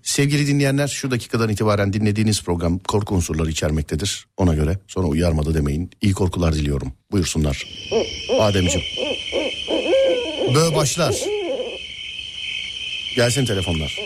Sevgili dinleyenler, şu dakikadan itibaren dinlediğiniz program korku unsurları içermektedir. Ona göre sonra uyarmadı demeyin. İyi korkular diliyorum. Buyursunlar. Ademciğim. Böyle başlar. Gelsin telefonlar.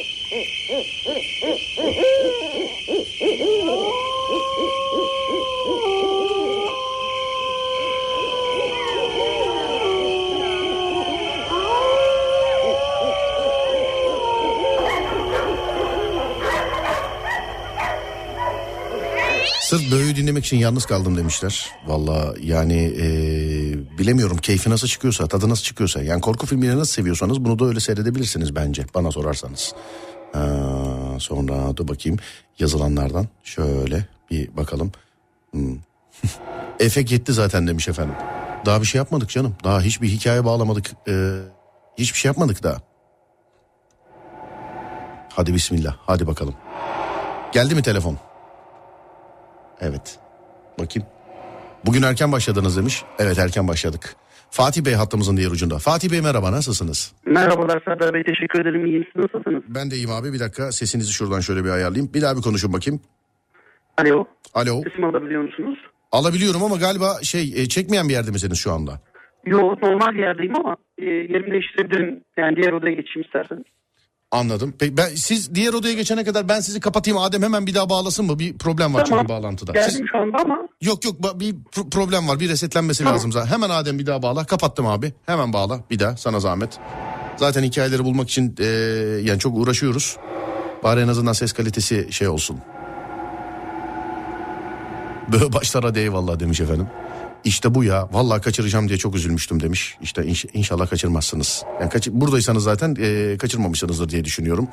Sırf Böğü dinlemek için yalnız kaldım demişler. Vallahi yani bilemiyorum, keyfi nasıl çıkıyorsa, tadı nasıl çıkıyorsa. Yani korku filmini nasıl seviyorsanız bunu da öyle seyredebilirsiniz bence, bana sorarsanız. Sonra dur bakayım yazılanlardan şöyle bir bakalım. Efekt yetti zaten demiş efendim. Daha bir şey yapmadık canım. Daha hiçbir hikaye bağlamadık. Hiçbir şey yapmadık daha. Hadi bismillah, hadi bakalım. Geldi mi telefon? Evet. Bakayım. Bugün erken başladınız demiş. Evet, erken başladık. Fatih Bey hattımızın diğer ucunda. Fatih Bey merhaba, nasılsınız? Merhabalar Serdar Bey, teşekkür ederim. İyiyim, siz nasılsınız? Ben de iyiyim abi, bir dakika sesinizi şuradan şöyle bir ayarlayayım. Bir daha bir konuşun bakayım. Alo. Alo. Sesimi alabiliyor musunuz? Alabiliyorum ama galiba çekmeyen bir yerde misiniz şu anda? Yok, normal yerdeyim ama yerimi değiştirebilirim. Yani diğer odaya geçeyim isterseniz. Anladım. Peki siz diğer odaya geçene kadar ben sizi kapatayım, Adem hemen bir daha bağlasın mı? Bir problem var tamam. Çünkü bağlantıda. Geldim şu anda ama. Yok bir problem var, bir resetlenmesi lazım zaten. Hemen Adem bir daha bağla. Kapattım abi, hemen bağla bir daha, sana zahmet. Zaten hikayeleri bulmak için yani çok uğraşıyoruz. Bari en azından ses kalitesi şey olsun. Böyle başlar hadi eyvallah demiş efendim. İşte bu ya, vallahi kaçıracağım diye çok üzülmüştüm demiş. İşte inşallah kaçırmazsınız. Yani buradaysanız zaten kaçırmamışsınızdır diye düşünüyorum.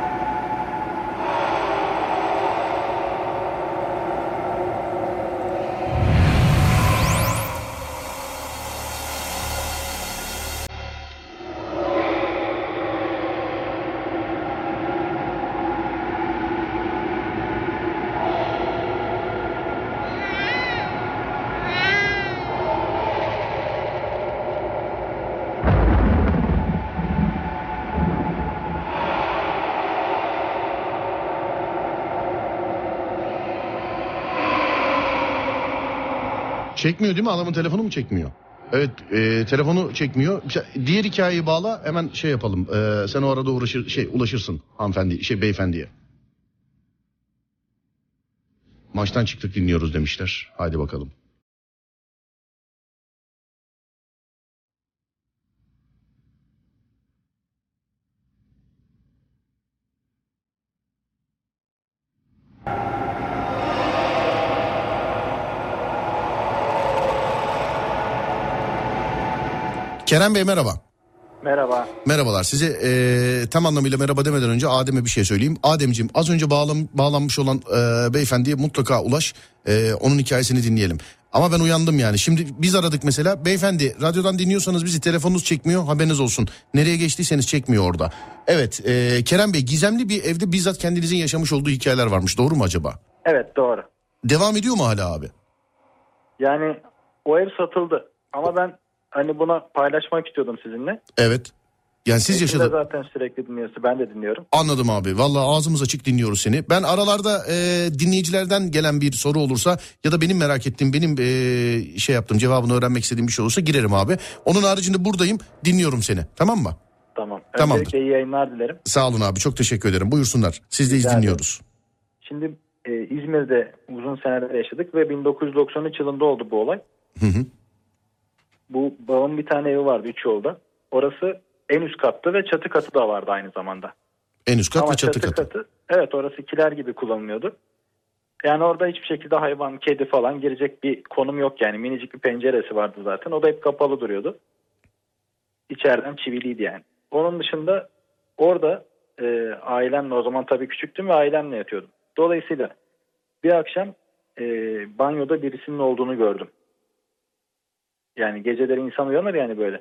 Çekmiyor değil mi? Adamın telefonu mu çekmiyor? Evet, telefonu çekmiyor. Diğer hikayeyi bağla, hemen şey yapalım. Sen o arada ulaşırsın hanımefendi, beyefendiye. Maçtan çıktık dinliyoruz demişler. Haydi bakalım. Kerem Bey merhaba. Merhaba. Merhabalar. Size tam anlamıyla merhaba demeden önce Adem'e bir şey söyleyeyim. Ademciğim, az önce bağlanmış olan beyefendiye mutlaka ulaş. Onun hikayesini dinleyelim. Ama ben uyandım yani. Şimdi biz aradık mesela. Beyefendi, radyodan dinliyorsanız bizi, telefonunuz çekmiyor, haberiniz olsun. Nereye geçtiyseniz çekmiyor orada. Evet, Kerem Bey, gizemli bir evde bizzat kendinizin yaşamış olduğu hikayeler varmış. Doğru mu acaba? Evet, doğru. Devam ediyor mu hala abi? Yani o ev satıldı. Ama ben hani buna paylaşmak istiyordum sizinle. Evet. Yani siz yaşadınız. Zaten sürekli dinliyorsun. Ben de dinliyorum. Anladım abi. Vallahi ağzımız açık dinliyoruz seni. Ben aralarda dinleyicilerden gelen bir soru olursa ya da benim merak ettiğim, benim şey yaptığım, cevabını öğrenmek istediğim bir şey olursa girerim abi. Onun haricinde buradayım, dinliyorum seni. Tamam mı? Tamam. Tamamdır. Öncelikle iyi yayınlar dilerim. Sağ olun abi, çok teşekkür ederim. Buyursunlar. Sizdeyiz, dinliyoruz. Şimdi İzmir'de uzun seneler yaşadık ve 1993 yılında oldu bu olay. Hı. Bu babamın bir tane evi vardı 3 yolda. Orası en üst kattı ve çatı katı da vardı aynı zamanda. En üst kat ama ve çatı katı. Evet, orası kiler gibi kullanılıyordu. Yani orada hiçbir şekilde hayvan, kedi falan girecek bir konum yok yani. Minicik bir penceresi vardı zaten. O da hep kapalı duruyordu. İçeriden çiviliydi yani. Onun dışında orada ailemle, o zaman tabii küçüktüm ve ailemle yatıyordum. Dolayısıyla bir akşam banyoda birisinin olduğunu gördüm. Yani geceleri insan uyanır yani böyle.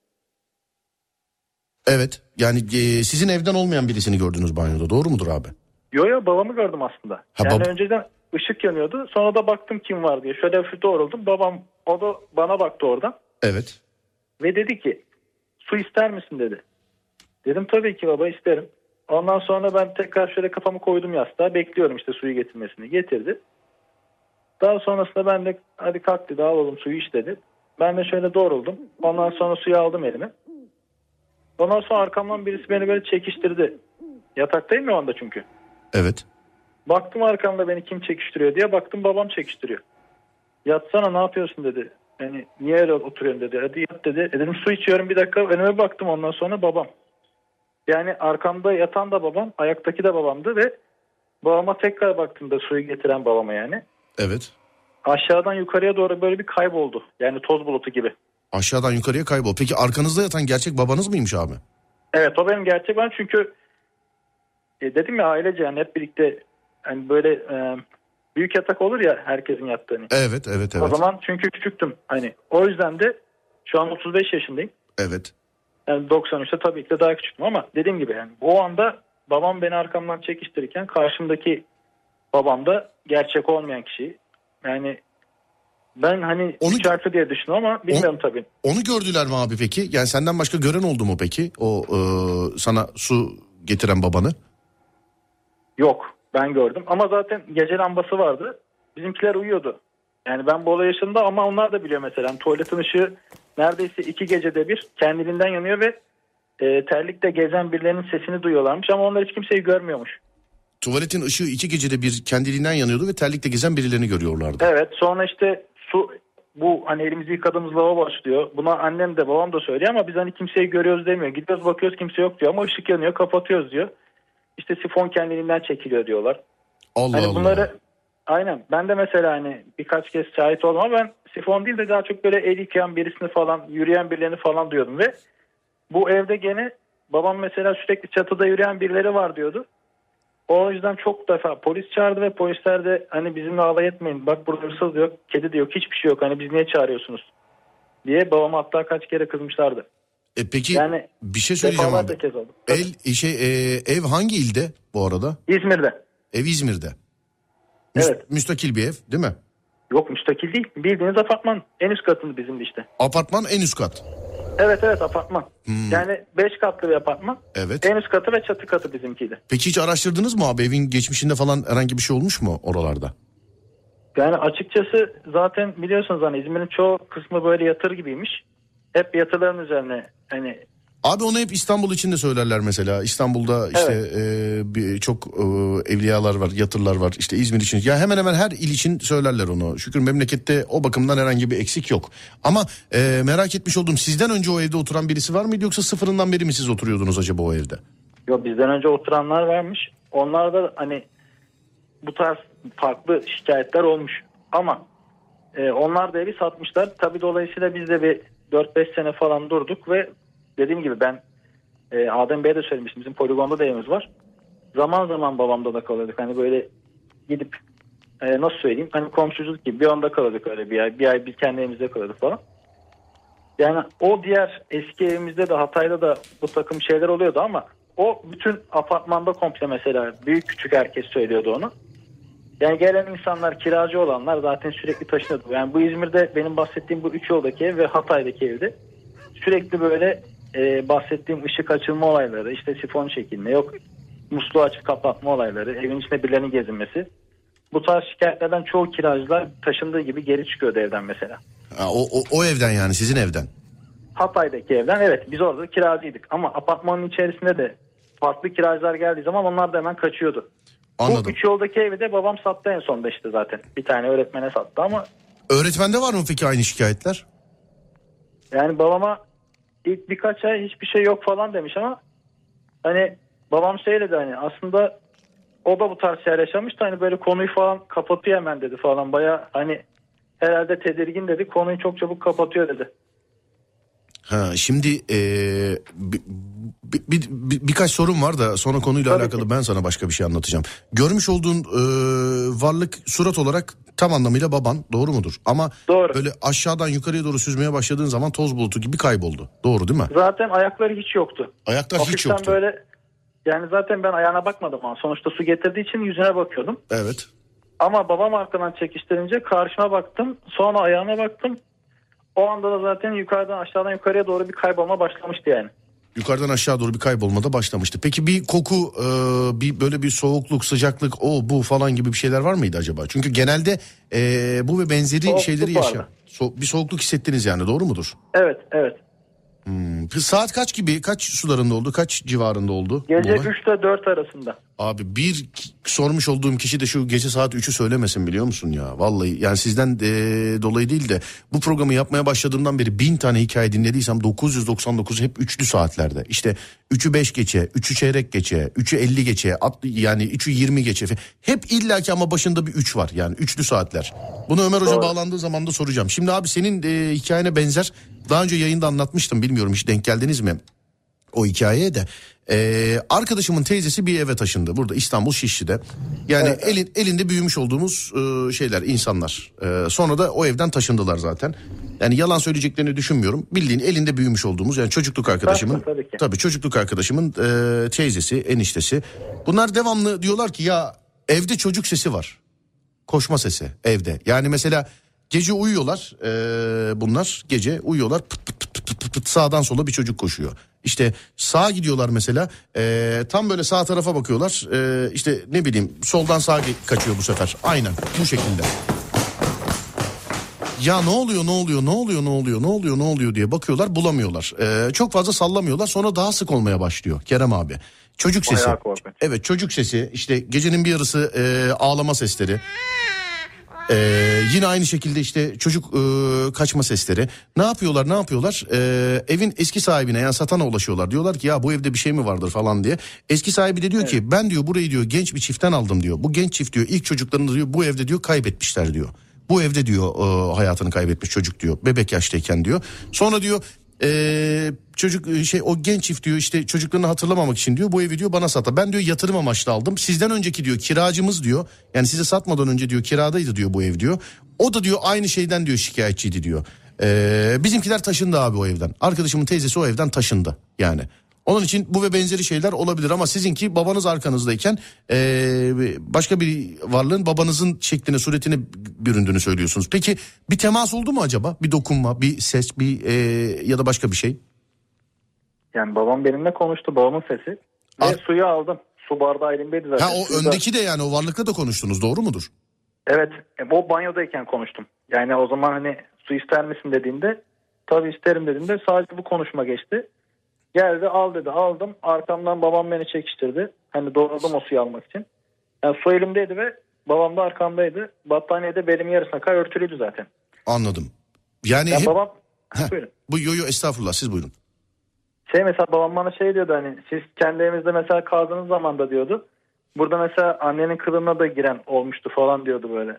Evet, yani sizin evden olmayan birisini gördünüz banyoda, doğru mudur abi? Yo, babamı gördüm aslında. Yani önceden ışık yanıyordu, sonra da baktım kim var diye. Şöyle hafif doğruldum, babam, o da bana baktı oradan. Evet. Ve dedi ki su ister misin dedi. Dedim tabii ki baba, isterim. Ondan sonra ben tekrar şöyle kafamı koydum yastığa. Bekliyorum işte suyu getirmesini. Getirdi. Daha sonrasında ben de hadi kalk dedi, alalım suyu iç dedi. Ben de şöyle doğruldum. Ondan sonra suyu aldım elime. Ondan sonra arkamdan birisi beni böyle çekiştirdi. Yataktayım ya o anda çünkü. Evet. Baktım arkamda beni kim çekiştiriyor diye, baktım babam çekiştiriyor. Yatsana, ne yapıyorsun dedi. Yani niye öyle oturuyorsun dedi. Hadi yat dedi. Dedim su içiyorum, bir dakika önüme baktım, ondan sonra babam. Yani arkamda yatan da babam, ayaktaki de babamdı ve babama tekrar baktığımda suyu getiren babama yani. Evet. Aşağıdan yukarıya doğru böyle bir kayboldu. Yani toz bulutu gibi. Aşağıdan yukarıya kaybol. Peki arkanızda yatan gerçek babanız mıymış abi? Evet, o benim gerçek babam çünkü dedim ya, ailece yani hep birlikte hani böyle büyük yatak olur ya herkesin yattığı. Hani. Evet. O zaman çünkü küçüktüm. Hani o yüzden de şu an 35 yaşındayım. Evet. Yani 93'te tabii ki de daha küçüktüm ama dediğim gibi yani o anda babam beni arkamdan çekiştirirken karşımdaki babam da gerçek olmayan kişi. Yani ben hani Onu- 3 harfli diye düşündüm ama bilmiyorum tabii. Onu gördüler mi abi peki? Yani senden başka gören oldu mu peki? O sana su getiren babanı. Yok, ben gördüm ama zaten gece lambası vardı. Bizimkiler uyuyordu. Yani ben bu olay yaşında ama onlar da biliyor mesela. Yani tuvaletin ışığı neredeyse 2 gecede bir kendiliğinden yanıyor ve terlikte gezen birilerinin sesini duyuyorlarmış ama onlar hiç kimseyi görmüyormuş. Tuvaletin ışığı 2 gecede bir kendiliğinden yanıyordu ve terlikte gezen birilerini görüyorlardı. Evet, sonra işte su, bu hani elimizi yıkadığımız lavabo başlıyor. Buna annem de babam da söylüyor ama biz hani kimseyi görüyoruz demiyor. Gidiyoruz bakıyoruz kimse yok diyor ama ışık yanıyor, kapatıyoruz diyor. İşte sifon kendiliğinden çekiliyor diyorlar. Allah Hani Allah. bunları aynen ben de mesela hani birkaç kez şahit oldum ama ben sifon değil de daha çok böyle el yıkayan birisini falan, yürüyen birilerini falan diyordum ve bu evde gene babam mesela sürekli çatıda yürüyen birileri var diyordu. O yüzden çok defa polis çağırdı ve polisler de hani bizimle alay etmeyin. Bak burada hırsız yok, kedi de yok, hiçbir şey yok. Hani biz niye çağırıyorsunuz diye babama hatta kaç kere kızmışlardı. Peki Yani bir şey söyleyeceğim abi. defalarca kez oldu. Ev hangi ilde bu arada? İzmir'de. Ev İzmir'de. Evet. Müstakil bir ev değil mi? Yok, müstakil değil. Bildiğiniz apartman. En üst katında bizimdi işte. Apartman en üst kat. Evet apartman. Yani 5 katlı bir apartman. Evet. En üst katı ve çatı katı bizimkiydi. Peki hiç araştırdınız mı abi? Evin geçmişinde falan herhangi bir şey olmuş mu oralarda? Yani açıkçası zaten biliyorsunuz hani İzmir'in çoğu kısmı böyle yatır gibiymiş. Hep yatırların üzerine hani. Abi onu hep İstanbul için de söylerler mesela. İstanbul'da işte çok evliyalar var, yatırlar var. İşte İzmir için. Ya hemen hemen her il için söylerler onu. Şükür memlekette o bakımdan herhangi bir eksik yok. Ama merak etmiş oldum. Sizden önce o evde oturan birisi var mıydı yoksa sıfırından beri mi siz oturuyordunuz acaba o evde? Yok, bizden önce oturanlar varmış. Onlar da hani bu tarz farklı şikayetler olmuş. Ama onlar da evi satmışlar. Tabii dolayısıyla biz de bir 4-5 sene falan durduk ve dediğim gibi ben Adem Bey'e de söylemiştim. Bizim poligonda da evimiz var. Zaman zaman babamda da kalıyorduk. Hani böyle gidip nasıl söyleyeyim, hani komşuculuk gibi bir anda kalıyorduk öyle bir ay biz kendi evimizde kalıyorduk falan. Yani o diğer eski evimizde de Hatay'da da bu takım şeyler oluyordu ama o bütün apartmanda komple mesela büyük küçük herkes söylüyordu onu. Yani gelen insanlar, kiracı olanlar zaten sürekli taşınıyordu. Yani bu İzmir'de benim bahsettiğim bu 3 yoldaki ev ve Hatay'daki evde sürekli böyle bahsettiğim ışık açılma olayları, işte sifon çekilme, yok musluğu açıp kapatma olayları, evin içinde birilerinin gezinmesi. Bu tarz şikayetlerden çoğu kiracılar taşındığı gibi geri çıkıyordu evden mesela. Ha, o evden yani sizin evden. Hatay'daki evden evet, biz orada kiracıydık ama apartmanın içerisinde de farklı kiracılar geldiği zaman onlar da hemen kaçıyordu. Anladım. Bu 3 yoldaki evi de babam sattı en sonunda işte zaten. Bir tane öğretmene sattı ama. Öğretmende var mı peki aynı şikayetler? Yani babama ilk birkaç ay hiçbir şey yok falan demiş ama hani babam söyledi hani aslında o da bu tarz şeyler yaşamıştı. Hani böyle konuyu falan kapatıyor hemen dedi falan. Baya hani herhalde tedirgin dedi. Konuyu çok çabuk kapatıyor dedi. Ha, şimdi birkaç sorum var da sonra konuyla Tabii alakalı ki. ben sana başka bir şey anlatacağım. Görmüş olduğun varlık surat olarak tam anlamıyla baban, doğru mudur? Ama Doğru. böyle aşağıdan yukarıya doğru süzmeye başladığın zaman toz bulutu gibi kayboldu. Doğru değil mi? Zaten ayakları hiç yoktu. Ayaklar hiç Hafiften yoktu. böyle yani zaten ben ayağına bakmadım ama sonuçta su getirdiği için yüzüne bakıyordum. Evet. Ama babam arkadan çekiştirince karşıma baktım. Sonra ayağına baktım. O anda da zaten yukarıdan aşağıdan yukarıya doğru bir kaybolma başlamıştı yani. Yukarıdan aşağı doğru bir kaybolmada başlamıştı. Peki bir koku, bir böyle bir soğukluk, sıcaklık, o bu falan gibi bir şeyler var mıydı acaba? Çünkü genelde bu ve benzeri Soğukluk şeyleri yaşa. vardı. Bir soğukluk hissettiniz yani, doğru mudur? Evet, evet. Saat kaç gibi, kaç sularında oldu, kaç civarında oldu? Gece bu olay? 3 ile 4 arasında. Abi sormuş olduğum kişi de şu gece saat 3'ü söylemesin, biliyor musun ya? Vallahi yani sizden dolayı değil de bu programı yapmaya başladığımdan beri 1000 tane hikaye dinlediysem 999 hep üçlü saatlerde. İşte 3'ü 5 geçe, 3'ü çeyrek geçe, 3'ü 50 geçe, yani 3'ü 20 geçe. Hep illaki ama başında bir 3 var, yani üçlü saatler. Bunu Ömer Hoca Doğru. bağlandığı zaman da soracağım. Şimdi abi senin hikayene benzer, daha önce yayında anlatmıştım, bilmiyorum hiç denk geldiniz mi o hikayeye de. Arkadaşımın teyzesi bir eve taşındı burada İstanbul Şişli'de. Yani elinde büyümüş olduğumuz şeyler, insanlar. Sonra da o evden taşındılar zaten. Yani yalan söyleyeceklerini düşünmüyorum. Bildiğin elinde büyümüş olduğumuz, yani çocukluk arkadaşımın, tabii çocukluk arkadaşımın teyzesi, eniştesi. Bunlar devamlı diyorlar ki ya evde çocuk sesi var. Koşma sesi evde. Yani mesela gece uyuyorlar, bunlar gece uyuyorlar, pıt pıt pıt pıt pıt pıt, sağdan sola bir çocuk koşuyor. İşte sağa gidiyorlar mesela, tam böyle sağ tarafa bakıyorlar, işte ne bileyim soldan sağa kaçıyor bu sefer, aynen bu şekilde. Ya ne oluyor diye bakıyorlar, bulamıyorlar. Çok fazla sallamıyorlar, sonra daha sık olmaya başlıyor Kerem abi. Çocuk sesi. Evet, çocuk sesi, işte gecenin bir yarısı ağlama sesleri. Yine aynı şekilde işte çocuk kaçma sesleri. Ne yapıyorlar? Evin eski sahibine, yani satana ulaşıyorlar. Diyorlar ki ya bu evde bir şey mi vardır falan diye. Eski sahibi de diyor ki ben diyor burayı diyor genç bir çiftten aldım diyor. Bu genç çift diyor ilk çocuklarını diyor bu evde diyor kaybetmişler diyor. Bu evde diyor hayatını kaybetmiş çocuk diyor, bebek yaştayken diyor. Sonra diyor çocuk o genç çift diyor işte çocuklarını hatırlamamak için diyor bu evi diyor bana sattı. Ben diyor yatırım amaçlı aldım. Sizden önceki diyor kiracımız diyor. Yani size satmadan önce diyor kiradaydı diyor bu ev diyor. O da diyor aynı şeyden diyor şikayetçiydi diyor. Bizimkiler taşındı abi o evden. Arkadaşımın teyzesi o evden taşındı yani. Onun için bu ve benzeri şeyler olabilir ama sizinki babanız arkanızdayken başka bir varlığın babanızın şekline, suretine büründüğünü söylüyorsunuz. Peki bir temas oldu mu acaba? Bir dokunma, bir ses, ya da başka bir şey? Yani babam benimle konuştu, babamın sesi. Ve suyu aldım. Su bardağı elimdeydi zaten. Ha, o öndeki de yani o varlıkla da konuştunuz, doğru mudur? Evet, o banyodayken konuştum. Yani o zaman hani su ister misin dediğinde tabii isterim dediğinde sadece bu konuşma geçti. Geldi al dedi, aldım. Arkamdan babam beni çekiştirdi. Hani doğruldım o suyu almak için. Yani su elimdeydi ve babam da arkamdaydı. Battaniyede belimin yarısına kadar örtülüydü zaten. Anladım. Yani hep... Babam... Buyurun. Yo estağfurullah, siz buyurun. Mesela babam bana şey diyordu, hani siz kendi evinizde mesela kaldığınız zaman da diyordu. Burada mesela annenin kılığına da giren olmuştu falan diyordu böyle.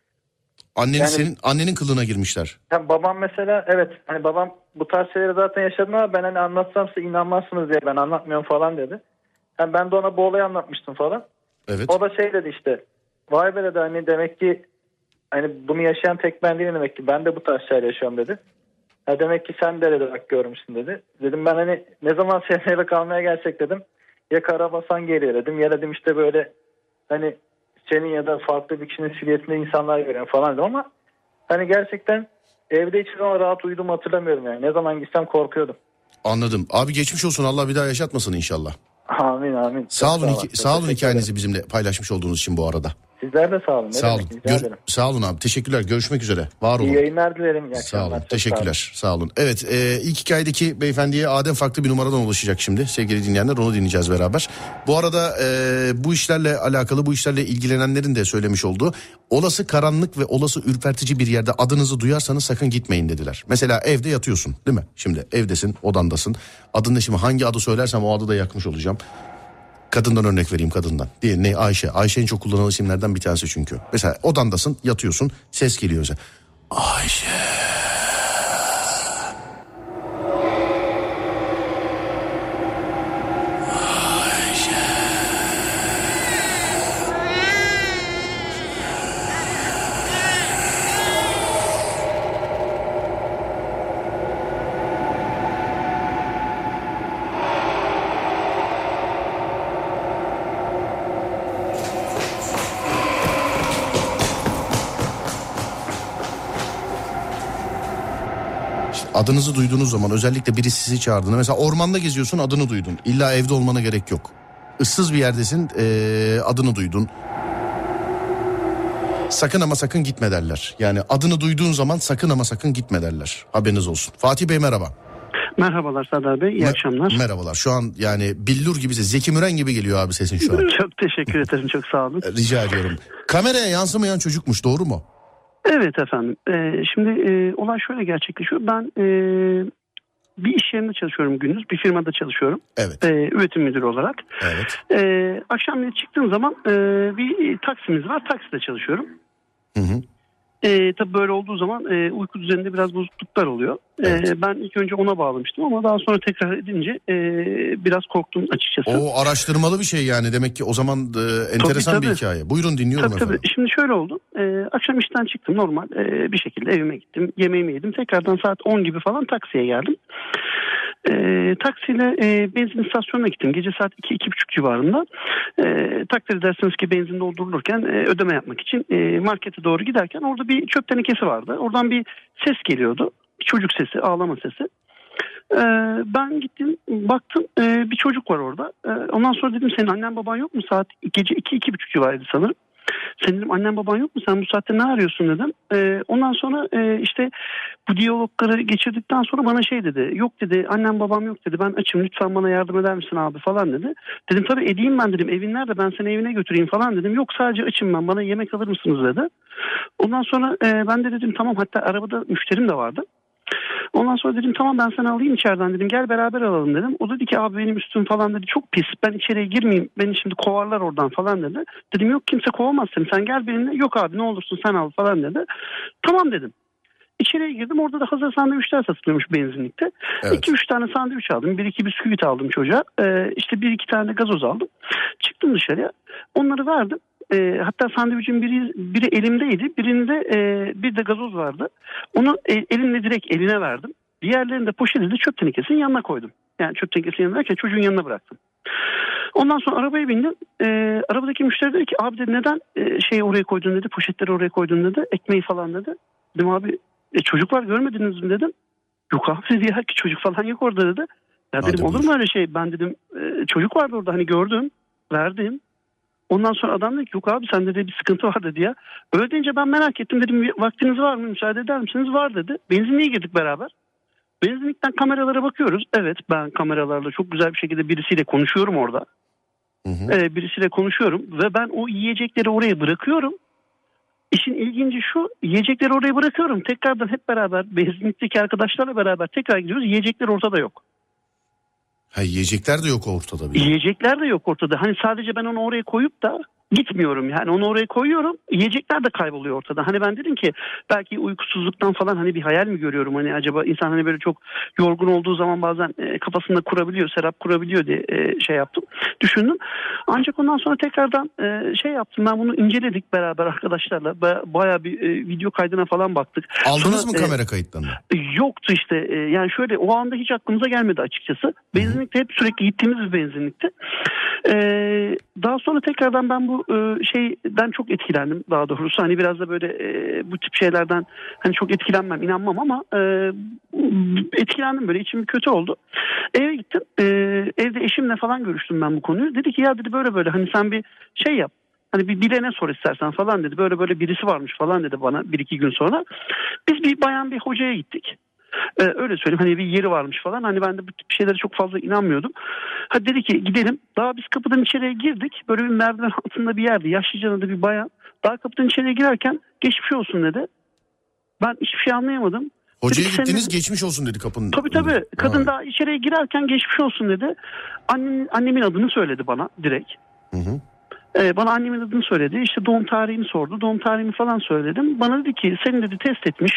Senin annenin kılığına girmişler. Yani babam mesela evet hani babam bu tarz şeyleri zaten yaşadı ama ben hani anlatsam size inanmazsınız diye ben anlatmıyorum falan dedi. Yani ben de ona bu olayı anlatmıştım falan. Evet. O da şey dedi işte vay be dedi hani demek ki hani bunu yaşayan tek ben değilim demek ki ben de bu tarz şeyler yaşıyorum dedi. Ya demek ki sen de bak görmüşsün dedi. Dedim ben hani ne zaman seninle eve kalmaya gelsek dedim. Ya karabasan geliyor dedim ya dedim işte böyle hani senin ya da farklı bir kişinin silüetinde insanlar görüyorum falan dedim ama hani gerçekten evde hiç zaman rahat uyuduğumu hatırlamıyorum yani. Ne zaman gitsem korkuyordum. Anladım. Abi geçmiş olsun, Allah bir daha yaşatmasın inşallah. Amin amin. Sağ olun hikayenizi bizimle paylaşmış olduğunuz için bu arada. Sizler de sağ olun. Sağ olun. Sağ olun abi. Teşekkürler. Görüşmek üzere. Var olun. İyi yayınlar dilerim. Sağ olun. Teşekkürler. Sağ olun. Evet, ilk hikayedeki beyefendiye Adem farklı bir numaradan ulaşacak şimdi. Sevgili dinleyenler, onu dinleyeceğiz beraber. Bu arada bu işlerle alakalı, bu işlerle ilgilenenlerin de söylemiş olduğu olası karanlık ve olası ürpertici bir yerde adınızı duyarsanız sakın gitmeyin dediler. Mesela evde yatıyorsun değil mi? Şimdi evdesin, odandasın. Adın ne şimdi? Hangi adı söylersem o adı da yakmış olacağım. Kadından örnek vereyim, kadından. Diye ne Ayşe. Ayşe en çok kullanılan isimlerden bir tanesi çünkü. Mesela odandasın, yatıyorsun, ses geliyor mesela. Ayşe. Adınızı duyduğunuz zaman, özellikle birisi sizi çağırdığında, mesela ormanda geziyorsun, adını duydun. İlla evde olmana gerek yok. Issız bir yerdesin, adını duydun. Sakın ama sakın gitme derler. Yani adını duyduğun zaman sakın ama sakın gitme derler. Haberiniz olsun. Fatih Bey merhaba. Merhabalar Serdar Bey, iyi akşamlar. Merhabalar. Şu an yani billur gibi, Zeki Müren gibi geliyor abi sesin şu an. Çok teşekkür ederim, çok sağ olun. Rica ediyorum. Kameraya yansımayan çocukmuş, doğru mu? Evet efendim. Şimdi olay şöyle gerçekleşiyor. Ben bir iş yerinde çalışıyorum gündüz. Bir firmada çalışıyorum. Evet. Üretim müdürü olarak. Evet. Akşam çıktığım zaman bir taksimiz var. Takside çalışıyorum. Hı hı. Tabii böyle olduğu zaman uyku düzeninde biraz bozukluklar oluyor. Evet. Ben ilk önce ona bağlamıştım ama daha sonra tekrar edince biraz korktum açıkçası. O araştırmalı bir şey yani, demek ki o zaman enteresan Tabii. bir hikaye. Buyurun, dinliyorum efendim. Tabii. Şimdi şöyle oldu. Akşam işten çıktım normal bir şekilde evime gittim. Yemeğimi yedim. Tekrardan saat 10 gibi falan taksiye geldim. Taksiyle benzin istasyonuna gittim. Gece saat 2-2.30 civarında. Takdir edersiniz ki benzin doldurulurken ödeme yapmak için markete doğru giderken orada bir çöp tenekesi vardı. Oradan bir ses geliyordu. Bir çocuk sesi, ağlama sesi. Ben gittim baktım bir çocuk var orada. Ondan sonra dedim senin annen baban yok mu? Saat gece 2-2.30 civarıydı sanırım. Senin dedim annen baban yok mu? Sen bu saatte ne arıyorsun dedim. Ondan sonra işte bu diyalogları geçirdikten sonra bana şey dedi. Yok dedi, annem babam yok dedi. Ben açım, lütfen bana yardım eder misin abi falan dedi. Dedim tabii edeyim ben dedim. Evin nerede, ben seni evine götüreyim falan dedim. Yok sadece açım ben, bana yemek alır mısınız dedi. Ondan sonra ben de dedim tamam, hatta arabada müşterim de vardı. Ondan sonra dedim tamam ben seni alayım içeriden dedim, gel beraber alalım dedim. O dedi ki abi benim üstüm falan dedi çok pis, ben içeriye girmeyeyim, beni şimdi kovarlar oradan falan dedi. Dedim yok kimse kovamaz seni, sen gel benimle. Yok abi ne olursun sen al falan dedi. Tamam dedim. İçeriye girdim, orada da hazır sandviçler satılıyormuş benzinlikte. Evet. 2-3 tane sandviç aldım, 1-2 bisküvit aldım çocuğa. İşte 1-2 tane gazoz aldım. Çıktım dışarıya, onları verdim. Hatta sandviçin biri elimdeydi. Birinde bir de gazoz vardı. Onu elimle direkt eline verdim. Diğerlerini de poşetle çöp tenekesinin yanına koydum. Yani çöp tenekesinin yanına derken çocuğun yanına bıraktım. Ondan sonra arabaya bindim. Arabadaki müşteri dedi ki abi dedi neden şeyi oraya koydun dedi. Poşetleri oraya koydun dedi. Ekmeği falan dedi. Dedim abi çocuk var görmediniz mi dedim. Yok abi dedi ya ki çocuk falan yok orada dedi. Ya dedim olur mu öyle şey, ben dedim çocuk vardı orada hani gördüm verdim. Ondan sonra adam dedi ki yok abi sende de bir sıkıntı var dedi ya. Öyle deyince ben merak ettim, dedim vaktiniz var mı, müsaade eder misiniz? Var dedi. Benzinliğe girdik beraber. Benzinlikten kameralara bakıyoruz. Evet, ben kameralarla çok güzel bir şekilde birisiyle konuşuyorum orada. Hı hı. Birisiyle konuşuyorum ve ben o yiyecekleri oraya bırakıyorum. İşin ilginci şu, yiyecekleri oraya bırakıyorum. Tekrardan hep beraber benzinlikteki arkadaşlarla beraber tekrar gidiyoruz. Yiyecekler ortada yok. Ha, yiyecekler de yok ortada. Yiyecekler de yok ortada. Hani sadece ben onu oraya koyup da gitmiyorum. Yani onu oraya koyuyorum. Yiyecekler de kayboluyor ortada. Hani ben dedim ki belki uykusuzluktan falan hani bir hayal mi görüyorum? Hani acaba insan hani böyle çok yorgun olduğu zaman bazen kafasında kurabiliyor, serap kurabiliyor diye şey yaptım. Düşündüm. Ancak ondan sonra tekrardan şey yaptım. Ben bunu inceledik beraber arkadaşlarla. Bayağı bir video kaydına falan baktık. Aldınız sonra, mı kamera kayıtlarını? Yoktu işte. Yani şöyle o anda hiç aklımıza gelmedi açıkçası. Benzinlikte hep sürekli gittiğimiz bir benzinlikti. Daha sonra tekrardan ben bu şeyden çok etkilendim daha doğrusu. Hani biraz da böyle bu tip şeylerden hani çok etkilenmem, inanmam ama etkilendim, böyle içim kötü oldu. Eve gittim. Evde eşimle falan görüştüm ben bu konuyu. Dedi ki ya dedi böyle hani sen bir şey yap. Hani bir bilene sor istersen falan dedi. Böyle birisi varmış falan dedi bana 1-2 gün sonra. Biz bir hocaya gittik. Öyle söyleyeyim, hani bir yeri varmış falan, hani ben de bu tip şeylere çok fazla inanmıyordum. Hadi dedi ki gidelim. Daha biz kapıdan içeriye girdik, böyle bir merdiven altında bir yerdi, yaşlıca da bir bayan. Daha kapıdan içeriye girerken geçmiş olsun dedi. Ben hiçbir şey anlayamadım. Hocaya dedi gittiniz geçmiş olsun dedi kapının. Tabii kadın daha içeriye girerken geçmiş olsun dedi. Annemin adını söyledi bana direkt. Hı hı. Bana annemin adını söyledi, işte doğum tarihini sordu, doğum tarihini falan söyledim. Bana dedi ki seni dedi test etmiş.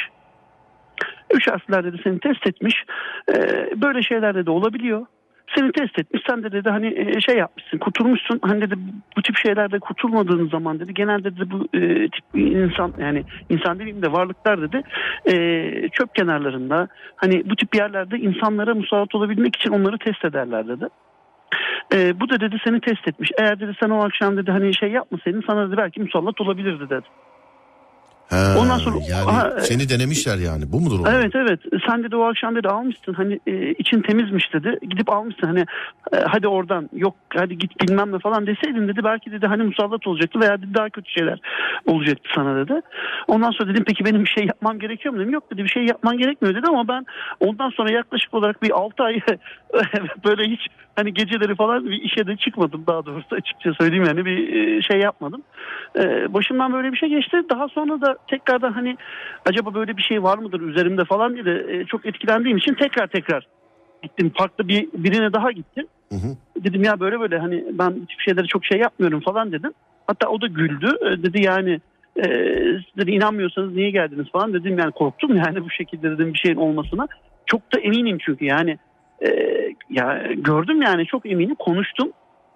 3 harfler dedi seni test etmiş. Böyle şeyler de olabiliyor. Seni test etmiş. Sen de dedi hani şey yapmışsın, kurtulmuşsun. Hani dedi bu tip şeylerde kurtulmadığın zaman dedi genelde dedi bu tip insan, yani insan demeyeyim de varlıklar dedi çöp kenarlarında hani bu tip yerlerde insanlara musallat olabilmek için onları test ederler dedi. Bu da dedi seni test etmiş. Eğer dedi sen o akşam dedi hani şey yapmasaydın sana dedi belki musallat olabilirdi dedi. Ha, Ondan sonra yani seni denemişler yani, bu mudur o? Evet sen dedi o akşam dedi almışsın hani için temizmiş dedi, gidip almışsın hani hadi oradan, yok hadi git bilmem ne falan deseydin dedi, belki dedi hani musallat olacaktı veya dedi daha kötü şeyler olacaktı sana dedi. Ondan sonra dedim peki benim bir şey yapmam gerekiyor mu dedim, yok dedi bir şey yapman gerekmiyor dedi, ama ben ondan sonra yaklaşık olarak bir 6 ay böyle hiç hani geceleri falan bir işe de çıkmadım, daha doğrusu açıkça söyleyeyim, yani bir şey yapmadım. Başımdan böyle bir şey geçti. Daha sonra da tekrardan hani acaba böyle bir şey var mıdır üzerimde falan diye de çok etkilendiğim için tekrar gittim. Farklı birine daha gittim. Hı hı. Dedim ya böyle hani ben hiçbir şeyleri çok şey yapmıyorum falan dedim. Hatta o da güldü. Dedi yani dedi inanmıyorsanız niye geldiniz falan dedim, yani korktum yani bu şekilde dedim bir şeyin olmasına. Çok da eminim çünkü yani ya gördüm yani, çok eminim, konuştum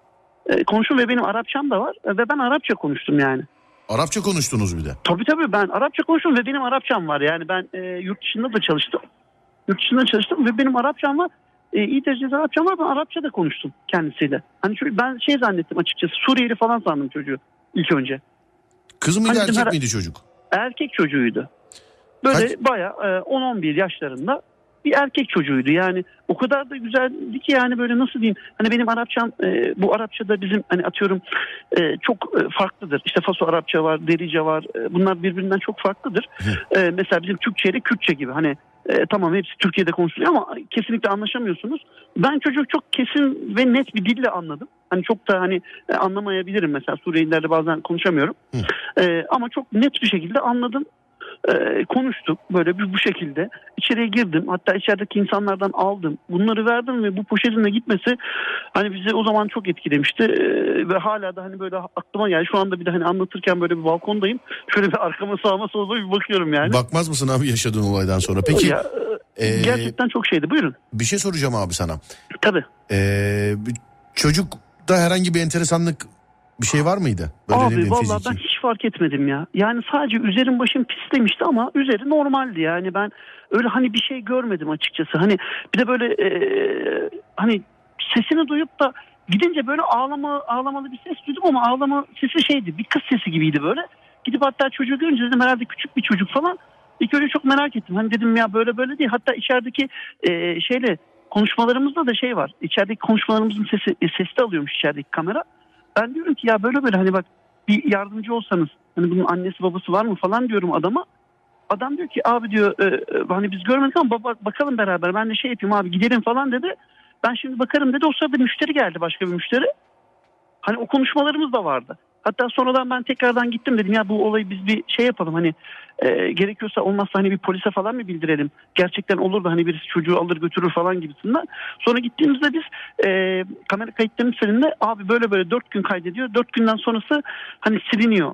ve benim Arapçam da var ve ben Arapça konuştum yani. Arapça konuştunuz bir de. Tabii ben Arapça konuştum ve benim Arapçam var. Yani ben yurt dışında da çalıştım. Yurt dışında çalıştım ve benim Arapçam var. İyi derecede Arapçam var. Ben Arapça da konuştum kendisiyle. Hani ben şey zannettim açıkçası. Suriyeli falan sandım çocuğu ilk önce. Kız mıydı Hani erkek miydi çocuk? Erkek çocuğuydu. Böyle bayağı 10-11 yaşlarında bir erkek çocuğuydu. Yani o kadar da güzeldi ki yani, böyle nasıl diyeyim, hani benim Arapçam bu Arapçada bizim hani atıyorum çok farklıdır. İşte Faso Arapça var, Derice var. Bunlar birbirinden çok farklıdır. Mesela bizim Türkçe ile Kürtçe gibi hani tamam hepsi Türkiye'de konuşuluyor ama kesinlikle anlaşamıyorsunuz. Ben çocuğu çok kesin ve net bir dille anladım. Hani çok da hani anlamayabilirim, mesela Suriyelilerle bazen konuşamıyorum. Ama çok net bir şekilde anladım. Konuştuk böyle bu şekilde. İçeriye girdim. Hatta içerideki insanlardan aldım. Bunları verdim ve bu poşetin de gitmesi hani bizi o zaman çok etkilemişti. Ve hala da hani böyle aklıma geldi. Şu anda bir de hani anlatırken böyle bir balkondayım. Şöyle bir arkama sağıma sola bir bakıyorum yani. Bakmaz mısın abi yaşadığın olaydan sonra? Peki ya, gerçekten çok şeydi. Buyurun. bir şey soracağım abi sana. Tabii. Çocukta herhangi bir enteresanlık bir şey var mıydı? Böyle abi vallahi ben hiç fark etmedim ya. Yani sadece üzerim başım pislemişti ama üzeri normaldi yani. Ben öyle hani bir şey görmedim açıkçası. Hani bir de böyle hani sesini duyup da gidince böyle ağlamalı bir ses duydum ama ağlama sesi şeydi, bir kız sesi gibiydi böyle. Gidip hatta çocuğu görünce dedim herhalde küçük bir çocuk falan. İlk önce çok merak ettim. Hani dedim ya böyle değil. Hatta içerideki şeyle konuşmalarımızda da şey var. İçerideki konuşmalarımızın sesi de alıyormuş içerideki kamera. Ben diyorum ki ya böyle hani bak bir yardımcı olsanız, hani bunun annesi babası var mı falan diyorum adama. Adam diyor ki abi diyor hani biz görmedik ama bakalım beraber, ben de şey yapayım abi gidelim falan dedi. Ben şimdi bakarım dedi. O sırada müşteri geldi, başka bir müşteri. Hani o konuşmalarımız da vardı. Hatta sonradan ben tekrardan gittim, dedim ya bu olayı biz bir şey yapalım hani gerekiyorsa olmazsa hani bir polise falan mı bildirelim? Gerçekten olur da hani birisi çocuğu alır götürür falan gibisinden. Sonra gittiğimizde biz kamera kayıtlarının üzerinde abi böyle 4 gün kaydediyor. 4 günden sonrası hani siliniyor.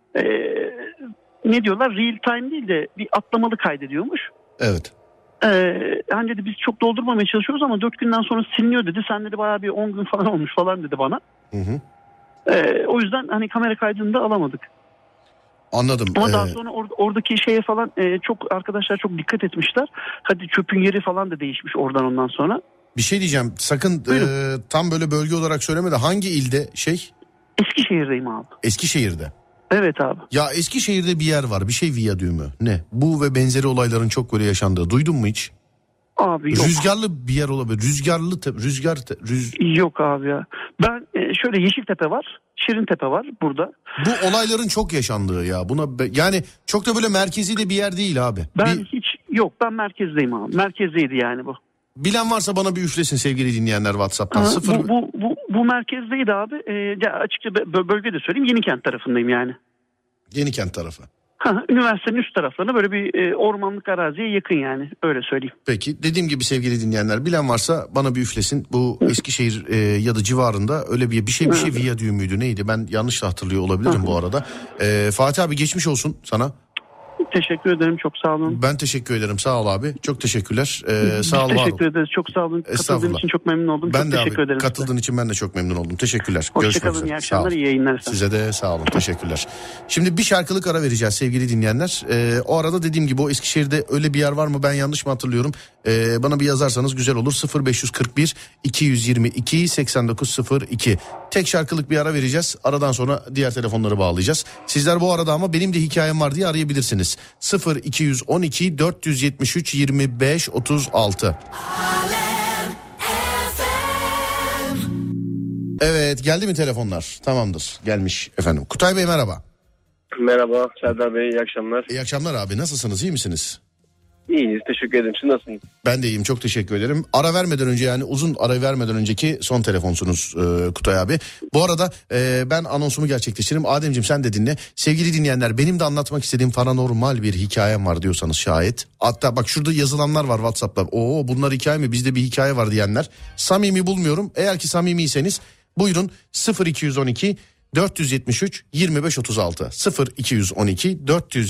Ne diyorlar? Real time değil de bir atlamalı kaydediyormuş. Evet. Hani dedi biz çok doldurmamaya çalışıyoruz ama 4 günden sonra siliniyor dedi. Sen dedi bayağı bir 10 gün falan olmuş falan dedi bana. Hı. O yüzden hani kamera kaydını da alamadık. Anladım. Ama daha sonra oradaki şeye falan çok arkadaşlar çok dikkat etmişler. Hadi çöpün yeri falan da değişmiş oradan ondan sonra. Bir şey diyeceğim. Sakın tam böyle bölge olarak söyleme de hangi ilde şey? Eskişehir'deyim abi. Eskişehir'de. Evet abi. Ya Eskişehir'de bir yer var. Bir şey viyadüğü mü? Ne? Bu ve benzeri olayların çok böyle yaşandığı. Duydun mu hiç? Abi yok. Rüzgarlı bir yer olabilir. Yok abi ya. Ben şöyle Yeşiltepe var. Şirintepe var burada. Bu olayların çok yaşandığı ya. Yani çok da böyle merkezi de bir yer değil abi. Ben merkezdeyim abi. Merkezdeydi yani bu. Bilen varsa bana bir üflesin sevgili dinleyenler WhatsApp'tan. Bu merkezdeydi abi. Açıkça bölge de söyleyeyim, Yenikent tarafındayım yani. Yenikent tarafı. Üniversitenin üst taraflarına böyle bir ormanlık araziye yakın yani, öyle söyleyeyim. Peki dediğim gibi sevgili dinleyenler, bilen varsa bana bir üflesin. Bu Eskişehir ya da civarında öyle bir şey viyadüğü müydü neydi, ben yanlış da hatırlıyor olabilirim bu arada. Fatih abi geçmiş olsun sana. Teşekkür ederim. Çok sağ olun. Ben teşekkür ederim. Sağ ol abi. Çok teşekkürler. Biz Sağ ol, var ol. teşekkür ederiz. Çok sağ olun. Katıldığın Estağfurullah. için çok memnun oldum. Ben çok de teşekkür abi ederim. katıldığın için ben de çok memnun oldum. Teşekkürler. Görüşmek Hoşçakalın. üzere. İyi Sağ akşamlar. olun. İyi yayınlar. Size de sağ olun. Teşekkürler. Şimdi bir şarkılık ara vereceğiz sevgili dinleyenler. O arada dediğim gibi o Eskişehir'de öyle bir yer var mı, ben yanlış mı hatırlıyorum? Bana bir yazarsanız güzel olur. 0541 222 8902. Tek şarkılık bir ara vereceğiz. Aradan sonra diğer telefonları bağlayacağız. Sizler bu arada ama benim de hikayem var diye arayabilirsiniz. 0212 473 25 36. Evet, geldi mi telefonlar? Tamamdır, gelmiş efendim. Kutay Bey merhaba. Merhaba Serdar Bey, iyi akşamlar. İyi akşamlar abi, nasılsınız, iyi misiniz? İyiyiz, teşekkür ederim. Siz nasılsınız? Ben de iyiyim, çok teşekkür ederim. Ara vermeden önce, yani uzun ara vermeden önceki son telefonsunuz Kutay abi. Bu arada ben anonsumu gerçekleştireyim. Ademciğim sen de dinle. Sevgili dinleyenler, benim de anlatmak istediğim paranormal bir hikayem var diyorsanız şayet. Hatta bak şurada yazılanlar var WhatsApp'ta. Oo bunlar hikaye mi, bizde bir hikaye var diyenler. Samimi bulmuyorum. Eğer ki samimiyseniz buyurun 0212 473 25 36 0212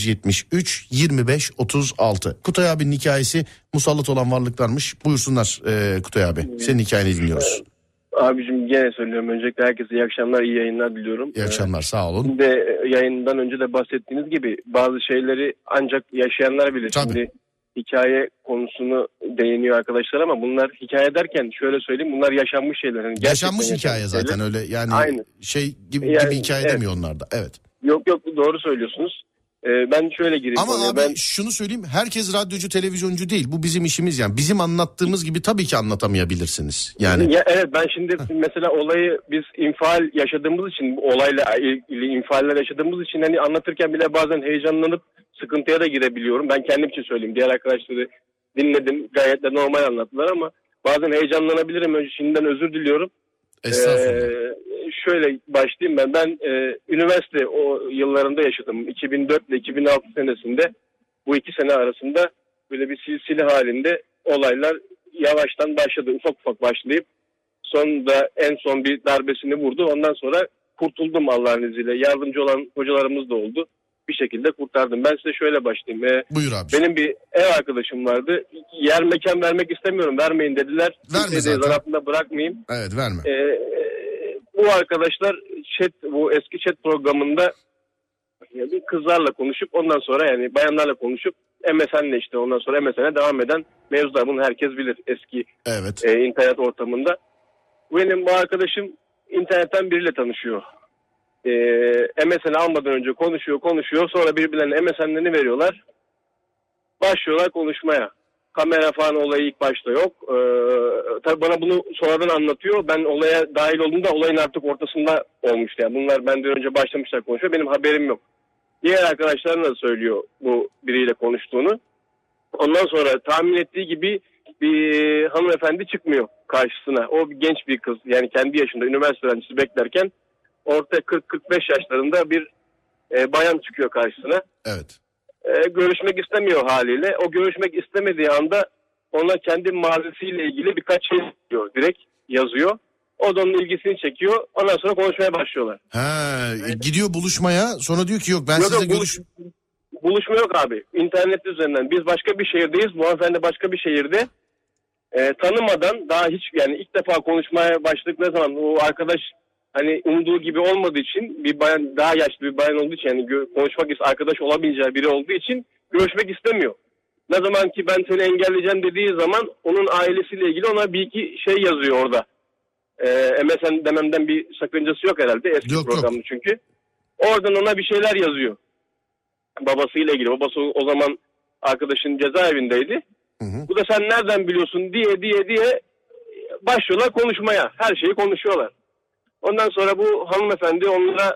473 25 36. Kutay abinin hikayesi musallat olan varlıklarmış. Buyursunlar Kutay abi. Senin hikayeni dinliyoruz. Abicim gene söylüyorum. Öncelikle herkese iyi akşamlar, iyi yayınlar diliyorum. İyi akşamlar, sağ olun. Şimdi yayından önce de bahsettiğiniz gibi bazı şeyleri ancak yaşayanlar bilir. Tabii. Şimdi hikaye konusunu değiniyor arkadaşlar ama bunlar hikaye derken şöyle söyleyeyim, bunlar yaşanmış şeyler. Yani Yaşanmış gerçekten hikaye yaşanmış zaten şeyler. öyle yani Aynen. şey gibi, Yani, gibi hikaye evet. demiyor onlar da. Evet. Yok doğru söylüyorsunuz. Ben şöyle gireyim. Ama konuya. abi şunu söyleyeyim, herkes radyocu, televizyoncu değil. Bu bizim işimiz yani. Bizim anlattığımız gibi tabii ki anlatamayabilirsiniz. Yani Evet, ben şimdi mesela olayı biz infial yaşadığımız için, olayla ilgili infialler yaşadığımız için hani anlatırken bile bazen heyecanlanıp sıkıntıya da girebiliyorum. Ben kendim için söyleyeyim. Diğer arkadaşları dinledim. Gayet de normal anlattılar ama bazen heyecanlanabilirim. Önce şimdiden özür diliyorum. estağfurullah. Şöyle başlayayım ben. Ben üniversite o yıllarında yaşadım. 2004 ile 2006 senesinde, bu 2 sene arasında böyle bir silsile halinde olaylar yavaştan başladı. Ufak ufak başlayıp sonunda en son bir darbesini vurdu. Ondan sonra kurtuldum Allah'ın izniyle. Yardımcı olan hocalarımız da oldu. Bir şekilde kurtardım. Ben size şöyle başlayayım. Buyur abi. Benim bir ev arkadaşım vardı. Yer mekan vermek istemiyorum. Vermeyin dediler. Verme Kimseyi de zaten. zan altında bırakmayayım. Evet, verme. Bu arkadaşlar bu eski chat programında bir kızlarla konuşup ondan sonra yani bayanlarla konuşup MSN'le işte ondan sonra MSN'e devam eden mevzular. Bunu herkes bilir eski Evet. internet ortamında. Benim bu arkadaşım internetten biriyle tanışıyor. MSN'i almadan önce konuşuyor. Sonra birbirlerine MSN'lerini veriyorlar. Başlıyorlar konuşmaya. Kamera falan olayı ilk başta yok. Tabii bana bunu sonradan anlatıyor. Ben olaya dahil olduğumda olayın artık ortasında olmuştu. Yani bunlar benden önce başlamışlar konuşuyor. Benim haberim yok. Diğer arkadaşlarına da söylüyor bu biriyle konuştuğunu. Ondan sonra tahmin ettiği gibi bir hanımefendi çıkmıyor karşısına. O genç bir kız, yani kendi yaşında üniversite öğrencisi beklerken orta 40-45 yaşlarında bir bayan çıkıyor karşısına. Evet. Görüşmek istemiyor haliyle. O görüşmek istemediği anda ona kendi mazisiyle ilgili birkaç şey yazıyor. Direkt yazıyor. O da onun ilgisini çekiyor. Ondan sonra konuşmaya başlıyorlar. Gidiyor buluşmaya, sonra diyor ki yok ben Yok, size yok, görüş... Buluşma yok abi. İnternet üzerinden. Biz başka bir şehirdeyiz. Bu hanımefendi başka bir şehirde. Tanımadan daha hiç, yani ilk defa konuşmaya başladık ne zaman o arkadaş hani umduğu gibi olmadığı için, bir bayan, daha yaşlı bir bayan olduğu için, yani konuşmak arkadaş olabileceği biri olduğu için görüşmek istemiyor. Ne zaman ki ben seni engelleyeceğim dediği zaman onun ailesiyle ilgili ona bir iki şey yazıyor orada. MSN dememden bir sakıncası yok herhalde, eski programı çünkü. Oradan ona bir şeyler yazıyor. Babasıyla ilgili. Babası o zaman arkadaşın cezaevindeydi. Hı. Bu da sen nereden biliyorsun diye başlıyorlar konuşmaya. Her şeyi konuşuyorlar. Ondan sonra bu hanımefendi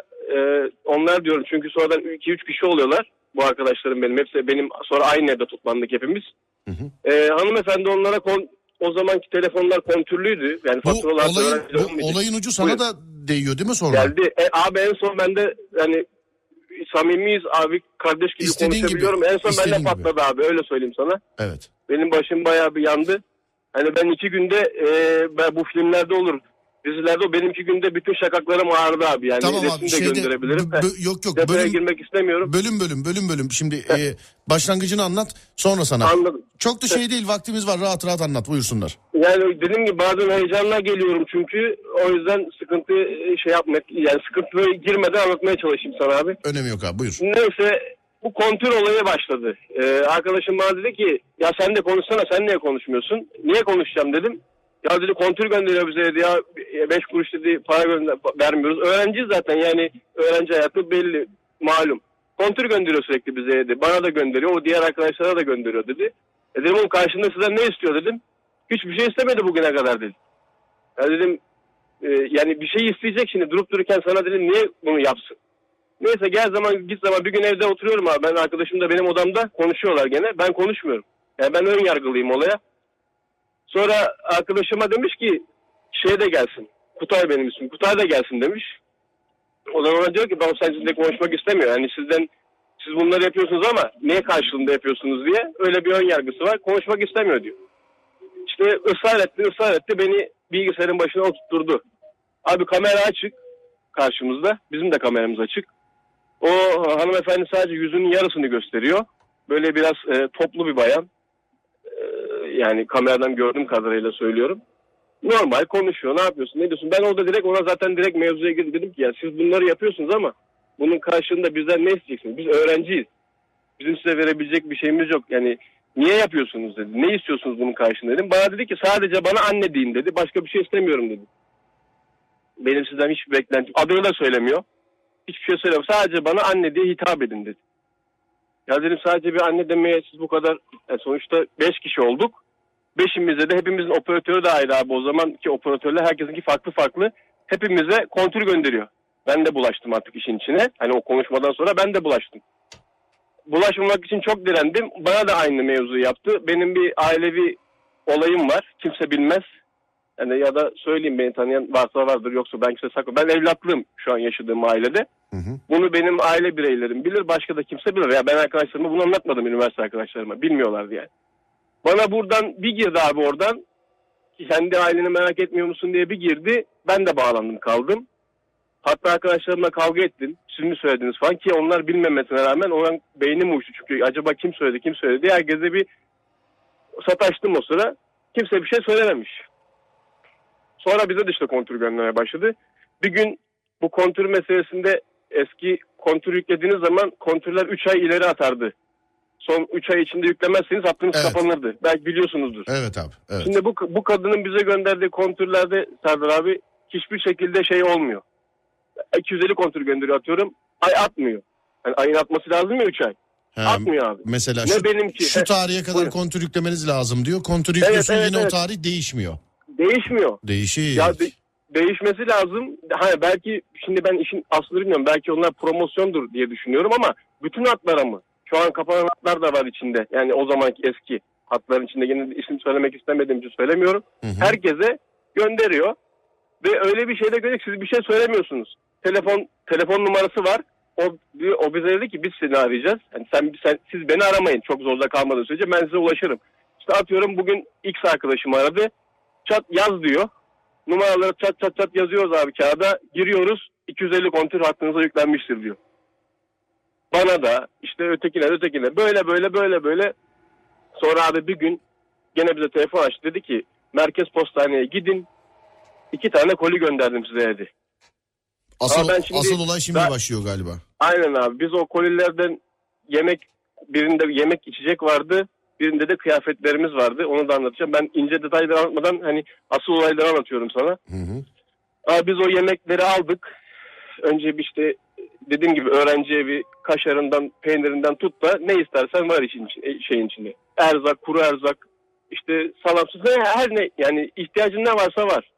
onlar diyorum çünkü sonradan 2-3 kişi oluyorlar. Bu arkadaşlarım benim. Hepsi benim, sonra aynı evde toplandık hepimiz. Hı. Hanımefendi onlara o zamanki telefonlar kontürlüydü. Yani faturalar bu olayın ucu sana Buyur. da değiyor değil mi sonra? Geldi. Abi en son bende yani samimiyiz abi, kardeş gibi İstediğin konuşabiliyorum. gibi. En son İstediğin bende patladı abi, öyle söyleyeyim sana. Evet. Benim başım bayağı bir yandı. Hani ben 2 günde ben bu filmlerde olur. Dizilerde o benimki günde bütün şakaklarım ağrıdı abi. Yani Tamam abi, resim de gönderebilirim. yok Detaya bölüm, girmek istemiyorum. bölüm. Şimdi başlangıcını anlat, sonra sana. Anladım. Çok da şey değil, vaktimiz var, rahat anlat, buyursunlar. Yani dediğim gibi bazen heyecanla geliyorum çünkü. O yüzden sıkıntı şey yapmak, yani sıkıntıya girmeden anlatmaya çalışayım sana abi. Önemi yok abi, buyur. Neyse bu kontür olayı başladı. Arkadaşım bana dedi ki ya sen de konuşsana, sen niye konuşmuyorsun? Niye konuşacağım dedim. Ya dedi kontür gönderiyor bize dedi ya 5 kuruş dedi para vermiyoruz. Öğrenciyiz zaten, yani öğrenci hayatı belli malum. Kontür gönderiyor sürekli bize dedi. Bana da gönderiyor, o diğer arkadaşlara da gönderiyor dedi. Dedim onun karşında sizden ne istiyor dedim. Hiçbir şey istemedi bugüne kadar dedi. Ya dedim yani bir şey isteyecek şimdi durup dururken sana dedim niye bunu yapsın? Neyse gel zaman git zaman bir gün evde oturuyorum abi. Ben arkadaşım da benim odamda konuşuyorlar gene. Ben konuşmuyorum. Yani ben ön yargılıyım olaya. Sonra arkadaşıma demiş ki şey de gelsin. Kutay benim ismim. Kutay da gelsin demiş. O zaman ona diyor ki ben sizinle konuşmak istemiyor. Yani siz bunları yapıyorsunuz ama niye karşılığında yapıyorsunuz diye öyle bir ön yargısı var. Konuşmak istemiyor diyor. İşte ısrar etti. Beni bilgisayarın başına oturtturdu. Abi kamera açık karşımızda. Bizim de kameramız açık. O hanımefendi sadece yüzünün yarısını gösteriyor. Böyle biraz toplu bir bayan. Yani kameradan gördüğüm kadarıyla söylüyorum. Normal konuşuyor. Ne yapıyorsun? Ne diyorsun? Ben orada direkt mevzuya girdim. Dedim ki ya siz bunları yapıyorsunuz ama bunun karşılığında bizden ne isteyeceksiniz? Biz öğrenciyiz. Bizim size verebilecek bir şeyimiz yok. Yani niye yapıyorsunuz dedi. Ne istiyorsunuz bunun karşılığında dedim. Bana dedi ki sadece bana anne deyin dedi. Başka bir şey istemiyorum dedi. Benim sizden hiçbir beklentim. Adını da söylemiyor. Hiçbir şey söylemiyor. Sadece bana anne diye hitap edin dedi. Ya dedim sadece bir anne demeye siz bu kadar sonuçta 5 kişi olduk. 5'imizde de hepimizin operatörü de ayrı abi. O zamanki operatörler herkesinki farklı. Hepimize kontür gönderiyor. Ben de bulaştım artık işin içine. Hani o konuşmadan sonra ben de bulaştım. Bulaşmamak için çok direndim. Bana da aynı mevzuyu yaptı. Benim bir ailevi olayım var. Kimse bilmez. Yani ya da söyleyeyim beni tanıyan varsa vardır yoksa ben kimse saklı. Ben evlatlığım şu an yaşadığım ailede. Hı. Bunu benim aile bireylerim bilir. Başka da kimse bilir. Ya ben arkadaşlarıma bunu anlatmadım üniversite arkadaşlarıma. Bilmiyorlardı yani. Bana buradan bir girdi abi oradan. Kendi aileni merak etmiyor musun diye bir girdi. Ben de bağlandım kaldım. Hatta arkadaşlarımla kavga ettim. Siz mi söylediniz falan ki onlar bilmemesine rağmen onun beynim uçtu. Çünkü acaba kim söyledi. Herkese bir sataştım o sıra. Kimse bir şey söylememiş. Sonra bize de işte kontür göndermeye başladı. Bir gün bu kontür meselesinde eski kontür yüklediğiniz zaman kontürler 3 ay ileri atardı. Son 3 ay içinde yüklemezseniz hattınız kapanırdı. Belki biliyorsunuzdur. Evet abi. Evet. Şimdi bu kadının bize gönderdiği kontürlerde Serdar abi hiçbir şekilde şey olmuyor. 250 kontür gönderiyor atıyorum. Ay atmıyor. Yani ayın atması lazım ya 3 ay. Atmıyor abi. Mesela benimki. Şu tarihe kadar Buyurun. kontür yüklemeniz lazım diyor. Kontür yüklüyorsun yine o tarih değişmiyor. Değişmiyor. Değişir. Ya değişmesi lazım. Hani belki şimdi ben işin aslını bilmiyorum. Belki onlar promosyondur diye düşünüyorum ama bütün hatlara mı? Şu an kapanan hatlar da var içinde. Yani o zamanki eski hatların içinde. Yine isim söylemek istemediğim için söylemiyorum. Hı. Herkese gönderiyor. Ve öyle bir şeyde görecek. Siz bir şey söylemiyorsunuz. Telefon numarası var. O bize dedi ki biz seni arayacağız. Yani siz beni aramayın. Çok zorda kalmadığı sürece ben size ulaşırım. İşte atıyorum bugün X arkadaşım aradı. Çat yaz diyor. Numaraları çat yazıyoruz abi kağıda. Giriyoruz. 250 kontür hakkınıza yüklenmiştir diyor. Bana da işte ötekine böyle. Sonra abi bir gün gene bize telefon açtı. Dedi ki merkez postaneye gidin. 2 tane koli gönderdim size dedi. Asıl olay şimdi başlıyor galiba. Aynen abi. Biz o kolilerden birinde yemek içecek vardı. Birinde de kıyafetlerimiz vardı. Onu da anlatacağım. Ben ince detayları anlatmadan hani asıl olayları anlatıyorum sana. Hı. Abi biz o yemekleri aldık. Önce işte dediğim gibi öğrenci evi kaşarından, peynirinden tut da ne istersen var şeyin içinde. Erzak, kuru erzak, işte salatsız her ne yani ihtiyacın ne varsa var.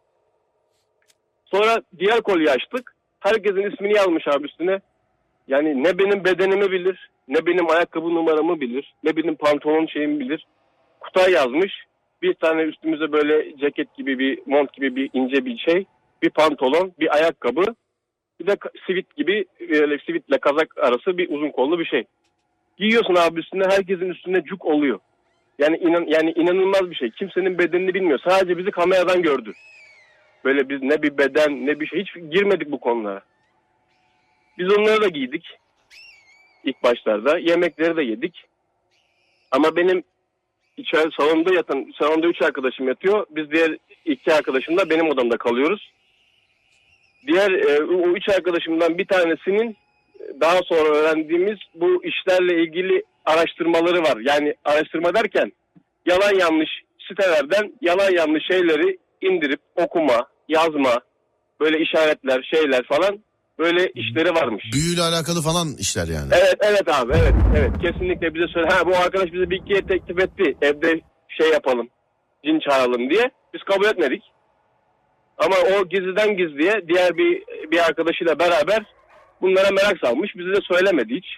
Sonra diğer kolyeyi açtık. Herkesin ismini yazmış abi üstüne. Yani ne benim bedenimi bilir, ne benim ayakkabı numaramı bilir, ne benim pantolon şeyimi bilir. Kutay yazmış. Bir tane üstümüze böyle ceket gibi bir mont gibi bir ince bir şey. Bir pantolon, bir ayakkabı. Bir de sivit gibi böyle sivitle kazak arası bir uzun kollu bir şey. Giyiyorsun abi üstüne, herkesin üstüne cuk oluyor. Yani inanılmaz bir şey. Kimsenin bedenini bilmiyor. Sadece bizi kameradan gördü. Böyle biz ne bir beden ne bir şey, hiç girmedik bu konulara. Biz onları da giydik. İlk başlarda. Yemekleri de yedik. Ama benim içeride salonda 3 arkadaşım yatıyor. Biz diğer 2 arkadaşımla benim odamda kalıyoruz. Diğer o 3 arkadaşımdan bir tanesinin daha sonra öğrendiğimiz bu işlerle ilgili araştırmaları var. Yani araştırma derken yalan yanlış sitelerden yalan yanlış şeyleri indirip okuma, yazma, böyle işaretler, şeyler falan böyle işleri varmış. Büyüyle alakalı falan işler yani. Evet abi, evet. Kesinlikle bize söyle. Bu arkadaş bize bir ikiye teklif etti. Evde şey yapalım, cin çağıralım diye. Biz kabul etmedik. Ama o gizliden gizliye diğer bir arkadaşıyla beraber bunlara merak salmış. Bize de söylemedi hiç.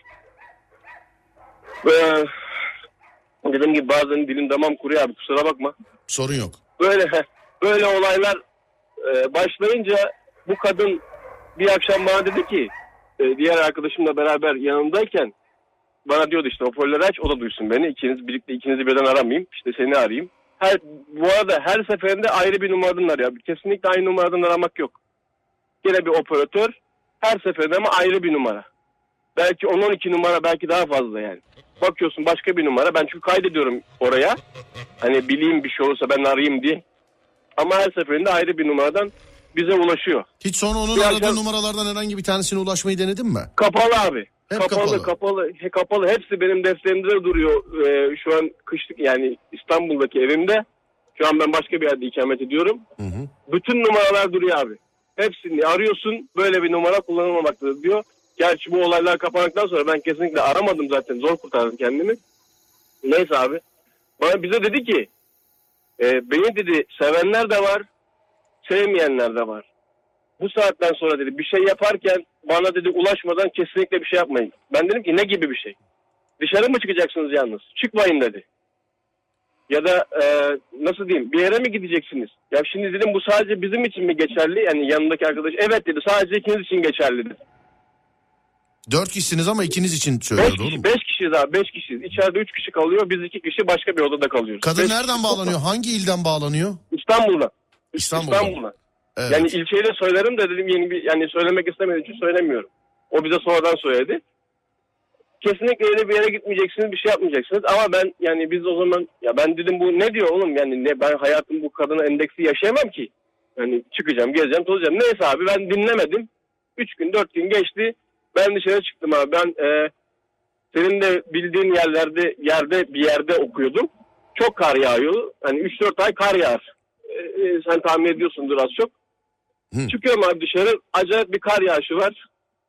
Dediğim gibi bazen dilim damağım kuruyor abi, kusura bakma. Sorun yok. Böyle olaylar başlayınca bu kadın bir akşam bana dedi ki diğer arkadaşımla beraber yanındayken bana diyordu işte hoparlörü aç, o da duysun beni. İkinizi birden aramayayım. İşte seni arayayım. Bu arada her seferinde ayrı bir numaradan arıyor. Kesinlikle aynı numaradan aramak yok. Gene bir operatör. Her seferinde ama ayrı bir numara. Belki 10-12 numara, belki daha fazla yani. Bakıyorsun başka bir numara. Ben çünkü kaydediyorum oraya. Hani bileyim bir şey olursa ben arayayım diye. Ama her seferinde ayrı bir numaradan bize ulaşıyor. Hiç sonra onun aradığı numaralardan herhangi bir tanesine ulaşmayı denedin mi? Kapalı abi. Hep Kapalı. Hepsi benim defterimde duruyor. Şu an kışlık, yani İstanbul'daki evimde. Şu an ben başka bir yerde ikamet ediyorum. Hı. Bütün numaralar duruyor abi. Hepsini arıyorsun, böyle bir numara kullanılmamaktadır diyor. Gerçi bu olaylar kapandıktan sonra ben kesinlikle aramadım zaten. Zor kurtardım kendimi. Neyse abi. Bize dedi ki beni dedi sevenler de var, sevmeyenler de var. Bu saatten sonra dedi bir şey yaparken bana dedi ulaşmadan kesinlikle bir şey yapmayın. Ben dedim ki ne gibi bir şey? Dışarı mı çıkacaksınız yalnız? Çıkmayın dedi. Ya da nasıl diyeyim, bir yere mi gideceksiniz? Ya şimdi dedim bu sadece bizim için mi geçerli? Yani yanındaki arkadaş evet dedi, sadece ikiniz için geçerli dedi. 4 kişisiniz ama ikiniz için söylüyor, doğru mu? 5 kişiyiz abi, 5 kişiyiz. İçeride 3 kişi kalıyor, biz 2 kişi başka bir odada kalıyoruz. Kadın nereden bağlanıyor? Hangi ilden bağlanıyor? İstanbul'dan. İstanbul'dan. Evet. Yani ilçeyi de söylerim de dedim yani söylemek istemediğim için söylemiyorum. O bize sonradan söyledi. Kesinlikle öyle bir yere gitmeyeceksiniz, bir şey yapmayacaksınız. Ama ben yani biz o zaman ya ben dedim bu ne diyor oğlum, yani ne, ben hayatım bu kadına endeksi yaşayamam ki. Yani çıkacağım, gezeceğim, tozacağım. Neyse abi ben dinlemedim. 3 gün 4 gün geçti. Ben dışarı çıktım abi. Ben senin de bildiğin bir yerde okuyordum. Çok kar yağıyor. Hani 3-4 ay kar yağar. Sen tahmin ediyorsundur az çok. Çıkıyorum abi dışarı. Acayip bir kar yağışı var.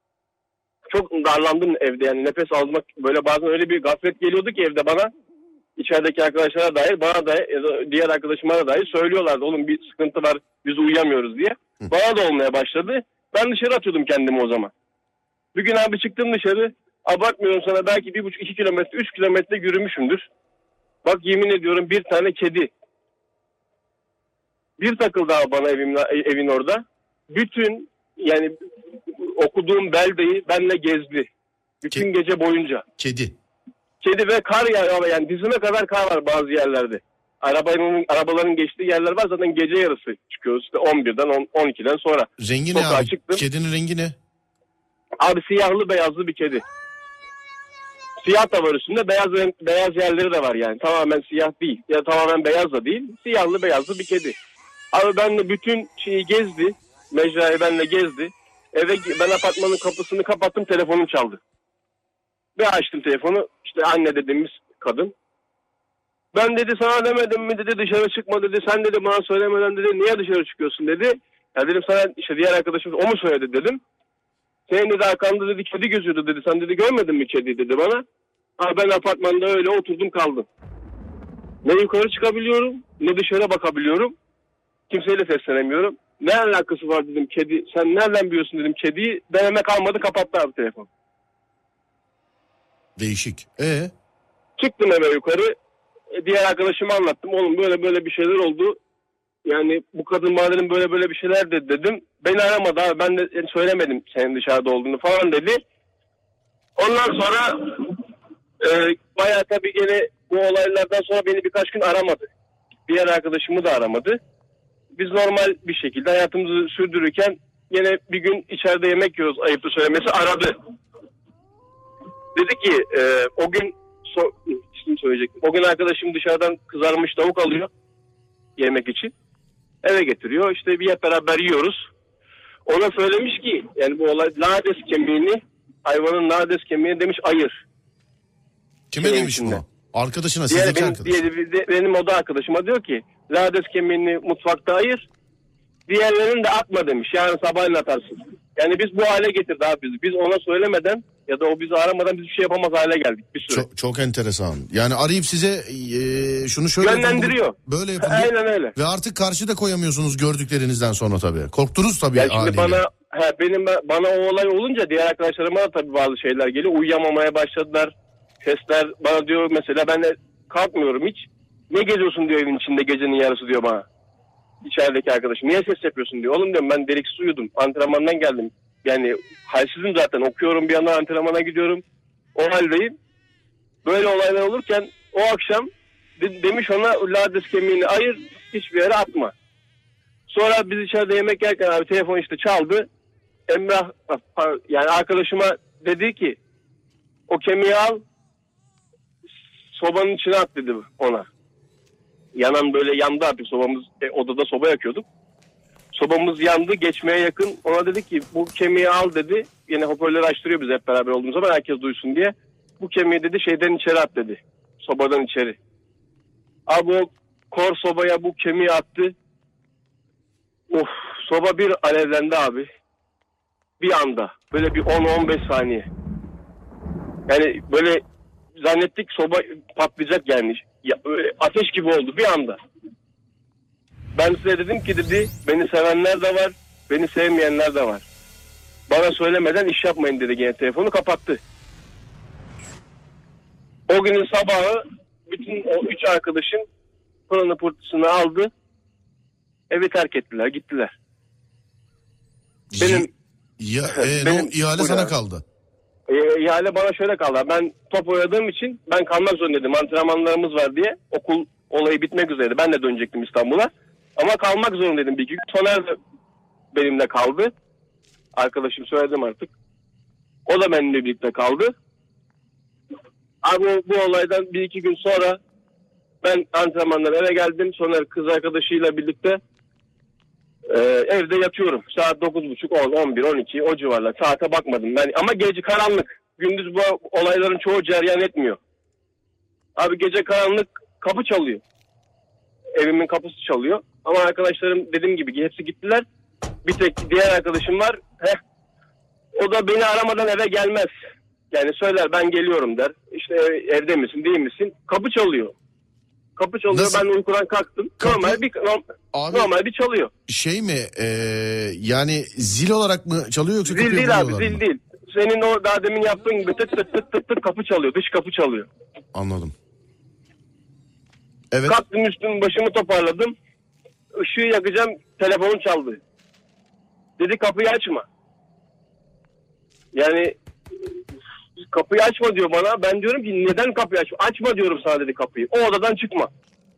Çok darlandım evde, yani nefes almak böyle bazen öyle bir gaflet geliyordu ki evde bana. İçerideki arkadaşlara dair, bana da diğer arkadaşıma dair söylüyorlardı. Oğlum bir sıkıntı var, biz uyuyamıyoruz diye. Bana da olmaya başladı. Ben dışarı atıyordum kendimi o zaman. Bir gün abi çıktım dışarı. Abartmıyorum sana, belki 1,5-2 kilometre 3 kilometre yürümüşümdür. Bak yemin ediyorum bir tane kedi. Bir takıldı abi bana evin orada. Bütün yani okuduğum beldeyi benle gezdi. Bütün gece boyunca. Kedi Ve kar yağıyor, yani dizime kadar kar var bazı yerlerde. Arabaların geçtiği yerler var, zaten gece yarısı çıkıyoruz işte 11'den 12'den sonra. Rengi ne abi? Çıktım. Kedinin rengi ne? Abi siyahlı beyazlı bir kedi. Siyah da var üstünde, beyaz yerleri de var yani. Tamamen siyah değil ya tamamen beyaz da değil. Siyahlı beyazlı bir kedi. Abi benle bütün şeyi gezdi. Mecrayı benle gezdi. Ben apartmanın kapısını kapattım, telefonum çaldı. Bir açtım telefonu, işte anne dediğimiz kadın. Ben dedi sana demedim mi dedi, dışarı çıkma dedi. Sen dedi bana söylemeden dedi niye dışarı çıkıyorsun dedi. Ya dedim sana işte diğer arkadaşım o mu söyledi dedim. Senin dedi arkanda dedi kedi gözüyordu dedi. Sen dedi görmedin mi kedi dedi bana. Abi ben apartmanda öyle oturdum kaldım. Ne yukarı çıkabiliyorum ne dışarı bakabiliyorum. Kimseyle seslenemiyorum. Ne alakası var dedim kedi. Sen nereden biliyorsun dedim kediyi. Deneme kalmadı, kapattı abi telefon. Değişik. Çıktım eve yukarı. Diğer arkadaşıma anlattım. Oğlum böyle bir şeyler oldu. Yani bu kadın madem böyle bir şeyler dedi dedim. Beni aramadı abi. Ben de söylemedim senin dışarıda olduğunu falan dedi. Ondan sonra bayağı tabii gene bu olaylardan sonra beni birkaç gün aramadı. Diğer arkadaşımı da aramadı. biz normal bir şekilde hayatımızı sürdürürken yine bir gün içeride yemek yiyoruz, ayıptır söylemesi, aradı. Dedi ki o gün ismini söyleyecektim. O gün arkadaşım dışarıdan kızarmış tavuk alıyor yemek için. Eve getiriyor. İşte bir hep beraber yiyoruz. Ona söylemiş ki yani bu olay lades kemiğini, hayvanın lades kemiğini demiş ayır. Kime Şeyin demiş içinde. bunu? Arkadaşına, sizdeki arkadaş. Benim oda arkadaşıma diyor ki lades kemiğini mutfakta ayır. Diğerlerini de atma demiş. Yani sabahleyin atarsın. Yani biz bu hale getirdi abi bizi. Biz ona söylemeden ya da o bizi aramadan biz bir şey yapamaz hale geldik bir süre. Çok enteresan. Yani arayıp size şunu şöyle yönlendiriyor. yapın, böyle yapın. Aynen öyle. Ve artık karşı da koyamıyorsunuz gördüklerinizden sonra tabii. Korktunuz tabii Yani şimdi haliyle. bana o olay olunca diğer arkadaşlarıma da tabii bazı şeyler geliyor. Uyuyamamaya başladılar. Sesler bana diyor mesela, ben de kalkmıyorum hiç. Ne geziyorsun diyor evin içinde gecenin yarısı diyor bana. İçerideki arkadaşım. Niye ses yapıyorsun diyor. Oğlum diyorum, ben deliksiz uyudum. Antrenmandan geldim. Yani halsizim zaten. Okuyorum bir yandan, antrenmana gidiyorum. O haldeyim. Böyle olaylar olurken o akşam demiş ona lades kemiğini ayır, hiçbir yere atma. Sonra biz içeride yemek yerken abi telefon işte çaldı. Emrah yani arkadaşıma dedi ki o kemiği al, sobanın içine at dedi ona. Yanan böyle yandı artık sobamız, odada soba yakıyorduk. Sobamız yandı, geçmeye yakın. Ona dedi ki bu kemiği al dedi. Yine hoparlörü açtırıyor biz hep beraber olduğumuz zaman, herkes duysun diye. Bu kemiği dedi şeyden içeri at dedi. Sobadan içeri. Abi o kor sobaya bu kemiği attı. Of, soba bir alevlendi abi. Bir anda. Böyle bir 10-15 saniye. Yani böyle zannettik soba patlayacak yani. Ya, ateş gibi oldu bir anda. Ben size dedim ki dedi, beni sevenler de var, beni sevmeyenler de var. Bana söylemeden iş yapmayın dedi, gene telefonu kapattı. O günün sabahı bütün o 3 arkadaşım pırını pırtısını aldı. Evi terk ettiler, gittiler. Benim o ihale sana kaldı. İhale bana şöyle kaldı. Ben top oynadığım için ben kalmak zorundaydım. Antrenmanlarımız var diye. Okul olayı bitmek üzereydi. Ben de dönecektim İstanbul'a. Ama kalmak zorundaydım bir iki gün. Soner de benimle kaldı. Arkadaşım söyledim artık. O da benimle birlikte kaldı. Abi bu olaydan bir iki gün sonra ben antrenmandan eve geldim. Soner kız arkadaşıyla birlikte evde yatıyorum. Saat 9.30, 10, 11, 12 o civarlar. Saate bakmadım. Ama gece karanlık. Gündüz bu olayların çoğu cereyan etmiyor. Abi gece karanlık, kapı çalıyor. Evimin kapısı çalıyor. Ama arkadaşlarım dediğim gibi hepsi gittiler. Bir tek diğer arkadaşım var. O da beni aramadan eve gelmez. Yani söyler ben geliyorum der. İşte evde misin değil misin? Kapı çalıyor. Kapı çalıyor. Nasıl? Ben uykudan kalktım. Normal bir çalıyor. Şey mi yani zil olarak mı çalıyor yoksa Zil kapıya değil abi, vuruyorlar zil mı? değil. Senin o daha demin yaptığın gibi tık tık tık tık tık kapı çalıyor. Dış kapı çalıyor. Anladım. Evet. Kalktım, üstümü başımı toparladım. Işığı yakacağım, telefonum çaldı. Dedi kapıyı açma. Yani kapıyı açma diyor bana. Ben diyorum ki neden kapıyı açma? Açma diyorum sana dedi kapıyı. O odadan çıkma.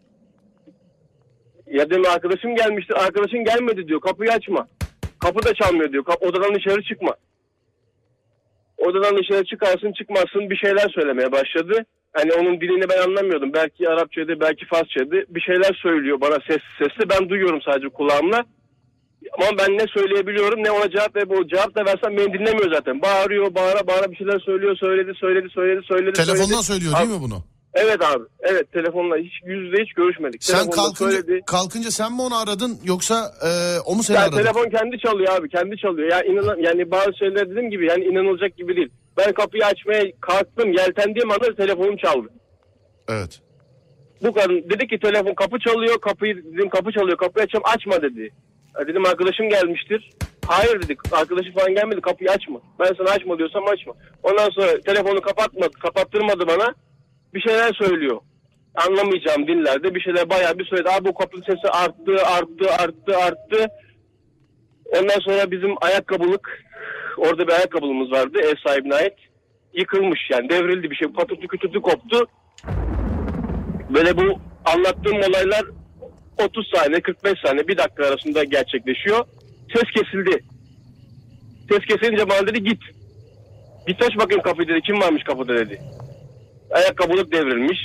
Ya demin arkadaşım gelmişti. Arkadaşın gelmedi diyor. Kapıyı açma. Kapı da çalmıyor diyor. Odadan dışarı çıkma. Odadan dışarı çıkarsın çıkmazsın bir şeyler söylemeye başladı. Hani onun dilini ben anlamıyordum. Belki Arapçaydı, belki Farsçaydı. Bir şeyler söylüyor bana sesli. Ben duyuyorum sadece kulağımla. Ama ben ne söyleyebiliyorum ne ona cevap ve bu cevap da versem beni dinlemiyor zaten. Bağırıyor, bağıra bir şeyler söylüyor. Söyledi. Telefondan söylüyor değil mi bunu? Evet abi. Evet, telefonla hiç yüz yüze hiç görüşmedik. Sen Telefonda kalkınca sen mi onu aradın yoksa o mu seni yani aradı? telefon kendi çalıyor abi, kendi çalıyor. Ya yani bazı şeyler dediğim gibi yani inanılacak gibi değil. Ben kapıyı açmaya kalktım, yeltendiğim anda telefonum çaldı. Evet. Bu kadın dedi ki telefon kapı çalıyor, kapı çalıyor, kapıyı açma dedi. Ya dedim arkadaşım gelmiştir. Hayır dedik, arkadaşım falan gelmedi, kapıyı açma. Ben sana açma diyorsam açma. Ondan sonra telefonu kapattırmadı bana. Bir şeyler söylüyor. Anlamayacağım dillerde bir şeyler bayağı bir söyledi. Abi bu kapının sesi arttı. Ondan sonra bizim ayakkabılık, orada bir ayakkabılığımız vardı ev sahibine ait. Yıkılmış yani, devrildi bir şey, patırtı kütürtü koptu. Böyle bu anlattığım olaylar 30 saniye 45 saniye 1 dakika arasında gerçekleşiyor. Ses kesildi. Ses kesilince bana dedi git. Git aç bakayım kapıyı dedi. Kim varmış kapıda dedi. Ayakkabılık devrilmiş.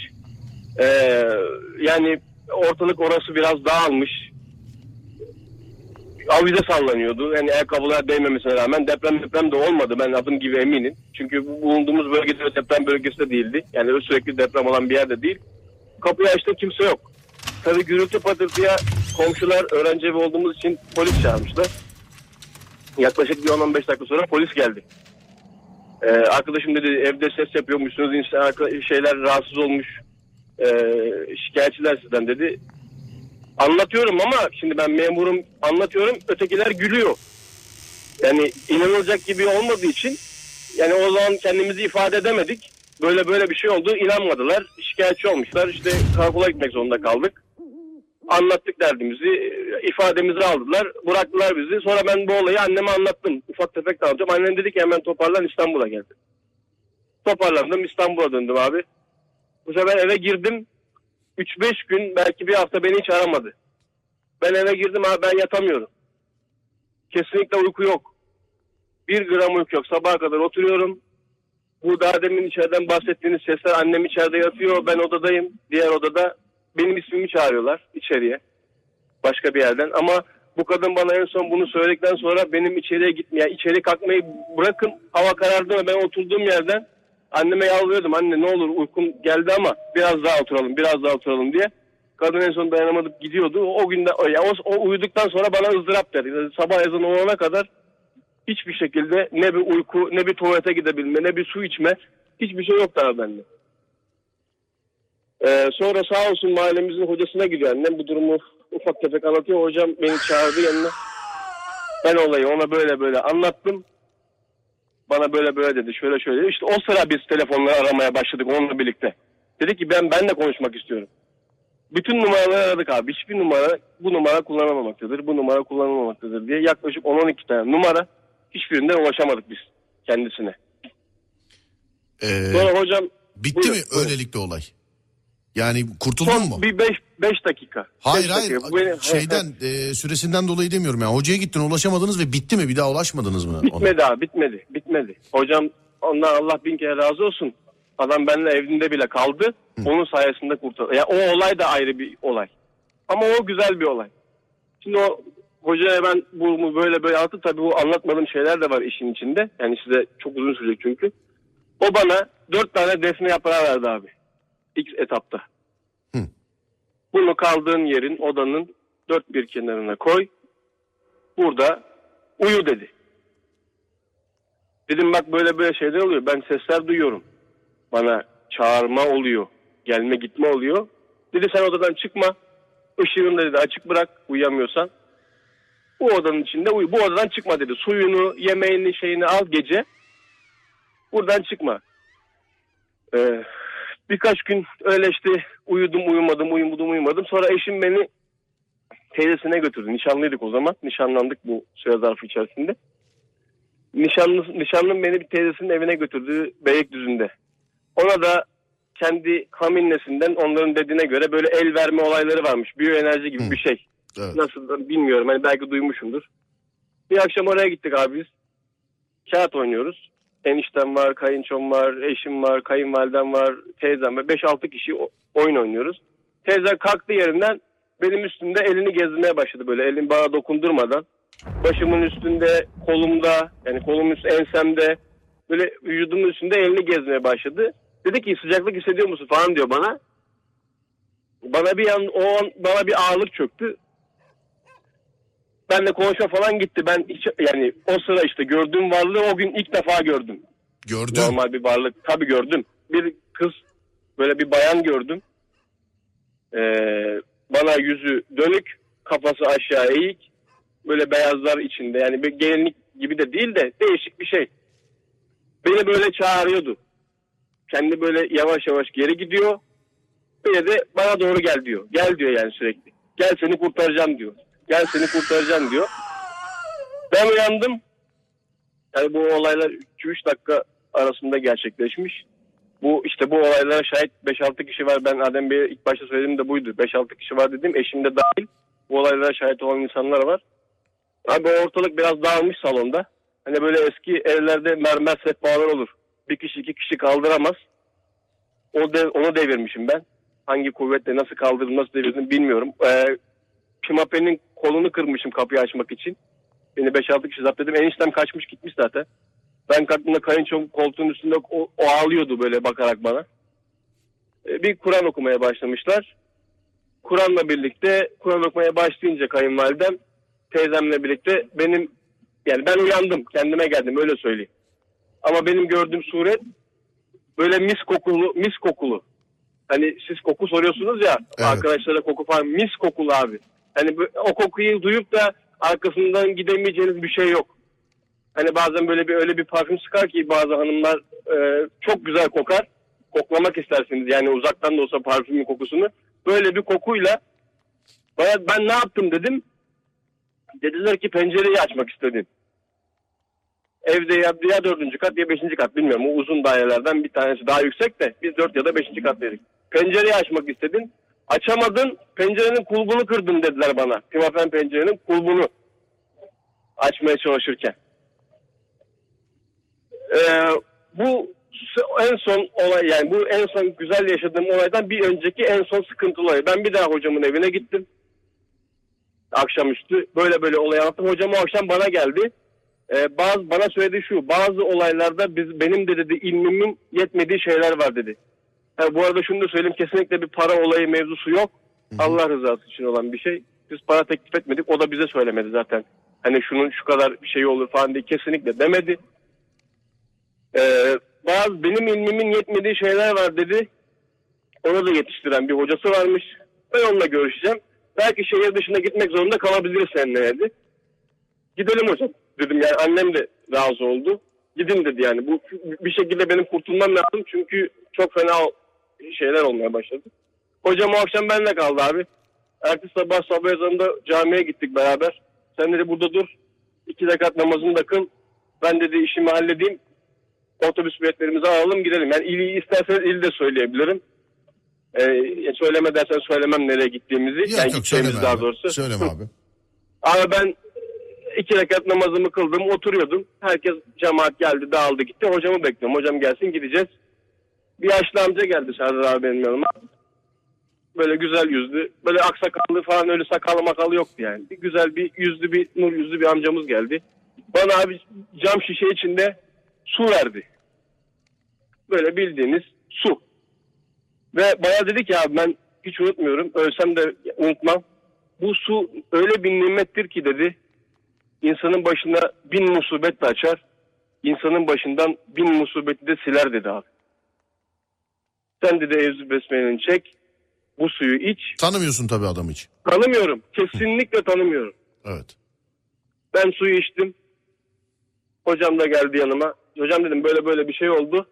Yani ortalık orası biraz dağılmış. Avize sallanıyordu. Yani ayakkabılar değmemesine rağmen deprem de olmadı. Ben adım gibi eminim. Çünkü bulunduğumuz bölgede deprem bölgesi de değildi. Yani sürekli deprem olan bir yerde değil. Kapıyı açtım kimse yok. Tabii gürültü patırtıya komşular öğrenci evi olduğumuz için polis çağırmışlar. Yaklaşık bir 10-15 dakika sonra polis geldi. Arkadaşım dedi evde ses yapıyormuşsunuz. Şeyler rahatsız olmuş. Şikayetçiler sizden dedi. Anlatıyorum ama şimdi ben memurum anlatıyorum. Ötekiler gülüyor. Yani inanılacak gibi olmadığı için yani o zaman kendimizi ifade edemedik. Böyle bir şey oldu. İnanmadılar. Şikayetçi olmuşlar. İşte karakola gitmek zorunda kaldık. Anlattık derdimizi. İfademizi aldılar. Bıraktılar bizi. Sonra ben bu olayı anneme anlattım. Ufak tefek de anlatıyorum. Annem dedi ki hemen toparlan İstanbul'a geldi. Toparlandım. İstanbul'a döndüm abi. Bu sefer eve girdim. 3-5 gün belki bir hafta beni hiç aramadı. Ben eve girdim abi ben yatamıyorum. Kesinlikle uyku yok. 1 gram uyku yok. Sabaha kadar oturuyorum. Bu daha demin içeriden bahsettiğiniz sesler annem içeride yatıyor. Ben odadayım. Diğer odada benim ismimi çağırıyorlar içeriye. Başka bir yerden. Ama bu kadın bana en son bunu söyledikten sonra benim içeriye gitmeye, içeri kalkmayı bırakın. Hava karardı ve ben oturduğum yerden anneme yalvarıyordum. Anne ne olur uykum geldi ama biraz daha oturalım diye. Kadın en son dayanamadık gidiyordu. O günde o uyuduktan sonra bana ızdırap verdi. Yani sabah ezanı olana kadar hiçbir şekilde ne bir uyku, ne bir tuvalete gidebilme, ne bir su içme, hiçbir şey yoktu abi bende. Sonra sağ olsun mahallemizin hocasına gidiyor annem. Bu durumu ufak tefek anlatıyor. Hocam beni çağırdı yanına. Ben olayı ona böyle anlattım. Bana böyle dedi, şöyle dedi. İşte o sıra biz telefonları aramaya başladık onunla birlikte. Dedi ki ben de konuşmak istiyorum. Bütün numaraları aradık abi. Hiçbir numara bu numara kullanılmamaktadır diye yaklaşık 10-12 tane numara. Hiçbirinden ulaşamadık biz kendisine. Sonra hocam... Bitti mi öylelikle olay? Yani kurtuldun mu? Bir 5 dakika. Hayır. Şeyden süresinden dolayı demiyorum ya. Hocaya gittin ulaşamadınız ve bitti mi? Bir daha ulaşmadınız mı? Bitmedi abi bitmedi. Hocam ondan Allah bin kere razı olsun. Adam benimle evinde bile kaldı. Onun sayesinde kurtuldu. Ya o olay da ayrı bir olay. Ama o güzel bir olay. Şimdi o hocaya ben bunu böyle anlattım. Tabii bu anlatmadığım şeyler de var işin içinde. Yani size çok uzun sürecek çünkü. O bana 4 tane defne yaprağı verdi abi. İlk etapta. Bunu kaldığın yerin, odanın 4 bir kenarına koy. Burada uyu dedi. Dedim bak böyle şeyler oluyor. Ben sesler duyuyorum. Bana çağırma oluyor. Gelme gitme oluyor. Dedi sen odadan çıkma. Işığını dedi açık bırak uyuyamıyorsan. Bu odanın içinde uyu. Bu odadan çıkma dedi. Suyunu, yemeğini, şeyini al gece. Buradan çıkma. Birkaç gün öyle işte uyumadım. Sonra eşim beni teyzesine götürdü. Nişanlıydık o zaman. Nişanlandık bu süre zarfı içerisinde. Nişanlım beni bir teyzesinin evine götürdü Beylikdüzü'nde. Ona da kendi haminnesinden onların dediğine göre böyle el verme olayları varmış. Biyoenerji gibi bir şey. Evet. Nasıl bilmiyorum. Hani belki duymuşumdur. Bir akşam oraya gittik abi biz. Kağıt oynuyoruz. Eniştem var, kayınçom var, eşim var, kayınvalidem var, teyzem var. 5-6 kişi oyun oynuyoruz. Teyze kalktı yerinden benim üstümde elini gezdirmeye başladı böyle. Elini bana dokundurmadan. Başımın üstünde, kolumda, yani kolumun üstü ensemde böyle vücudumun üstünde elini gezmeye başladı. Dedi ki sıcaklık hissediyor musun falan diyor bana. Bana bana bir ağırlık çöktü. Benle konuşma falan gitti. Ben hiç, yani o sıra işte gördüğüm varlığı o gün ilk defa gördüm. Gördüm. Normal bir varlık. Tabii gördüm. Bir kız böyle bir bayan gördüm. Bana yüzü dönük, kafası aşağı eğik. Böyle beyazlar içinde. Yani bir gelinlik gibi de değil de değişik bir şey. Beni böyle çağırıyordu. Kendi böyle yavaş yavaş geri gidiyor. Böyle de bana doğru gel diyor. Gel diyor yani sürekli. Gel seni kurtaracağım diyor. Gel seni kurtaracağım diyor. Ben uyandım. Yani bu olaylar 2-3 dakika arasında gerçekleşmiş. Bu işte bu olaylara şahit 5-6 kişi var. Ben Adem Bey'e ilk başta söylediğim de buydu. 5-6 kişi var dedim. Eşim de dahil. Bu olaylara şahit olan insanlar var. Abi ortalık biraz dağılmış salonda. Hani böyle eski evlerde mermer sehpalar olur. Bir kişi 2 kişi kaldıramaz. Onu devirmişim ben. Hangi kuvvetle nasıl kaldırdım nasıl devirdim bilmiyorum. Pimapen'in kolunu kırmışım kapıyı açmak için. Beni 5-6 kişi zapt edip eniştem kaçmış gitmiş zaten. Ben kalktığımda kayınçom koltuğun üstünde o ağlıyordu böyle bakarak bana. Bir Kur'an okumaya başlamışlar. Kur'an'la birlikte Kur'an okumaya başlayınca kayınvalidem teyzemle birlikte yani ben uyandım, kendime geldim öyle söyleyeyim. Ama benim gördüğüm suret böyle mis kokulu. Hani siz koku soruyorsunuz ya, evet. Arkadaşlara koku falan, mis kokulu abi. Hani o kokuyu duyup da arkasından gidemeyeceğiniz bir şey yok. Hani bazen böyle öyle bir parfüm sıkar ki bazı hanımlar çok güzel kokar. Koklamak istersiniz yani uzaktan da olsa parfümün kokusunu. Böyle bir kokuyla ben ne yaptım dedim. Dediler ki pencereyi açmak istedim. Evde ya 4. kat ya 5. kat bilmiyorum. O uzun dairelerden bir tanesi daha yüksek de biz 4 ya da 5. kattaydık. Pencereyi açmak istedim. Açamadın, pencerenin kulbunu kırdın dediler bana. Pimapen pencerenin kulbunu açmaya çalışırken. Bu en son olay, yani bu en son güzel yaşadığım olaydan bir önceki en son sıkıntılı olay. Ben bir daha hocamın evine gittim. Akşamüstü böyle olay anlattım. Hocam o akşam bana geldi. Bana söylediği şu, bazı olaylarda benim de dedi ilmimin yetmediği şeyler var dedi. Bu arada şunu da söyleyeyim, kesinlikle bir para olayı mevzusu yok. Allah rızası için olan bir şey. Biz para teklif etmedik, o da bize söylemedi zaten. Hani şunun şu kadar bir şey olur falan diye kesinlikle demedi. Benim ilmimin yetmediği şeyler var dedi. Onu da yetiştiren bir hocası varmış. Ben onunla görüşeceğim. Belki şehir dışına gitmek zorunda kalabiliriz seninle dedi. Gidelim hocam dedim, yani annem de razı oldu. Gidin dedi yani. Bu bir şekilde benim kurtulmam lazım çünkü çok fena şeyler olmaya başladı. Hocam o akşam benimle kaldı abi. Ertesi sabah ezanında camiye gittik beraber. Sen dedi burada dur. 2 rekat namazını da kıl. Ben dedi işimi halledeyim. Otobüs biletlerimizi alalım gidelim. Yani ili isterseniz ili de söyleyebilirim. Söyleme dersen söylemem nereye gittiğimizi. Yok söyleme daha doğrusu. Söyleme abi. Ama ben 2 rekat namazımı kıldım, oturuyordum. Herkes, cemaat geldi, dağıldı gitti. Hocamı bekliyorum. Hocam gelsin, gideceğiz. Bir yaşlı amca geldi Serdar abi benim yanıma. Böyle güzel yüzlü, böyle aksakallı falan, öyle sakalı makalı yoktu yani. Bir güzel bir yüzlü, bir nur yüzlü bir amcamız geldi. Bana abi cam şişe içinde su verdi. Böyle bildiğiniz su. Ve bana dedi ki abi, ben hiç unutmuyorum, ölsem de unutmam. Bu su öyle bir nimettir ki dedi, insanın başına 1000 musibet de açar, insanın başından 1000 musibeti de siler dedi abi. Sen dedi Evzu Besmele'ni çek, bu suyu iç. Tanımıyorsun tabii adamı hiç. Tanımıyorum, kesinlikle tanımıyorum. Evet. Ben suyu içtim. Hocam da geldi yanıma. Hocam dedim böyle bir şey oldu.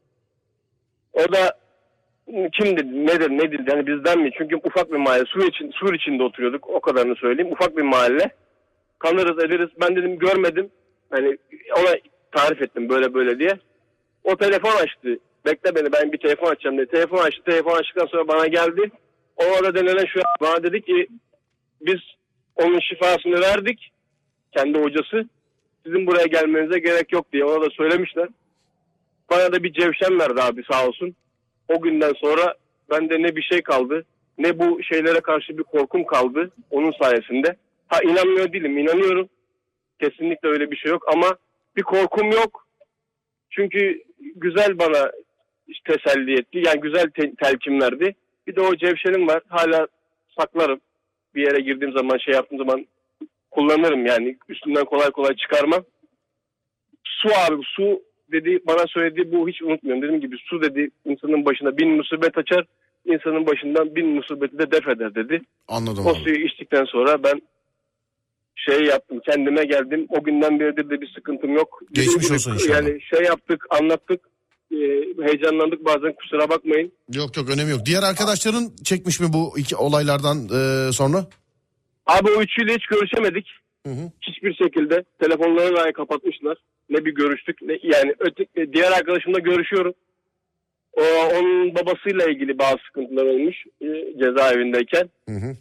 O da kim dedi, nedir yani bizden mi? Çünkü ufak bir mahalle, sur içinde oturuyorduk, o kadarını söyleyeyim. Ufak bir mahalle. Kanırız ederiz. Ben dedim görmedim. Hani ona tarif ettim böyle diye. O telefon açtı. Bekle beni, ben bir telefon açacağım diye. Telefon açtı. Telefon açtıktan sonra bana geldi. O arada denilen şu, bana dedi ki biz onun şifasını verdik. Kendi hocası. Sizin buraya gelmenize gerek yok diye ona da söylemişler. Bana da bir cevşen verdi abi sağ olsun. O günden sonra bende ne bir şey kaldı, ne bu şeylere karşı bir korkum kaldı onun sayesinde. İnanmıyor değilim, inanıyorum. Kesinlikle öyle bir şey yok ama bir korkum yok. Çünkü güzel bana teselli etti. Yani güzel telkin verdi. Bir de o cevşenim var. Hala saklarım. Bir yere girdiğim zaman, şey yaptığım zaman kullanırım yani. Üstünden kolay çıkarmam. Su abi, su dedi, bana söyledi, bu hiç unutmuyorum. Dediğim gibi su dedi, insanın başına 1000 musibet açar, insanın başından 1000 musibeti de def eder dedi. Anladım o abi. Suyu içtikten sonra ben yaptım, kendime geldim. O günden beridir de bir sıkıntım yok. Geçmiş olsun inşallah. Yani yaptık, anlattık. Heyecanlandık bazen, kusura bakmayın. Yok önemi yok. Diğer arkadaşların çekmiş mi bu iki olaylardan sonra? Abi o üçüyle hiç görüşemedik. Hı. Hiçbir şekilde. Telefonlarını dahi kapatmışlar. Ne bir görüştük. Diğer arkadaşımla görüşüyorum. Onun babasıyla ilgili bazı sıkıntılar olmuş cezaevindeyken. Hı hı.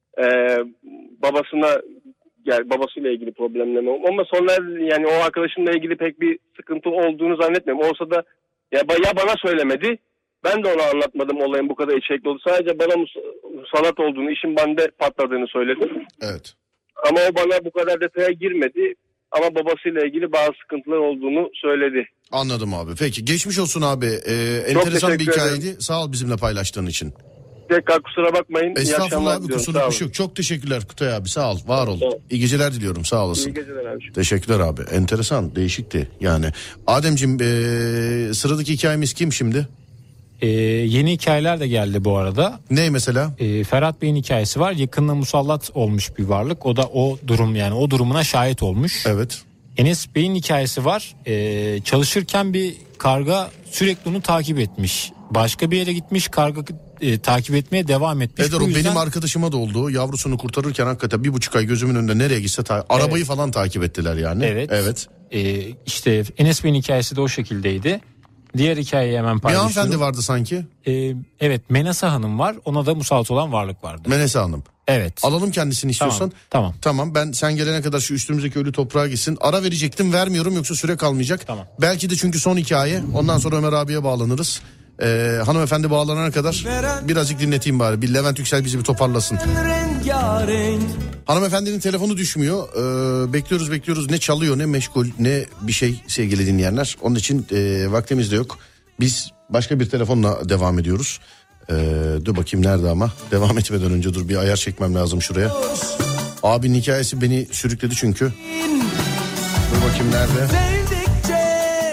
Babasıyla ilgili problemler olmuş. Ama sonra yani o arkadaşımla ilgili pek bir sıkıntı olduğunu zannetmiyorum. Olsa da ya bana söylemedi. Ben de ona anlatmadım olayın bu kadar içerikli olduğunu. Sadece bana musallat olduğunu, işin bende patladığını söyledi. Evet. Ama o bana bu kadar detaya girmedi. Ama babasıyla ilgili bazı sıkıntılar olduğunu söyledi. Anladım abi. Peki geçmiş olsun abi. Enteresan bir teşekkür hikayeydi. Sağ ol bizimle paylaştığın için. Tekrar kusura bakmayın. İyi Estağfurullah akşamlar abi, diliyorum. kusurluk bir şey yok. Çok teşekkürler Kutay abi, sağ ol, var ol. Sağ ol. İyi geceler diliyorum, sağ olasın. İyi geceler abi. Teşekkürler abi. Enteresan, değişikti yani. Ademciğim sıradaki hikayemiz kim şimdi? Yeni hikayeler de geldi bu arada. Ne mesela? Ferhat Bey'in hikayesi var. Yakınına musallat olmuş bir varlık. O da o durum, yani o durumuna şahit olmuş. Evet. Enes Bey'in hikayesi var. Çalışırken bir karga sürekli onu takip etmiş. Başka bir yere gitmiş, karga takip etmeye devam etmiş. Eder, Bu o yüzden- benim arkadaşıma da oldu. Yavrusunu kurtarırken hakikaten 1,5 ay gözümün önünde nereye gitse arabayı falan takip ettiler yani. Evet. İşte Enes Bey'in hikayesi de o şekildeydi. Diğer hikayeyi hemen Bir paylaşıyorum. hanımefendi vardı sanki. Evet, Menasa Hanım var. Ona da musallat olan varlık vardı. Menese Hanım. Evet. Alalım kendisini istiyorsan. Tamam. Tamam, ben sen gelene kadar şu üstümüzdeki ölü toprağa gitsin. Ara verecektim, vermiyorum, yoksa süre kalmayacak. Tamam. Belki de çünkü son hikaye. Ondan sonra Ömer abiye bağlanırız. Hanımefendi bağlanana kadar birazcık dinleteyim bari. Bir Levent Yüksel bizi bir toparlasın. Hanımefendinin telefonu düşmüyor. Bekliyoruz. Ne çalıyor, ne meşgul, ne bir şey sevgili dinleyenler. Onun için vaktimiz de yok. Biz başka bir telefonla devam ediyoruz. Dur bakayım nerede ama. Devam etmeden önce dur bir ayar çekmem lazım şuraya. Abinin hikayesi beni sürükledi çünkü. Dur bakayım nerede. Sevdikçe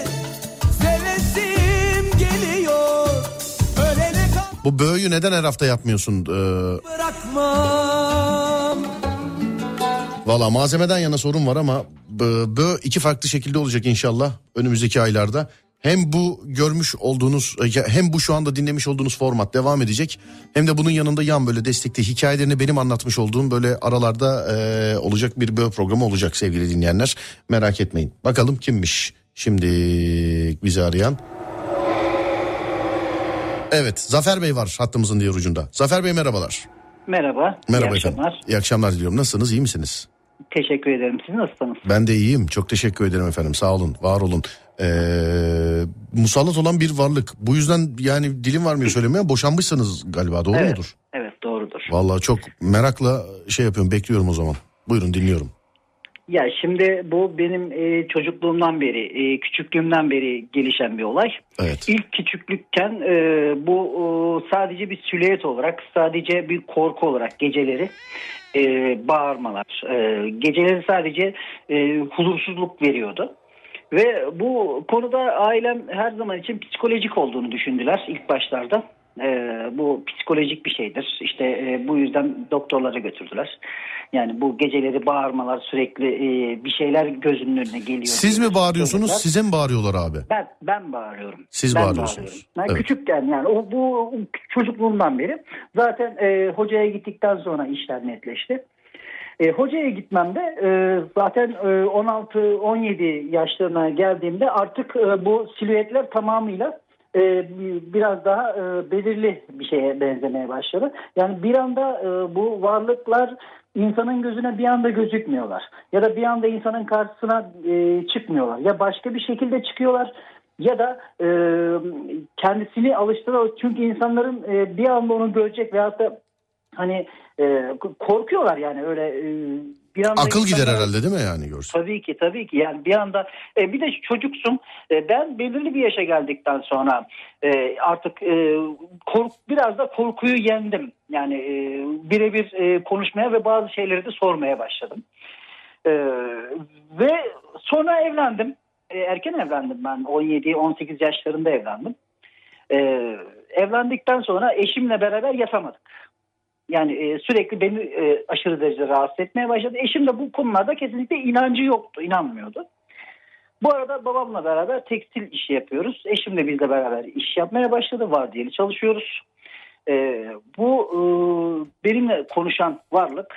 sevesim geliyor. Ölene kadar Bu böğü neden her hafta yapmıyorsun? bırakmam. Valla malzemeden yana sorun var ama bö 2 farklı şekilde olacak inşallah önümüzdeki aylarda. Hem bu görmüş olduğunuz, hem bu şu anda dinlemiş olduğunuz format devam edecek. Hem de bunun yanında yan böyle destekli hikayelerini benim anlatmış olduğum böyle aralarda olacak bir bö programı olacak sevgili dinleyenler. Merak etmeyin. Bakalım kimmiş şimdi bizi arayan. Evet, Zafer Bey var hattımızın diğer ucunda. Zafer Bey merhabalar. Merhaba. Merhaba İyi efendim. akşamlar. İyi akşamlar diliyorum. Nasılsınız, iyi misiniz? Teşekkür ederim. Siz nasılsınız? Ben de iyiyim. Çok teşekkür ederim efendim. Sağ olun, var olun. Musallat olan bir varlık. Bu yüzden yani dilim varmıyor söylemeye. Boşanmışsınız galiba, doğru Evet. mudur? Evet, doğrudur. Vallahi çok merakla şey yapıyorum, bekliyorum o zaman. Buyurun, dinliyorum. Ya şimdi bu benim çocukluğumdan beri, küçüklüğümden beri gelişen bir olay. Evet. İlk küçüklükken bu sadece bir silüet olarak, sadece bir korku olarak geceleri bağırmalar, geceleri sadece huzursuzluk veriyordu. Ve bu konuda ailem her zaman için psikolojik olduğunu düşündüler ilk başlarda. Bu psikolojik bir şeydir. İşte bu yüzden doktorlara götürdüler. Yani bu geceleri bağırmalar, sürekli bir şeyler gözünün önüne geliyor. Siz mi bağırıyorsunuz, Söylediler. size mi bağırıyorlar abi? Ben bağırıyorum. Siz Ben bağırıyorsunuz. bağırıyorum. Ben Evet. küçükken yani bu çocukluğumdan beri zaten hocaya gittikten sonra işler netleşti. Hocaya gitmemde zaten 16-17 yaşlarına geldiğimde artık bu silüetler tamamıyla biraz daha belirli bir şeye benzemeye başladı. Yani bir anda bu varlıklar insanın gözüne bir anda gözükmüyorlar. Ya da bir anda insanın karşısına çıkmıyorlar. Ya başka bir şekilde çıkıyorlar ya da kendisini alıştırıyor. Çünkü insanların bir anda onu görecek veyahut da hani korkuyorlar yani öyle bir anda Akıl gider insanlar- herhalde değil mi yani görsen? Tabii ki yani bir anda bir de çocuksun. Ben belirli bir yaşa geldikten sonra artık biraz da korkuyu yendim. Yani birebir konuşmaya ve bazı şeyleri de sormaya başladım. Ve sonra evlendim. Erken evlendim ben. 17-18 yaşlarında evlendim. Evlendikten sonra eşimle beraber yatamadık. Yani sürekli beni aşırı derecede rahatsız etmeye başladı. Eşim de bu konularda kesinlikle inancı yoktu, inanmıyordu. Bu arada babamla beraber tekstil işi yapıyoruz. Eşim de bizle beraber iş yapmaya başladı. Vardiyeli çalışıyoruz. Bu benimle konuşan varlık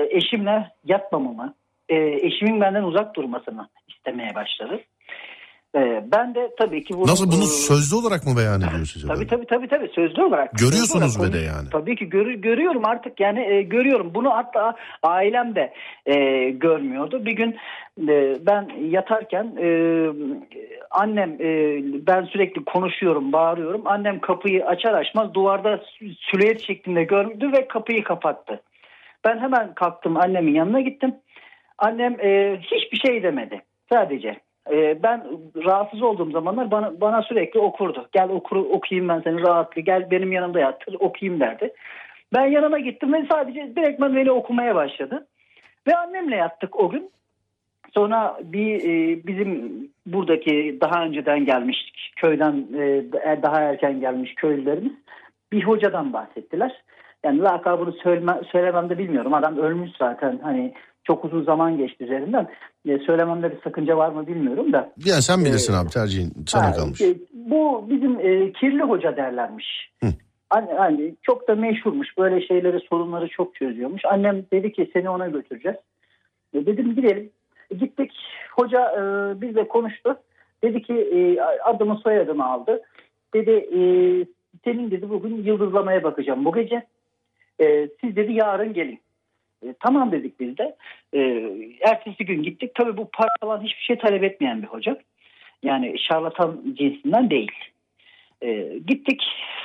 eşimle yatmamamı, eşimin benden uzak durmasını istemeye başladı. Ben de tabii ki bunu... Nasıl, bunu sözlü olarak mı beyan ediyor size? Tabii sözlü olarak. Görüyorsunuz sözlü olarak ve de yani. Tabii ki görüyorum artık yani görüyorum. Bunu hatta ailem de görmüyordu. Bir gün ben yatarken annem ben sürekli konuşuyorum, bağırıyorum. Annem kapıyı açar açmaz duvarda silüet şeklinde gördü ve kapıyı kapattı. Ben hemen kalktım, annemin yanına gittim. Annem hiçbir şey demedi. Sadece ben rahatsız olduğum zamanlar bana sürekli okurdu. Gel okuyayım ben seni, rahatlı. Gel benim yanımda yat, okuyayım derdi. Ben yanına gittim ve sadece direktmen beni okumaya başladı. Ve annemle yattık o gün. Sonra bizim buradaki daha önceden gelmiş köyden daha erken gelmiş köylülerimiz bir hocadan bahsettiler. Yani lakabını söylemem de bilmiyorum. Adam ölmüş zaten, hani çok uzun zaman geçti üzerinden. Söylememde bir sakınca var mı bilmiyorum da. Yani sen bilirsin abi, tercihin sana kalmış. Bu bizim kirli hoca derlermiş. Hani çok da meşhurmuş. Böyle şeyleri, sorunları çok çözüyormuş. Annem dedi ki seni ona götüreceğiz. Dedim gidelim. Gittik. Hoca bizle konuştu. Dedi ki adımı soyadımı aldı. Dedi senin dedi bugün yıldızlamaya bakacağım bu gece. Siz dedi yarın gelin. Tamam dedik biz de. Ertesi gün gittik. Tabii bu para falan hiçbir şey talep etmeyen bir hoca. Yani şarlatan cinsinden değil. Gittik.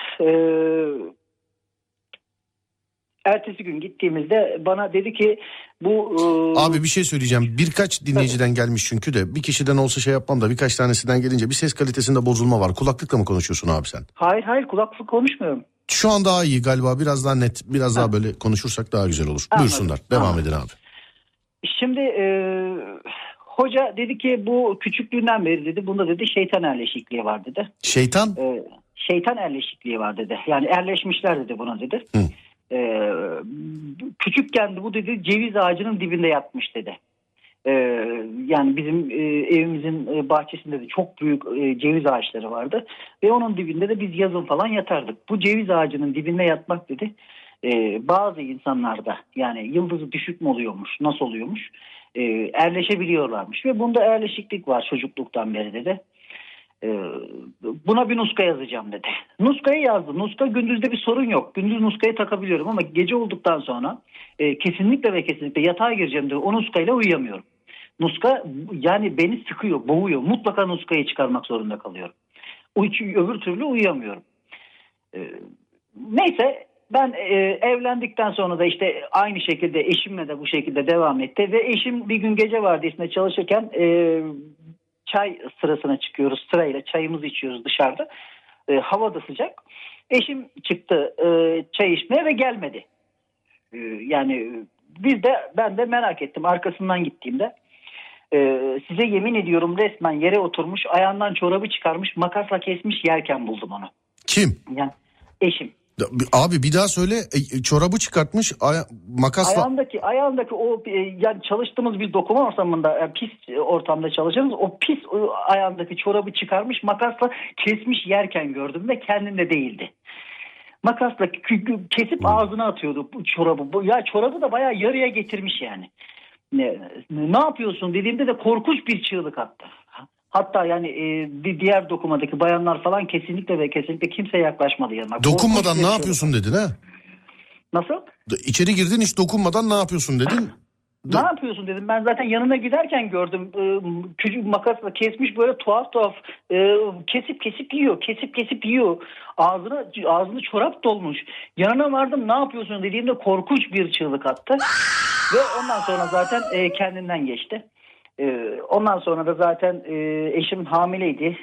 Ertesi gün gittiğimizde bana dedi ki bu... Abi bir şey söyleyeceğim. Birkaç dinleyiciden gelmiş çünkü de. Bir kişiden olsa şey yapmam da birkaç tanesinden gelince bir ses kalitesinde bozulma var. Kulaklıkla mı konuşuyorsun abi sen? Hayır kulaklık konuşmuyorum. Şu an daha iyi galiba. Biraz daha net, biraz daha böyle konuşursak daha güzel olur. Anladım. Buyursunlar. Devam edin abi. Şimdi hoca dedi ki bu küçüklüğünden beri dedi bunda dedi şeytan erleşikliği var dedi. Şeytan? Şeytan erleşikliği var dedi. Yani erleşmişler dedi buna dedi. Küçükken bu dedi ceviz ağacının dibinde yatmış dedi. Yani bizim evimizin bahçesinde de çok büyük ceviz ağaçları vardı. Ve onun dibinde de biz yazın falan yatardık. Bu ceviz ağacının dibinde yatmak dedi. Bazı insanlarda yani yıldızı düşük mü oluyormuş, nasıl oluyormuş, erleşebiliyorlarmış. Ve bunda erleşiklik var çocukluktan beri dedi. Buna bir nuska yazacağım dedi. Nuskayı yazdı. Nuska gündüzde bir sorun yok. Gündüz nuskayı takabiliyorum ama gece olduktan sonra kesinlikle ve kesinlikle yatağa gireceğim dedi. O nuskayla uyuyamıyorum. Nuska yani beni sıkıyor, boğuyor. Mutlaka nuskayı çıkarmak zorunda kalıyorum. Öbür türlü uyuyamıyorum. Neyse ben evlendikten sonra da işte aynı şekilde eşimle de bu şekilde devam etti. Ve eşim bir gün gece vardiyasında çalışırken çay sırasına çıkıyoruz. Sırayla çayımızı içiyoruz dışarıda. Hava da sıcak. Eşim çıktı çay içmeye ve gelmedi. Yani ben de merak ettim. Arkasından gittiğimde size yemin ediyorum resmen yere oturmuş, ayağından çorabı çıkarmış, makasla kesmiş yerken buldum onu. Kim? Yani eşim. Abi bir daha söyle. Çorabı çıkartmış makasla. Ayağındaki o yani çalıştığımız bir dokuma ortamında pis ortamda çalışıyoruz. O pis ayağındaki çorabı çıkarmış, makasla kesmiş yerken gördüm ve kendinde değildi. Makasla kesip ağzına atıyordu bu çorabı. Ya çorabı da bayağı yarıya getirmiş yani. Ne yapıyorsun dediğimde de korkunç bir çığlık attı. Hatta yani diğer dokumadaki bayanlar falan kesinlikle ve kesinlikle kimse yaklaşmadı yanına. Dokunmadan ne yapıyorsun dedin ha? Nasıl? İçeri girdin, hiç dokunmadan ne yapıyorsun dedin? Ne yapıyorsun dedim. Ben zaten yanına giderken gördüm. Küçük makasla kesmiş, böyle tuhaf kesip yiyor. Ağzını çorap dolmuş. Yanına vardım, ne yapıyorsun dediğimde korkunç bir çığlık attı. Ve ondan sonra zaten kendinden geçti. Ondan sonra da zaten eşim hamileydi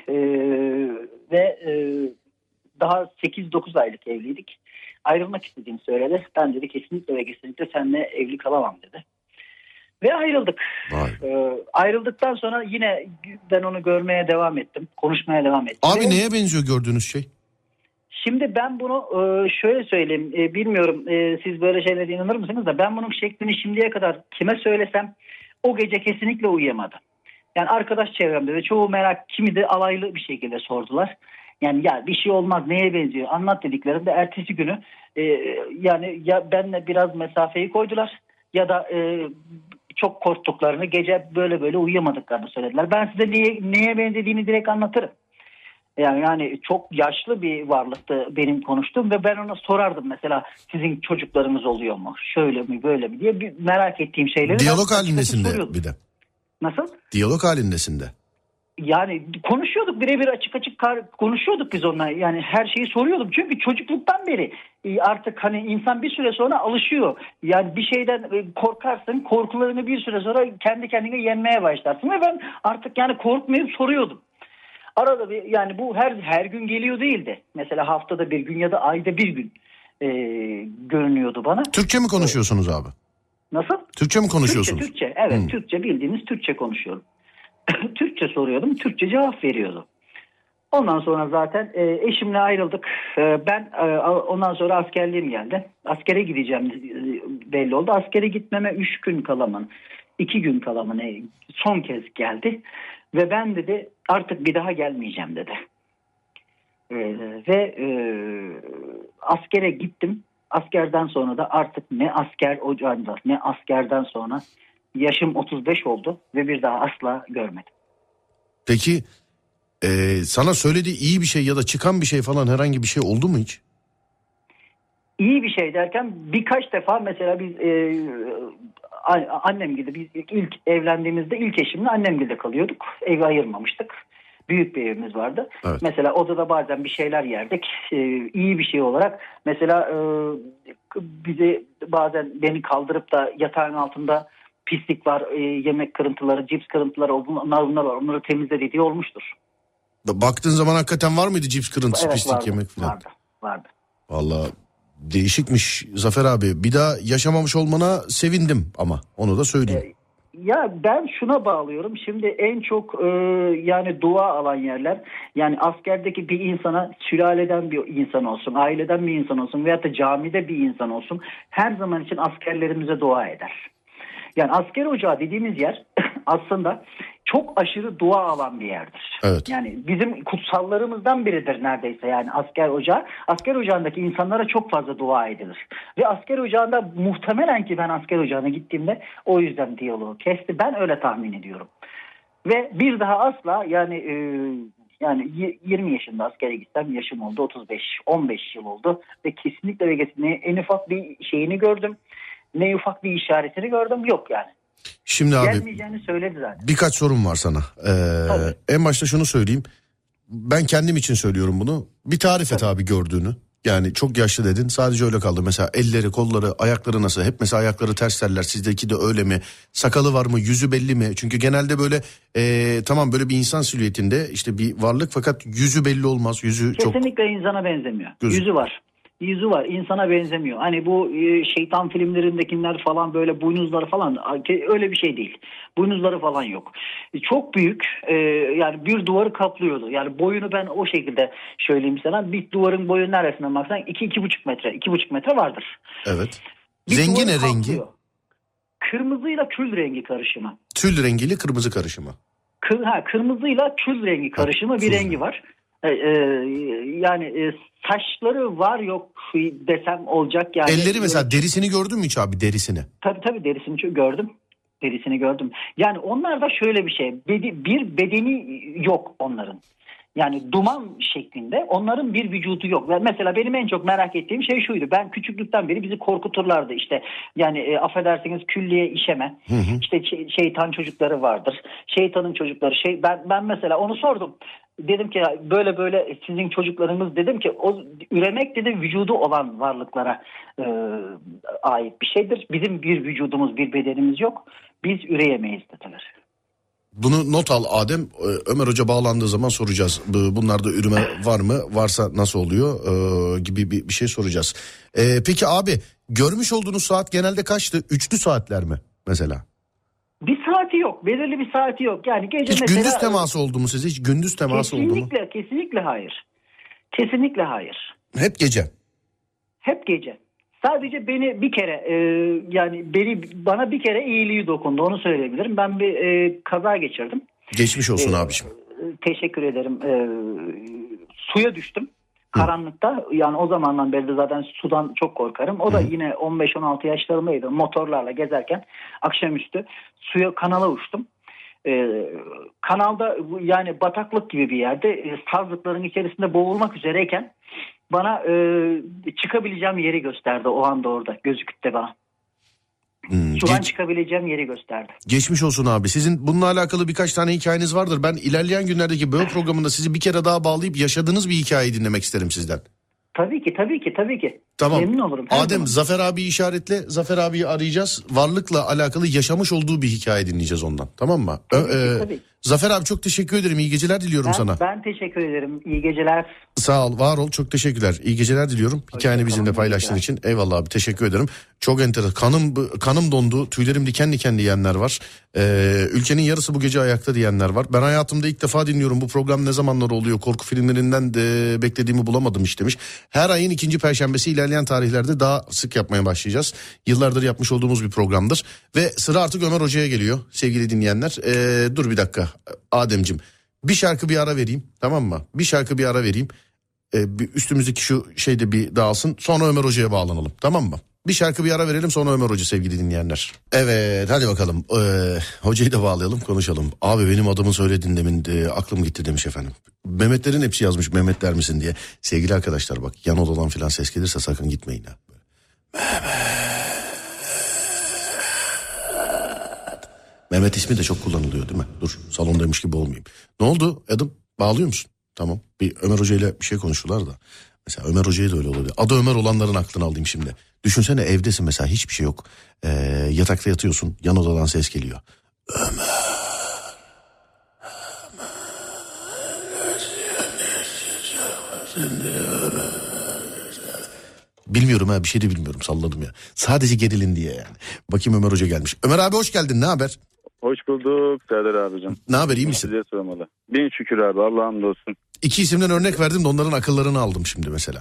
ve daha 8-9 aylık evliydik. Ayrılmak istediğini söyledi. Ben dedi kesinlikle ve kesinlikle seninle evli kalamam dedi. Ve ayrıldık. Ayrıldıktan sonra yine ben onu görmeye devam ettim. Konuşmaya devam ettim. Abi neye benziyor gördüğünüz şey? Şimdi ben bunu şöyle söyleyeyim. Bilmiyorum siz böyle şeylere inanır mısınız da ben bunun şeklini şimdiye kadar kime söylesem o gece kesinlikle uyuyamadım. Yani arkadaş çevremde de çoğu kimi de alaylı bir şekilde sordular. Yani ya bir şey olmaz, neye benziyor anlat dediklerinde ertesi günü yani ya benle biraz mesafeyi koydular ya da çok korktuklarını, gece böyle uyuyamadıklarını söylediler. Ben size neye benzediğini direkt anlatırım. Yani çok yaşlı bir varlıktı benim konuştuğum ve ben ona sorardım mesela, sizin çocuklarınız oluyor mu? Şöyle mi böyle mi diye merak ettiğim şeyleri. Diyalog halindesinde bir de. Nasıl? Diyalog halindesinde. Yani konuşuyorduk, birebir açık konuşuyorduk biz onunla. Yani her şeyi soruyordum. Çünkü çocukluktan beri artık hani insan bir süre sonra alışıyor. Yani bir şeyden korkarsın, korkularını bir süre sonra kendi kendine yenmeye başlarsın. Ve ben artık yani korkmayıp soruyordum. Arada bir, yani bu her gün geliyor değildi. Mesela haftada bir gün ya da ayda bir gün görünüyordu bana. Türkçe mi konuşuyorsunuz abi? Nasıl? Türkçe mi konuşuyorsunuz? Türkçe. Evet, Türkçe, bildiğiniz Türkçe konuşuyorum. Türkçe soruyordum, Türkçe cevap veriyordu. Ondan sonra zaten eşimle ayrıldık. Ben ondan sonra askerliğim geldi. Askere gideceğim belli oldu. Askere gitmeme 3 gün kala 2 gün kala son kez geldi. Ve ben dedi artık bir daha gelmeyeceğim dedi. Ve askere gittim. Askerden sonra da artık ne asker ocağında ne askerden sonra yaşım 35 oldu ve bir daha asla görmedim. Peki sana söylediği iyi bir şey ya da çıkan bir şey falan herhangi bir şey oldu mu hiç? İyi bir şey derken birkaç defa mesela biz annemgilde, biz ilk evlendiğimizde ilk eşimle annemgilde kalıyorduk. Evi ayırmamıştık. Büyük bir evimiz vardı. Evet. Mesela odada bazen bir şeyler yerdik. İyi bir şey olarak mesela bizi bazen beni kaldırıp da yatağın altında pislik var, yemek kırıntıları, cips kırıntıları, bunlar var. Onları temizle dediği olmuştur. Baktığın zaman hakikaten var mıydı cips kırıntısı, Evet, pislik, vardı, yemek falan? Vardı. Vallahi değişikmiş Zafer abi. Bir daha yaşamamış olmana sevindim ama onu da söyleyeyim. Ya ben şuna bağlıyorum. Şimdi en çok yani dua alan yerler, yani askerdeki bir insana, sülaleden bir insan olsun, aileden bir insan olsun veyahut da camide bir insan olsun, her zaman için askerlerimize dua eder. Yani asker ocağı dediğimiz yer aslında çok aşırı dua alan bir yerdir. Evet. Yani bizim kutsallarımızdan biridir neredeyse yani asker ocağı. Asker ocağındaki insanlara çok fazla dua edilir. Ve asker ocağında muhtemelen ki ben asker ocağına gittiğimde o yüzden diyaloğu kesti. Ben öyle tahmin ediyorum. Ve bir daha asla yani 20 yaşında askere gitsem yaşım oldu 35, 15 yıl oldu. Ve kesinlikle en ufak bir şeyini gördüm. Ne ufak bir işaretini gördüm, yok yani. Şimdi abi Gelmeyeceğini söyledi zaten. birkaç sorum var sana. En başta şunu söyleyeyim. Ben kendim için söylüyorum bunu. Bir tarif et abi gördüğünü. Yani çok yaşlı dedin, sadece öyle kaldı. Mesela elleri, kolları, ayakları nasıl? Hep mesela ayakları ters derler. Sizdeki de öyle mi? Sakalı var mı? Yüzü belli mi? Çünkü genelde böyle tamam böyle bir insan silüetinde işte bir varlık, fakat yüzü belli olmaz. Yüzü Kesinlikle insana benzemiyor. Gözü. Yüzü var, insana benzemiyor. Hani bu şeytan filmlerindekiler falan, böyle boynuzları falan, öyle bir şey değil. Boynuzları falan yok. Çok büyük, yani bir duvarı kaplıyordu. Yani boyunu ben o şekilde söyleyeyim sana. Bir duvarın boyu neresinden baksan 2-2,5 metre. 2,5 metre vardır. Evet. Bir Rengi ne duvarı rengi? kaplıyor. Kırmızıyla kül rengi karışımı. Tül rengiyle kırmızı karışımı. Kırmızıyla kül rengi karışımı bir rengi var. Yani saçları var yok desem olacak yani. Elleri mesela, derisini gördün mü hiç abi, derisini? Tabii derisini gördüm. Derisini gördüm. Yani onlarda şöyle bir şey. Bir bedeni yok onların. Yani duman şeklinde, onların bir vücudu yok. Mesela benim en çok merak ettiğim şey şuydu. Ben küçüklükten beri bizi korkuturlardı işte. Yani affedersiniz, külliye işeme. İşte şeytan çocukları vardır. Şeytanın çocukları. Ben mesela onu sordum. Dedim ki böyle sizin çocuklarınız, dedim ki o üremek dedim vücudu olan varlıklara ait bir şeydir. Bizim bir vücudumuz, bir bedenimiz yok. Biz üreyemeyiz dediler. Bunu not al Adem. Ömer Hoca bağlandığı zaman soracağız. Bunlarda üreme var mı? Varsa nasıl oluyor? Gibi bir şey soracağız. Peki abi, görmüş olduğunuz saat genelde kaçtı? Üçlü saatler mi mesela? Bir saati yok. Belirli bir saati yok. Yani gece hiç mesela... gündüz teması oldu mu size? Hiç gündüz teması oldu mu? Kesinlikle hayır. Kesinlikle hayır. Hep gece? Hep gece. Sadece beni bir kere bana bir kere iyiliği dokundu, onu söyleyebilirim. Ben bir kaza geçirdim. Geçmiş olsun abiciğim. Teşekkür ederim. Suya düştüm. Karanlıkta, yani o zamandan beri de zaten sudan çok korkarım. O da yine 15-16 yaşlarındaydı. Motorlarla gezerken akşamüstü kanala uçtum. Kanalda, yani bataklık gibi bir yerde, sazlıkların içerisinde boğulmak üzereyken bana çıkabileceğim yeri gösterdi o anda, orada gözüküp bana. Sudan çıkabileceğim yeri gösterdi. Geçmiş olsun abi. Sizin bununla alakalı birkaç tane hikayeniz vardır. Ben ilerleyen günlerdeki böyle programında sizi bir kere daha bağlayıp yaşadığınız bir hikayeyi dinlemek isterim sizden. Tabii ki. Tamam. Memnun olurum. Adem, Zafer abi işaretle. Zafer abiyi arayacağız. Varlıkla alakalı yaşamış olduğu bir hikaye dinleyeceğiz ondan. Tamam mı? Tabii. Zafer abi çok teşekkür ederim. İyi geceler diliyorum sana. Ben teşekkür ederim. İyi geceler. Sağ ol, var ol. Çok teşekkürler. İyi geceler diliyorum. Hikayeni bizimle paylaştığın için. Eyvallah abi. Teşekkür ederim. Çok enteresan. Kanım dondu. Tüylerim diken diken diyenler var. Ülkenin yarısı bu gece ayakta diyenler var. Ben hayatımda ilk defa dinliyorum. Bu program ne zamanlar oluyor? Korku filmlerinden de beklediğimi bulamadım hiç demiş. Her ayın 2. Perşembesi ilerleyen tarihlerde daha sık yapmaya başlayacağız. Yıllardır yapmış olduğumuz bir programdır. Ve sıra artık Ömer Hoca'ya geliyor sevgili dinleyenler. Dur bir dakika Ademciğim. Bir şarkı bir ara vereyim, tamam mı? Bir şarkı bir ara vereyim. Üstümüzdeki şu şeyde bir dağılsın. Sonra Ömer Hoca'ya bağlanalım, tamam mı? Bir şarkı bir ara verelim, sonra Ömer Hoca sevgili dinleyenler. Evet, hadi bakalım. Hocayı da bağlayalım, konuşalım. Abi benim adımı söyledin demin, aklım gitti demiş efendim. Mehmetlerin hepsi yazmış Mehmetler misin diye. Sevgili arkadaşlar bak, yan odadan filan ses gelirse sakın gitmeyin ha. Mehmet ismi de çok kullanılıyor değil mi? Dur, salondaymış gibi olmayayım. Ne oldu Adam? Bağlıyor musun? Tamam. Bir Ömer Hoca ile bir şey konuştular da. Mesela Ömer Hoca'ya da öyle oluyor. Adı Ömer olanların aklını alayım şimdi. Düşünsene evdesin mesela, hiçbir şey yok. Yatakta yatıyorsun, yan odadan ses geliyor. Bilmiyorum ha, bir şey de bilmiyorum, salladım ya. Sadece gerilin diye yani. Bakayım Ömer Hoca gelmiş. Ömer abi hoş geldin, ne haber? Hoş bulduk Serdar abicim. Ne haber, iyi misin? Size sormalı. Bin şükür abi, Allah'a hamdolsun. İki isimden örnek verdim de onların akıllarını aldım şimdi mesela.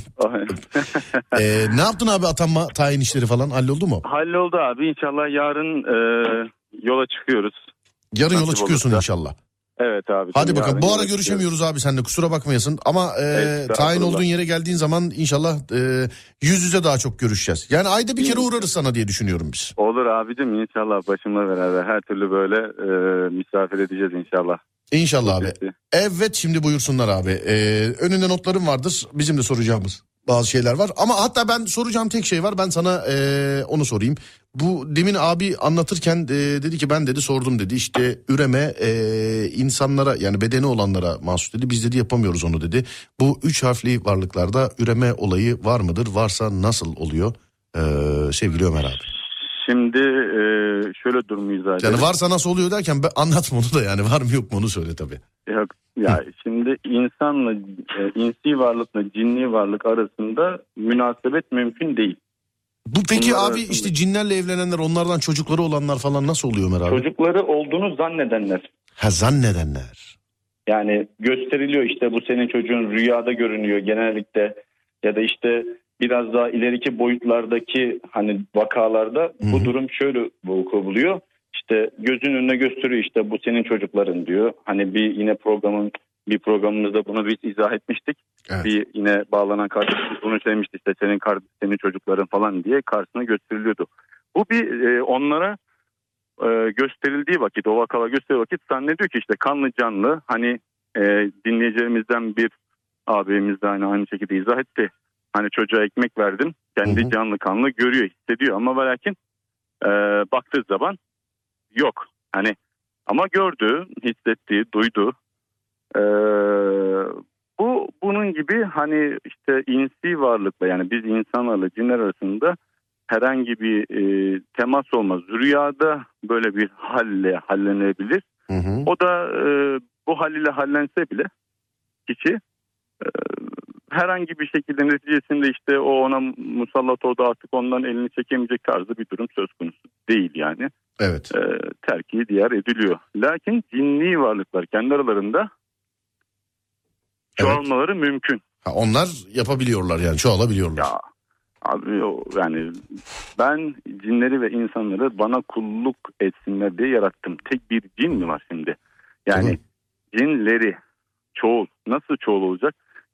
Ne yaptın abi, atanma tayin işleri falan halloldu mu? Halloldu abi, inşallah yarın yola çıkıyoruz. Yarın yola Nasip çıkıyorsun olursa. inşallah. Evet abi. Hadi bakalım. Bu ara yola görüşemiyoruz abi seninle, kusura bakmayasın. Ama Estağfurullah. tayin olduğun yere geldiğin zaman inşallah yüz yüze daha çok görüşeceğiz. Yani ayda bir kere uğrarız sana diye düşünüyorum biz. Olur abicim, inşallah başımla beraber her türlü böyle misafir edeceğiz inşallah. İnşallah abi. Evet, şimdi buyursunlar abi. Önünde notlarım vardır. Bizim de soracağımız bazı şeyler var. Ama hatta ben soracağım tek şey var. Ben sana onu sorayım. Bu demin abi anlatırken dedi ki ben dedi sordum dedi. İşte üreme insanlara, yani bedeni olanlara mahsus dedi. Biz dedi yapamıyoruz onu dedi. Bu 3 harfli varlıklarda üreme olayı var mıdır? Varsa nasıl oluyor sevgili Ömer abi? Şimdi şöyle durmuyoruz zaten. Yani varsa nasıl oluyor derken anlatma onu da, yani var mı yok mu onu söyle tabii. Yok ya, şimdi insanla insi varlıkla cinni varlık arasında münasebet mümkün değil. Bu peki Bunlar abi arasında. işte cinlerle evlenenler, onlardan çocukları olanlar falan nasıl oluyor Ömer abi? Çocukları olduğunu zannedenler. Ha, zannedenler. Yani gösteriliyor, işte bu senin çocuğun, rüyada görünüyor genellikle, ya da işte biraz daha ileriki boyutlardaki hani vakalarda bu durum şöyle vuku buluyor. İşte gözün önüne gösteriyor, işte bu senin çocukların diyor. Hani bir programımızda bunu biz izah etmiştik. Evet. Bir yine bağlanan kardeşimiz bunu söylemişti, işte senin çocukların falan diye karşısına gösteriliyordu. Bu bir onlara gösterildiği vakit, o vakalar gösterildiği vakit zannediyor ki işte kanlı canlı, hani dinleyicilerimizden bir abimiz de aynı şekilde izah etti. Hani çocuğa ekmek verdin, kendi canlı kanlı görüyor, hissediyor ama ve lakin baktığı zaman yok. Hani ama gördü, hissetti, duydu. Bunun gibi hani işte insi varlıkla, yani biz insanlarla cinler arasında herhangi bir temas olmaz. Rüyada böyle bir halle hallenebilir. O da bu hal ile hallense bile kişi herhangi bir şekilde neticesinde işte o ona musallat oldu, artık ondan elini çekemeyecek tarzı bir durum söz konusu değil yani. Evet. Terki diyar ediliyor. Lakin cinni varlıklar kendi aralarında çoğalmaları mümkün. Ha, onlar yapabiliyorlar yani, çoğalabiliyorlar. Ya abi yani ben cinleri ve insanları bana kulluk etsinler diye yarattım. Tek bir cin mi var şimdi? Yani cinleri çoğul. Nasıl çoğul olacak?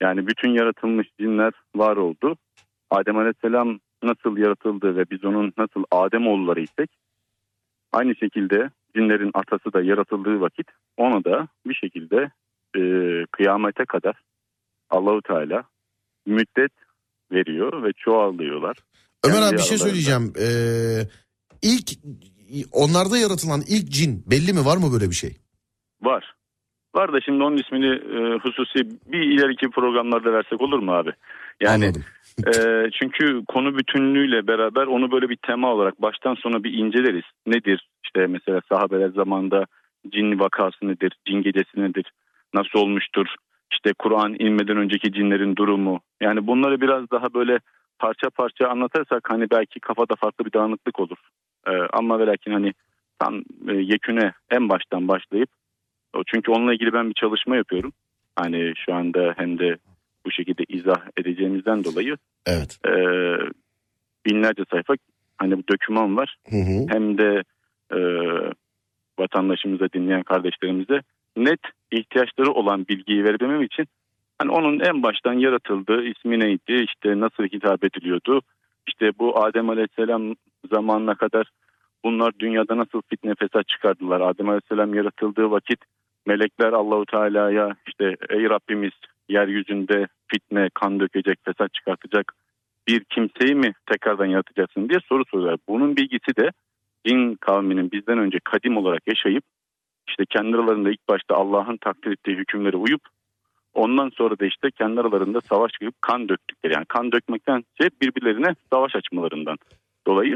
Yani bütün yaratılmış cinler var oldu. Adem Aleyhisselam nasıl yaratıldı ve biz onun nasıl Ademoğulları isek, aynı şekilde cinlerin atası da yaratıldığı vakit ona da bir şekilde kıyamete kadar Allahu Teala müddet veriyor ve çoğalıyorlar. Ömer Kendi abi bir şey aralarında. söyleyeceğim. İlk onlarda yaratılan ilk cin belli mi, var mı böyle bir şey? Var. Var da şimdi onun ismini hususi bir ileriki programlarda versek olur mu abi? Yani Anladım. çünkü konu bütünlüğüyle beraber onu böyle bir tema olarak baştan sona bir inceleriz. Nedir? İşte mesela sahabeler zamanında cin vakası nedir? Cin gecesi nedir? Nasıl olmuştur? İşte Kur'an inmeden önceki cinlerin durumu. Yani bunları biraz daha böyle parça parça anlatırsak hani belki kafada farklı bir dağınıklık olur. Ama ve lakin hani tam yeküne en baştan başlayıp, çünkü onunla ilgili ben bir çalışma yapıyorum. Hani şu anda hem de bu şekilde izah edeceğimizden dolayı Evet. binlerce sayfa hani bu doküman var. Hı hı. Hem de vatandaşımıza, dinleyen kardeşlerimize net ihtiyaçları olan bilgiyi verebilmem için hani onun en baştan yaratıldığı, ismi neydi, işte nasıl hitap ediliyordu, işte bu Adem Aleyhisselam zamanına kadar bunlar dünyada nasıl fitne fesat çıkardılar. Adem Aleyhisselam yaratıldığı vakit melekler Allahu Teala'ya işte ey Rabbimiz yeryüzünde fitne, kan dökecek, fesat çıkartacak bir kimseyi mi tekrardan yaratacaksın diye soru soruyorlar. Bunun bilgisi de cin kavminin bizden önce kadim olarak yaşayıp işte kendi aralarında ilk başta Allah'ın takdir ettiği hükümlere uyup ondan sonra da işte kendi aralarında savaş çıkıp kan döktükleri, yani kan dökmekten birbirlerine savaş açmalarından dolayı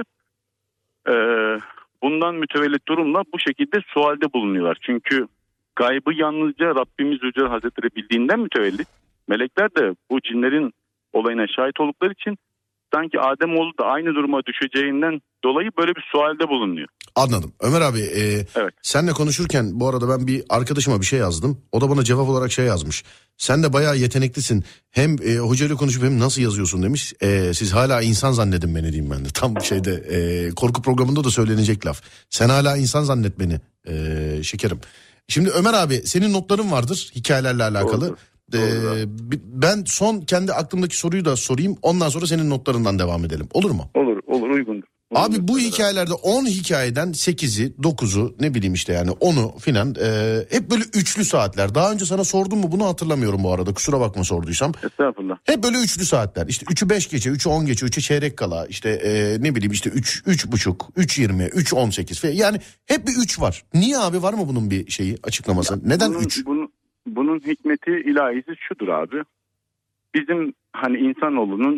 bundan mütevellit durumla bu şekilde sualde bulunuyorlar. Çünkü gaybı yalnızca Rabbimiz Zülcelal Hazretleri bildiğinden mütevellit, melekler de bu cinlerin olayına şahit oldukları için sanki Ademoğlu da aynı duruma düşeceğinden dolayı böyle bir sualde bulunuyor. Anladım. Ömer abi Evet. senle konuşurken bu arada ben bir arkadaşıma bir şey yazdım. O da bana cevap olarak şey yazmış. Sen de bayağı yeteneklisin. Hem hocayla konuşup hem nasıl yazıyorsun demiş. Siz hala insan zannedin beni diyeyim ben de. Tam şeyde korku programında da söylenecek laf. Sen hala insan zannet beni şekerim. Şimdi Ömer abi senin notların vardır hikayelerle alakalı. Doğru. Doğru. Ben son kendi aklımdaki soruyu da sorayım. Ondan sonra senin notlarından devam edelim. Olur mu? Olur uygundur. Abi bu hikayelerde 10 hikayeden 8'i 9'u ne bileyim işte yani 10'u filan hep böyle üçlü saatler. Daha önce sana sordum mu bunu hatırlamıyorum bu arada, kusura bakma sorduysam. Estağfurullah. Hep böyle üçlü saatler, işte 3'ü 5 geçe, 3'ü 10 geçe, 3'ü çeyrek kala, işte ne bileyim işte 3.30, 3.20, 3.18 falan, yani hep bir 3 var. Niye abi, var mı bunun bir şeyi, açıklaması? Neden 3? Bunun hikmeti ilahisi şudur abi. Bizim hani insanoğlunun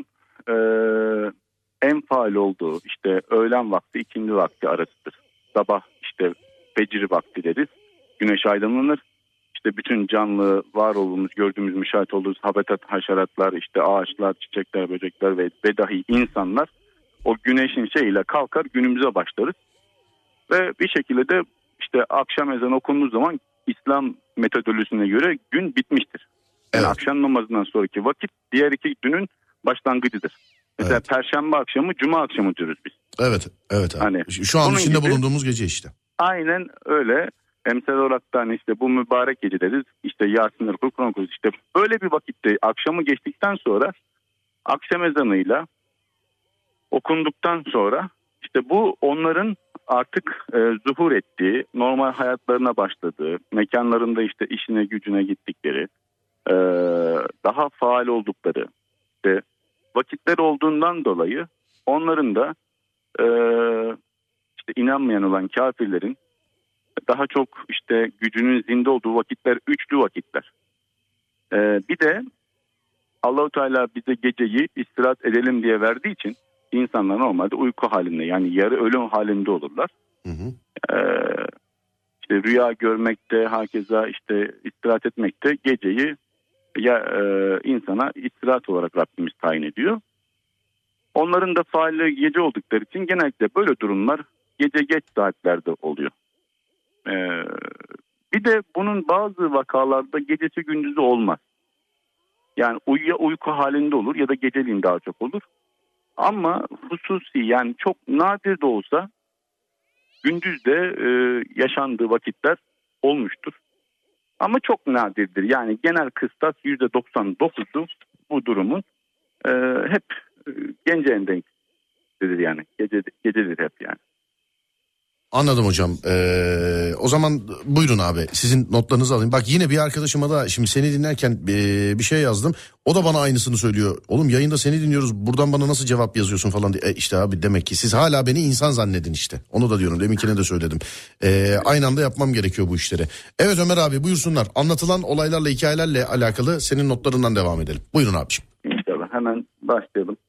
en faal olduğu işte öğlen vakti, ikindi vakti arasıdır. Sabah işte fecir vakti deriz. Güneş aydınlanır. İşte bütün canlı var olduğumuz, gördüğümüz, müşahit olduğumuz habitat, haşeratlar, işte ağaçlar, çiçekler, böcekler ve dahi insanlar o güneşin şeyiyle kalkar, günümüze başlarız. Ve bir şekilde de işte akşam ezanı okunduğu zaman İslam metodolojisine göre gün bitmiştir. Yani Evet. akşam namazından sonraki vakit diğer iki günün başlangıcıdır. Mesela Evet. Perşembe akşamı, Cuma akşamı diyoruz biz. Evet abi. Hani Şu an bunun içinde gibi- bulunduğumuz gece işte. Aynen öyle. Emsal olarak da hani işte bu mübarek gece deriz. İşte Yasinler, Kur'an okuruz. İşte böyle bir vakitte akşamı geçtikten sonra akşam ezanıyla okunduktan sonra işte bu onların artık zuhur ettiği, normal hayatlarına başladığı, mekanlarında işte işine gücüne gittikleri, daha faal oldukları işte vakitler olduğundan dolayı onların da işte inanmayan olan kafirlerin daha çok işte gücünün zinde olduğu vakitler üçlü vakitler. Bir de Allahu Teala bize geceyi istirahat edelim diye verdiği için insanlar normalde uyku halinde, yani yarı ölüm halinde olurlar. Hı hı. İşte rüya görmekte, hakeza işte istirahat etmekte geceyi insana istirahat olarak Rabbimiz tayin ediyor. Onların da faali gece oldukları için genellikle böyle durumlar gece geç saatlerde oluyor. Bir de bunun bazı vakalarda gecesi gündüzü olmaz. Yani uyku halinde olur ya da geceliğin daha çok olur. Ama hususi, yani çok nadir de olsa gündüz de yaşandığı vakitler olmuştur. Ama çok nadirdir. Yani genel kıstas %99'u bu durumun hep genceğin denktir yani. Gecedir hep yani. Anladım hocam. O zaman buyurun abi, sizin notlarınızı alayım. Bak yine bir arkadaşıma da şimdi seni dinlerken bir şey yazdım. O da bana aynısını söylüyor. Oğlum yayında seni dinliyoruz, buradan bana nasıl cevap yazıyorsun falan diye. İşte abi demek ki siz hala beni insan zannedin işte. Onu da diyorum, deminkine de söyledim. Aynı anda yapmam gerekiyor bu işleri. Evet Ömer abi buyursunlar. Anlatılan olaylarla, hikayelerle alakalı senin notlarından devam edelim. Buyurun abiciğim. İnşallah hemen başlayalım.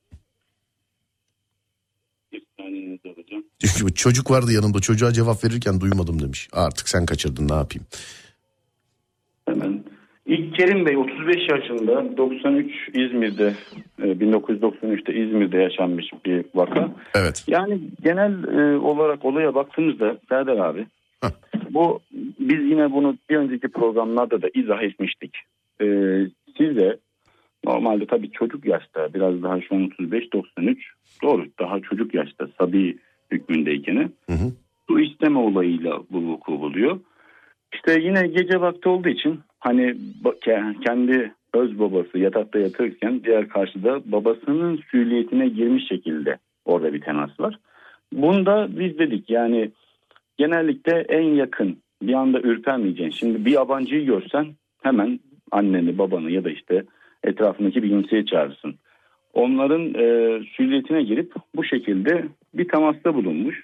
Çünkü çocuk vardı yanımda, çocuğa cevap verirken duymadım demiş. Artık sen kaçırdın, ne yapayım. Hemen. İlk Kerim Bey 35 yaşında, 93 İzmir'de, 1993'te İzmir'de yaşanmış bir vaka. Evet. Yani genel olarak olaya baktığımızda Serdar abi, bu biz yine bunu bir önceki programlarda da izah etmiştik. Size normalde tabii çocuk yaşta, biraz daha şu an 35-93, doğru, daha çocuk yaşta sabi hükmündeyken su isteme olayıyla bu vuku buluyor. İşte yine gece vakti olduğu için hani kendi öz babası yatakta yatırırken diğer karşıda babasının süliyetine girmiş şekilde orada bir temas var. Bunda biz dedik yani genellikle en yakın, bir anda ürpermeyeceksin. Şimdi bir yabancıyı görsen hemen anneni, babanı ya da işte etrafındaki bir kimseyi çağırırsın. Onların süliyetine girip bu şekilde bir temasta bulunmuş.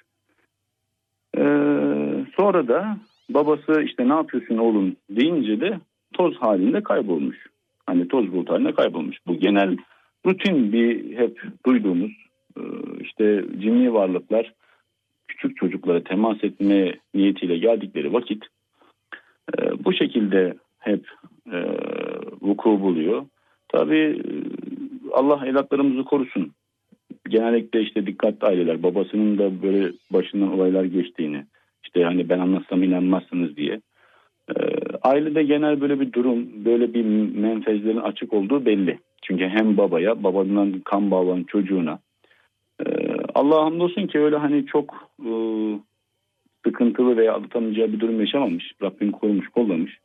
Sonra da babası işte ne yapıyorsun oğlum deyince de toz halinde kaybolmuş. Hani toz bulut halinde kaybolmuş. Bu genel rutin bir hep duyduğumuz işte cinli varlıklar küçük çocuklara temas etme niyetiyle geldikleri vakit bu şekilde hep vuku buluyor. Tabii Allah evlatlarımızı korusun. Genellikle işte dikkatli aileler babasının da böyle başından olaylar geçtiğini, işte hani ben anlatsam inanmazsınız diye. Ailede genel böyle bir durum, böyle bir menfezlerin açık olduğu belli. Çünkü hem babaya, babanın kan bağı olan çocuğuna. Allah'a hamdolsun ki öyle hani çok sıkıntılı veya atlatamayacağı bir durum yaşamamış. Rabbim korumuş, kollamış.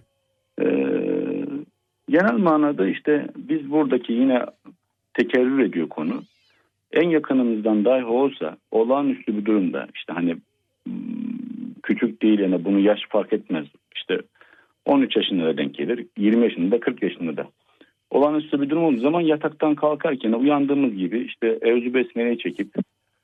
Genel manada işte biz buradaki yine tekerrür ediyor konu. En yakınımızdan dahi olsa olağanüstü bir durumda işte hani küçük değil yani bunu yaş fark etmez. İşte 13 yaşında da denk gelir, 20 yaşında da 40 yaşında da. Olağanüstü bir durum olduğu zaman yataktan kalkarken uyandığımız gibi işte Evzu Besmele'yi çekip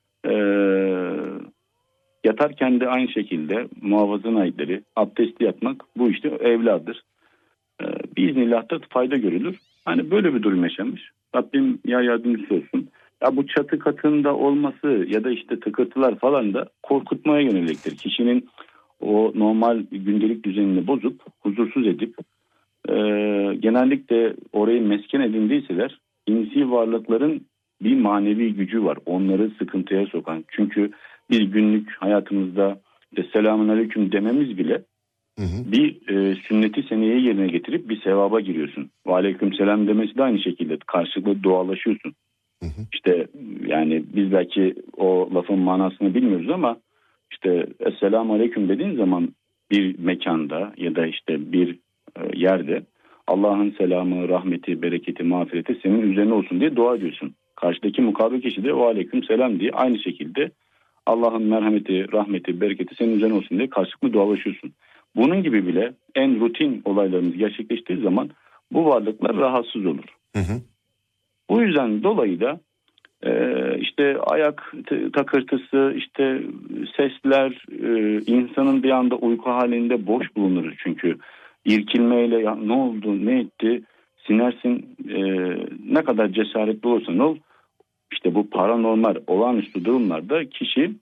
yatarken de aynı şekilde muhafazın ayetleri, abdesti yatmak bu işte evladır. Biiznillah da fayda görülür. Hani böyle bir durum yaşamış. Rabbim ya yardımcısı olsun. Ya bu çatı katında olması ya da işte tıkırtılar falan da korkutmaya yöneliktir. Kişinin o normal gündelik düzenini bozup huzursuz edip genellikle orayı mesken edindiyseler insi varlıkların bir manevi gücü var. Onları sıkıntıya sokan. Çünkü bir günlük hayatımızda işte selamun aleyküm dememiz bile bir sünneti seneye yerine getirip bir sevaba giriyorsun. Ve aleyküm selam demesi de aynı şekilde karşılıklı dualaşıyorsun. İşte yani biz belki o lafın manasını bilmiyoruz ama işte esselamu aleyküm dediğin zaman bir mekanda ya da işte bir yerde Allah'ın selamı, rahmeti, bereketi, mağfireti senin üzerine olsun diye dua ediyorsun. Karşıdaki mukabil kişi de ve aleyküm selam diye aynı şekilde Allah'ın merhameti, rahmeti, bereketi senin üzerine olsun diye karşılıklı dualaşıyorsun. Bunun gibi bile en rutin olaylarımız gerçekleştiği zaman bu varlıklar rahatsız olur. Bu yüzden dolayı da işte ayak takırtısı, işte sesler, insanın bir anda uyku halinde boş bulunur. Çünkü irkilmeyle ya ne oldu, ne etti, sinersin, ne kadar cesaretli olursan ol. İşte bu paranormal olağanüstü durumlarda kişi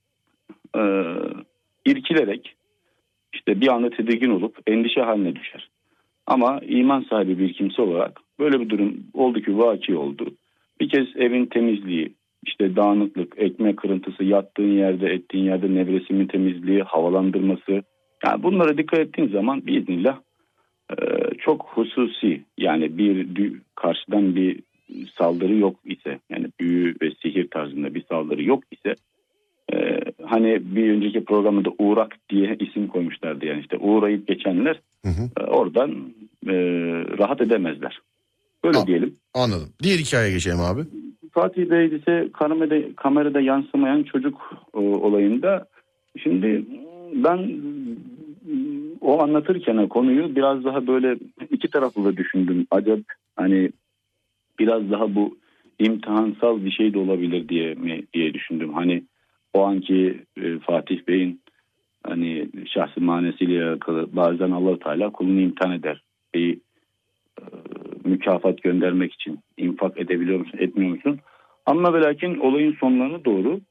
irkilerek işte bir anda tedirgin olup endişe haline düşer. Ama iman sahibi bir kimse olarak böyle bir durum oldu ki vaki oldu. Bir kez evin temizliği, işte dağınıklık, ekmek kırıntısı, yattığın yerde, ettiğin yerde nevresimin temizliği, havalandırması. Yani bunlara dikkat ettiğin zaman biiznillah çok hususi yani bir karşıdan bir saldırı yok ise yani büyü ve sihir tarzında bir saldırı yok ise hani bir önceki programda Uğrak diye isim koymuşlardı. Yani işte uğrayıp geçenler oradan rahat edemezler. Böyle diyelim. Anladım. Diğer hikayeye geçelim abi. Fatih Bey ise kamerada yansımayan çocuk olayında, şimdi ben o anlatırken konuyu biraz daha böyle iki taraflı da düşündüm. Acaba hani biraz daha bu imtihansal bir şey de olabilir diye düşündüm. Hani o anki Fatih Bey'in hani şahsi manesiyle alakalı bazen Allah Teala kulunu imtihan eder. Bir mükafat göndermek için infak edebiliyor musun, etmiyor musun? Ama ve lakin olayın sonlarına doğru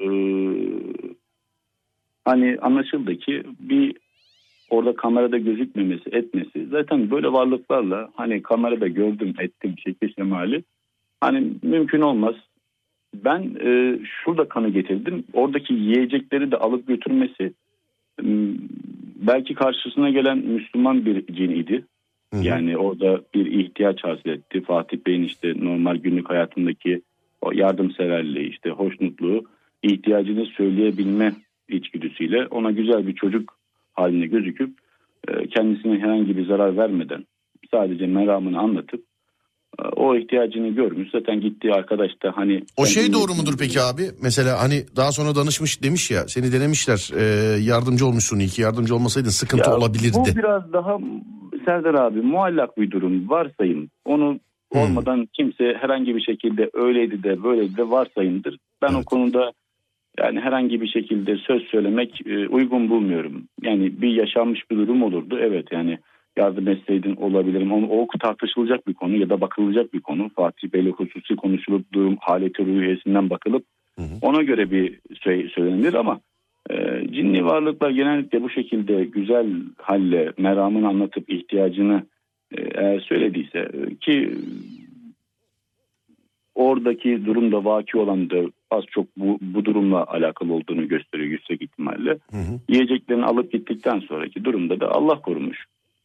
hani anlaşıldı ki bir orada kamerada gözükmemesi, etmesi zaten böyle varlıklarla hani kamerada gördüm, ettim şekli şemali hani mümkün olmaz. Ben şurada kanı getirdim. Oradaki yiyecekleri de alıp götürmesi belki karşısına gelen Müslüman bir cin idi. Yani orada bir ihtiyaç hasıl etti. Fatih Bey'in işte normal günlük hayatındaki o yardımseverliği, işte hoşnutluğu, ihtiyacını söyleyebilme içgüdüsüyle ona güzel bir çocuk haline gözüküp kendisine herhangi bir zarar vermeden sadece meramını anlatıp o ihtiyacını görmüş. Zaten gittiği arkadaş da hani... O şey doğru mudur peki abi? Mesela hani daha sonra danışmış demiş ya, seni denemişler, yardımcı olmuşsun, iyi ki yardımcı olmasaydın sıkıntı olabilirdi. Bu biraz daha Serdar abi muallak bir durum, varsayım. Onu olmadan kimse herhangi bir şekilde öyleydi de böyleydi de varsayımdır. Ben o konuda yani herhangi bir şekilde söz söylemek uygun bulmuyorum. Yani bir yaşanmış bir durum olurdu. Evet yani yardım etseydin olabilirim. O tartışılacak bir konu ya da bakılacak bir konu. Fatih Bey'le hususi konuşulup durum haleti ruhiyesinden bakılıp ona göre bir şey söylenir ama cinli varlıklar genellikle bu şekilde güzel halle meramını anlatıp ihtiyacını eğer söylediyse ki oradaki durumda vaki olan da az çok bu durumla alakalı olduğunu gösteriyor yüksek ihtimalle. Yiyeceklerini alıp gittikten sonraki durumda da Allah korumuş.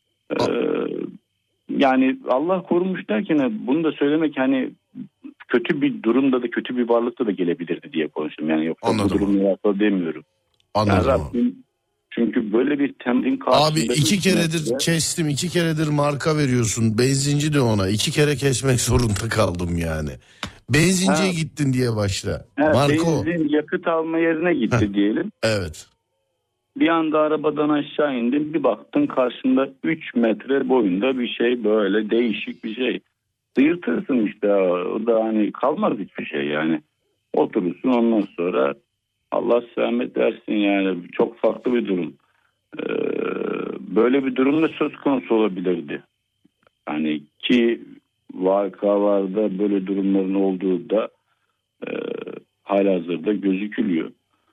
Yani Allah korumuş derken bunu da söylemek hani kötü bir durumda da kötü bir varlıkta da gelebilirdi diye konuştum. Yani yoksa Anladım. bu durumla alakalı demiyorum. Anladım. Yani Rabbim, çünkü böyle bir temrin karşısında... Abi 2 keredir kestim, 2 keredir marka veriyorsun. Benzinci de ona 2 kere kesmek zorunda kaldım yani. Benzinciye gittin diye başla. Marka o. Benzin yakıt alma yerine gitti diyelim. Evet. Bir anda arabadan aşağı indim, bir baktın karşında 3 metre boyunda bir şey, böyle değişik bir şey. Sıyırtırsın işte, o da hani kalmaz hiçbir şey yani. Oturursun, ondan sonra Allah selamet versin yani, çok farklı bir durum. Böyle bir durumda söz konusu olabilirdi. Hani ki vakalarda böyle durumların olduğu da halihazırda gözükülüyor.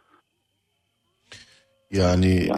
Yani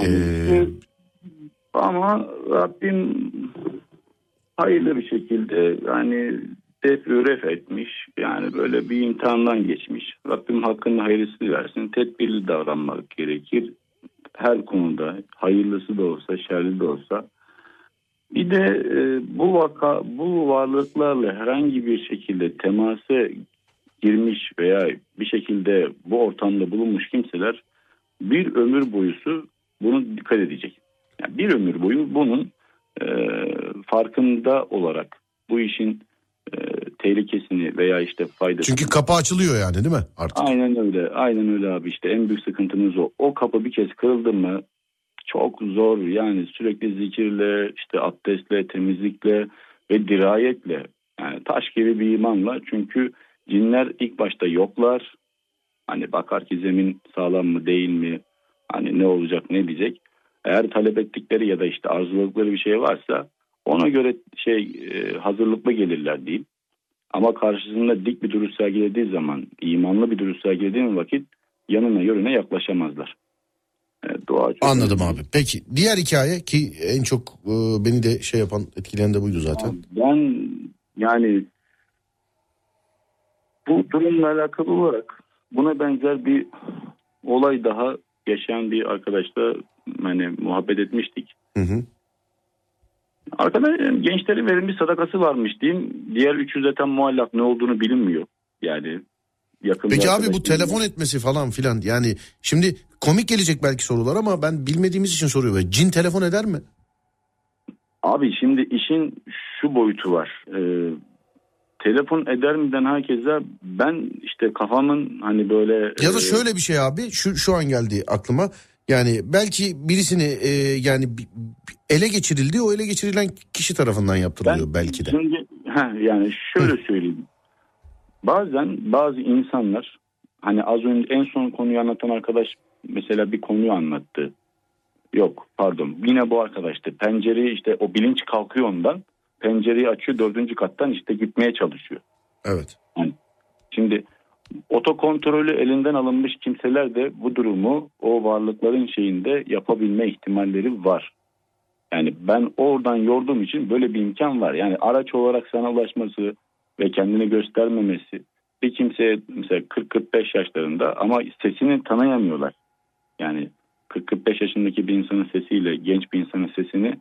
ama Rabbim hayırlı bir şekilde yani tefrüf etmiş. Yani böyle bir imtihandan geçmiş. Rabbim hakkında hayırlısı versin. Tedbirli davranmak gerekir. Her konuda hayırlısı da olsa, şerli de olsa. Bir de bu varlıklarla herhangi bir şekilde temasa girmiş veya bir şekilde bu ortamda bulunmuş kimseler bir ömür boyusu bunu dikkat edecek. Yani bir ömür boyu bunun farkında olarak bu işin tehlikesini veya işte faydasını... Çünkü kapı açılıyor yani, değil mi artık? Aynen öyle. Aynen öyle abi, işte en büyük sıkıntımız o. O kapı bir kez kırıldı mı çok zor yani, sürekli zikirle, işte abdestle, temizlikle ve dirayetle, yani taş gibi bir imanla, çünkü cinler ilk başta yoklar. Hani bakar ki zemin sağlam mı değil mi, hani ne olacak ne diyecek. Eğer talep ettikleri ya da işte arzuladıkları bir şey varsa ona göre hazırlıklı gelirler diyeyim. Ama karşısında dik bir duruş sergilediği zaman, imanlı bir duruş sergilediği vakit yanına yönüne yaklaşamazlar. Anladım abi. Peki diğer hikaye, ki en çok beni de etkileyen de buydu zaten. Ben yani bu durumla alakalı olarak buna benzer bir olay daha yaşayan bir arkadaşla hani muhabbet etmiştik. Arkadaş, gençlerin verilmiş sadakası varmış diyeyim. Diğer 300 zaten muallak, ne olduğunu bilinmiyor. Yani yakın Peki bir abi bu arkadaşım. telefon etmesi falan filan, yani şimdi komik gelecek belki sorular ama ben bilmediğimiz için soruyorum. Cin telefon eder mi? Abi şimdi işin şu boyutu var. Telefon eder miden herkese, ben işte kafamın hani böyle... Ya da şöyle bir şey abi, şu an geldi aklıma. Yani belki birisini yani ele geçirildi, o ele geçirilen kişi tarafından yaptırılıyor belki de. Şimdi yani şöyle söyleyeyim. Bazen bazı insanlar, hani az önce en son konuyu anlatan arkadaş mesela bir konuyu anlattı. Yok pardon, yine bu arkadaştı. Pencereyi işte, o bilinç kalkıyor ondan. Pencereyi açıyor, 4. kattan işte gitmeye çalışıyor. Evet. Yani şimdi otokontrolü elinden alınmış kimseler de bu durumu o varlıkların şeyinde yapabilme ihtimalleri var. Yani ben oradan yorduğum için böyle bir imkan var. Yani araç olarak sana ulaşması ve kendini göstermemesi, bir kimseye mesela 40-45 yaşlarında ama sesini tanıyamıyorlar. Yani 40-45 yaşındaki bir insanın sesiyle genç bir insanın sesini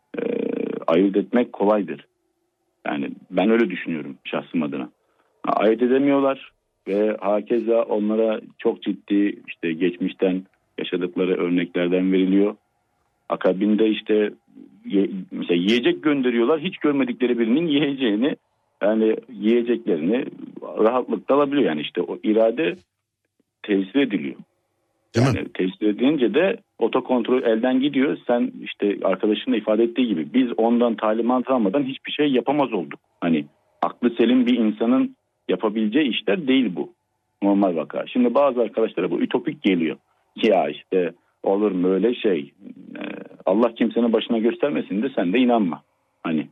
ayırt etmek kolaydır. Yani ben öyle düşünüyorum şahsım adına. Ayırt edemiyorlar ve hakeza onlara çok ciddi işte geçmişten yaşadıkları örneklerden veriliyor. Akabinde işte mesela yiyecek gönderiyorlar, hiç görmedikleri birinin yiyeceğini, yani yiyeceklerini rahatlıkla alabiliyor. Yani işte o irade tesir ediliyor. Değil Yani mi? tesir edince de otokontrol elden gidiyor. Sen işte arkadaşın da ifade ettiği gibi biz ondan talimat almadan hiçbir şey yapamaz olduk. Hani aklı selim bir insanın yapabileceği işler değil bu. Normal vaka. Şimdi bazı arkadaşlara bu ütopik geliyor. Ya işte olur mu öyle şey? Allah kimsenin başına göstermesin de sen de inanma. Hani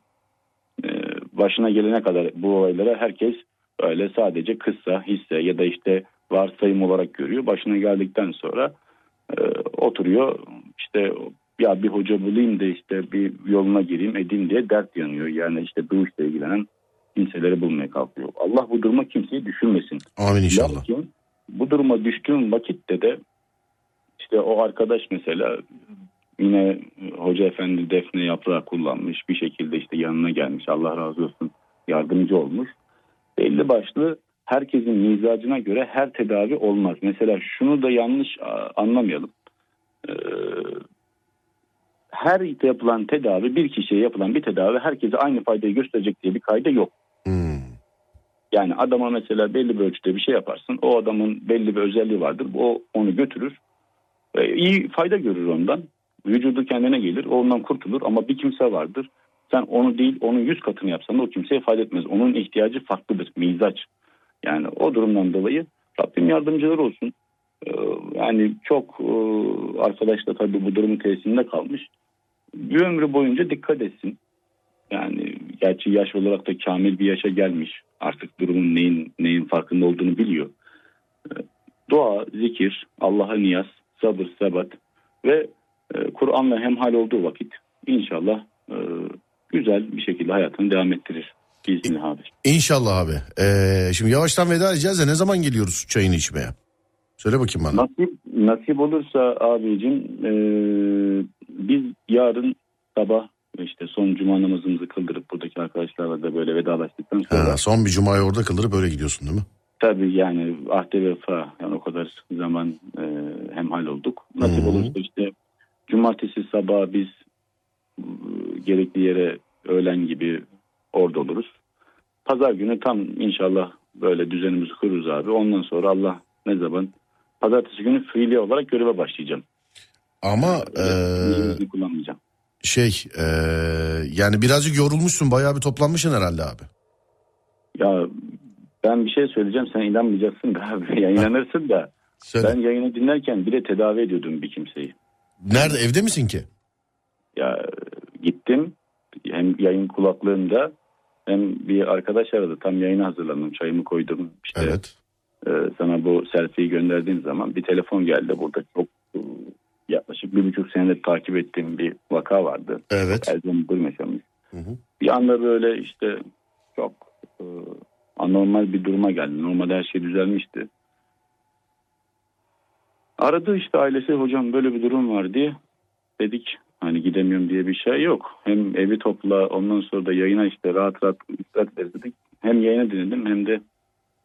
başına gelene kadar bu olaylara herkes öyle sadece kıssa, hisse ya da işte varsayım olarak görüyor. Başına geldikten sonra oturuyor işte, ya bir hoca bulayım da işte bir yoluna gireyim edeyim diye dert yanıyor. Yani işte bu işle ilgilenen kimseleri bulmaya kalkıyor. Allah bu duruma kimseyi düşürmesin. Amin inşallah. Lakin bu duruma düştüğüm vakitte de işte o arkadaş mesela yine hoca efendi defne yaprağı kullanmış, bir şekilde işte yanına gelmiş, Allah razı olsun, yardımcı olmuş. Belli başlı herkesin mizacına göre her tedavi olmaz. Mesela şunu da yanlış anlamayalım. Her yapılan tedavi, bir kişiye yapılan bir tedavi herkese aynı faydayı gösterecek diye bir kayda yok. Yani adama mesela belli bir ölçüde bir şey yaparsın. O adamın belli bir özelliği vardır. O onu götürür. İyi fayda görür ondan. Vücudu kendine gelir. Ondan kurtulur. Ama bir kimse vardır. Sen onu değil, onun 100 katını yapsan da o kimseye fayda etmez. Onun ihtiyacı farklıdır. Mizaç. Yani o durumdan dolayı Rabbim yardımcıları olsun. Yani çok arkadaş da tabii bu durumun tesirinde kalmış. Bir ömrü boyunca dikkat etsin. Yani gerçi yaş olarak da kamil bir yaşa gelmiş. Artık durumun neyin farkında olduğunu biliyor. Dua, zikir, Allah'a niyaz, sabır, sebat ve Kur'an'la hemhal olduğu vakit inşallah güzel bir şekilde hayatını devam ettirir. Bismillah abi. İnşallah abi. Şimdi yavaştan veda edeceğiz de ne zaman geliyoruz çayını içmeye? Söyle bakayım bana. Nasip olursa abicim biz yarın sabah işte son cuma namazımızı kıldırıp buradaki arkadaşlarla da böyle vedalaştıktan sonra. Son bir cumayı orada kıldırıp öyle gidiyorsun değil mi? Tabii yani ahde vefa, yani o kadar zaman hemhal olduk. Nasip olursa işte cumartesi sabah biz gerekli yere öğlen gibi orada oluruz. Pazar günü tam inşallah böyle düzenimizi kururuz abi. Ondan sonra Allah ne zaman, pazartesi günü fiili olarak göreve başlayacağım. Ama kullanmayacağım. Yani birazcık yorulmuşsun, bayağı bir toplanmışsın herhalde abi. Ya ben bir şey söyleyeceğim, sen inanmayacaksın da abi. Ya inanırsın da. Söyle. Ben yayını dinlerken bile tedavi ediyordum bir kimseyi. Nerede, evde misin ki? Ya gittim, hem yayın kulaklığında hem bir arkadaş aradı, tam yayına hazırlandım, çayımı koydum işte. Evet. Sana bu selfie'yi gönderdiğim zaman bir telefon geldi. Burada çok yaklaşık 1,5 senedir takip ettiğim bir vaka vardı. Evet. Elden durmaşamış. Bir anda böyle işte çok anormal bir duruma geldi. Normalde her şey düzelmişti. Aradı işte ailesi, hocam böyle bir durum var diye. Dedik hani gidemiyorum diye bir şey yok. Hem evi topla, ondan sonra da yayına işte rahat dedik. Hem yayına dinledim hem de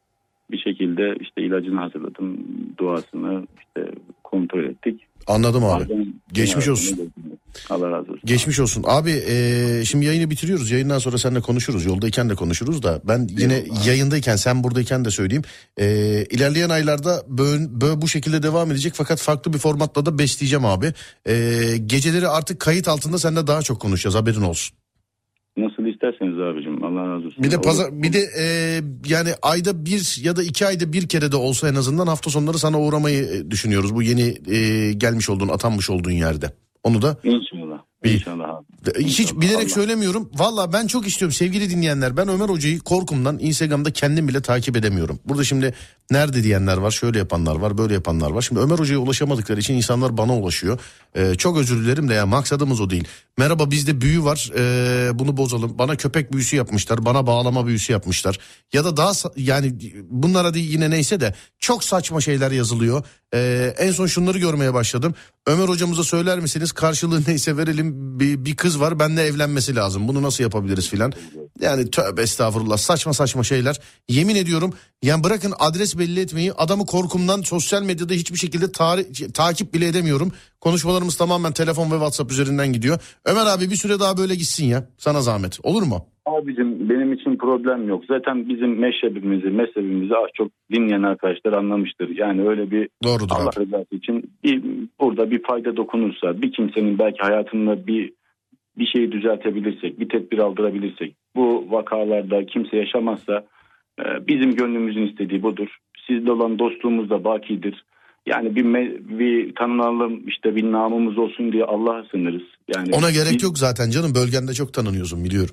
Bir şekilde işte ilacını hazırladım, duasını işte kontrol ettik. Anladım abi. Bazen- Geçmiş olsun. Allah razı olsun. Geçmiş olsun. Abi şimdi yayını bitiriyoruz. Yayından sonra seninle konuşuruz. Yoldayken de konuşuruz da. Ben yine yayındayken, sen buradayken de söyleyeyim. İlerleyen aylarda böyle bu şekilde devam edecek. Fakat farklı bir formatla da besleyeceğim abi. Geceleri artık kayıt altında seninle daha çok konuşacağız. Haberin olsun. Nasıl isterseniz abicim, Allah razı olsun. Bir de Olur. bir de yani ayda bir ya da 2 ayda bir kere de olsa en azından hafta sonları sana uğramayı düşünüyoruz. Bu yeni gelmiş olduğun, atanmış olduğun yerde. Onu da İnşallah. İnşallah abi. hiç İnşallah. bilerek Allah- söylemiyorum. Valla ben çok istiyorum sevgili dinleyenler. Ben Ömer Hoca'yı korkumdan Instagram'da kendim bile takip edemiyorum. Burada şimdi nerede diyenler var, şöyle yapanlar var, böyle yapanlar var. Şimdi Ömer Hoca'ya ulaşamadıkları için insanlar bana ulaşıyor. Çok özür dilerim de ya, maksadımız o değil. Merhaba, bizde büyü var, bunu bozalım. Bana köpek büyüsü yapmışlar, bana bağlama büyüsü yapmışlar. Ya da daha yani bunlara değil, yine neyse de çok saçma şeyler yazılıyor. En son şunları görmeye başladım. Ömer hocamıza söyler misiniz, karşılığı neyse verelim, bir kız var, benimle evlenmesi lazım, bunu nasıl yapabiliriz filan. Yani tövbe estağfurullah, saçma saçma şeyler. Yemin ediyorum yani, bırakın adres belli etmeyi, adamı korkumdan sosyal medyada hiçbir şekilde takip bile edemiyorum. Konuşmalarımız tamamen telefon ve WhatsApp üzerinden gidiyor. Ömer abi bir süre daha böyle gitsin ya, sana zahmet, olur mu? Abicim benim için problem yok. Zaten bizim mezhebimizi az çok dinleyen arkadaşlar anlamıştır. Yani öyle bir Doğrudur Allah abi. rızası için burada bir fayda dokunursa, bir kimsenin belki hayatında bir şeyi düzeltebilirsek, bir tedbir aldırabilirsek, bu vakalarda kimse yaşamazsa bizim gönlümüzün istediği budur. Sizle olan dostluğumuz da bakidir. Yani bir tanınalım, işte bir namımız olsun diye Allah'a sığınırız. Yani Ona gerek yok zaten canım, bölgende çok tanınıyorsun, biliyorum.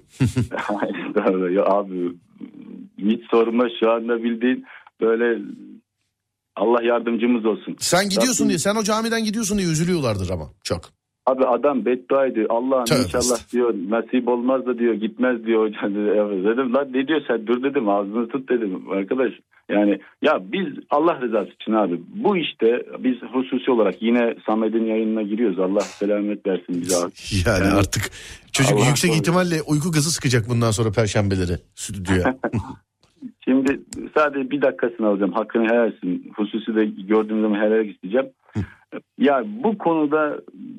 ya abi hiç sorma, şu anda bildiğin böyle Allah yardımcımız olsun. Sen gidiyorsun Rabbim- diye, sen o camiden gidiyorsun diye üzülüyorlardır ama çok. Abi adam beddua ediyor. Allah'ım Tövbe inşallah estağfurullah. diyor, nasip olmaz da diyor, gitmez diyor hocam. Dedim lan ne diyor sen, dur dedim, ağzını tut dedim arkadaş. Yani ya biz Allah rızası için abi bu işte biz hususi olarak yine Samet'in yayınına giriyoruz. Allah selamet versin bize abi. Yani artık çocuk Allah yüksek korusun. ihtimalle uyku gazı sıkacak bundan sonra perşembeleri stüdyoya. Şimdi sadece bir dakikasını alacağım. Hakkını helal etsin. Hususi de gördüğüm zaman helal isteyeceğim. Ya bu konuda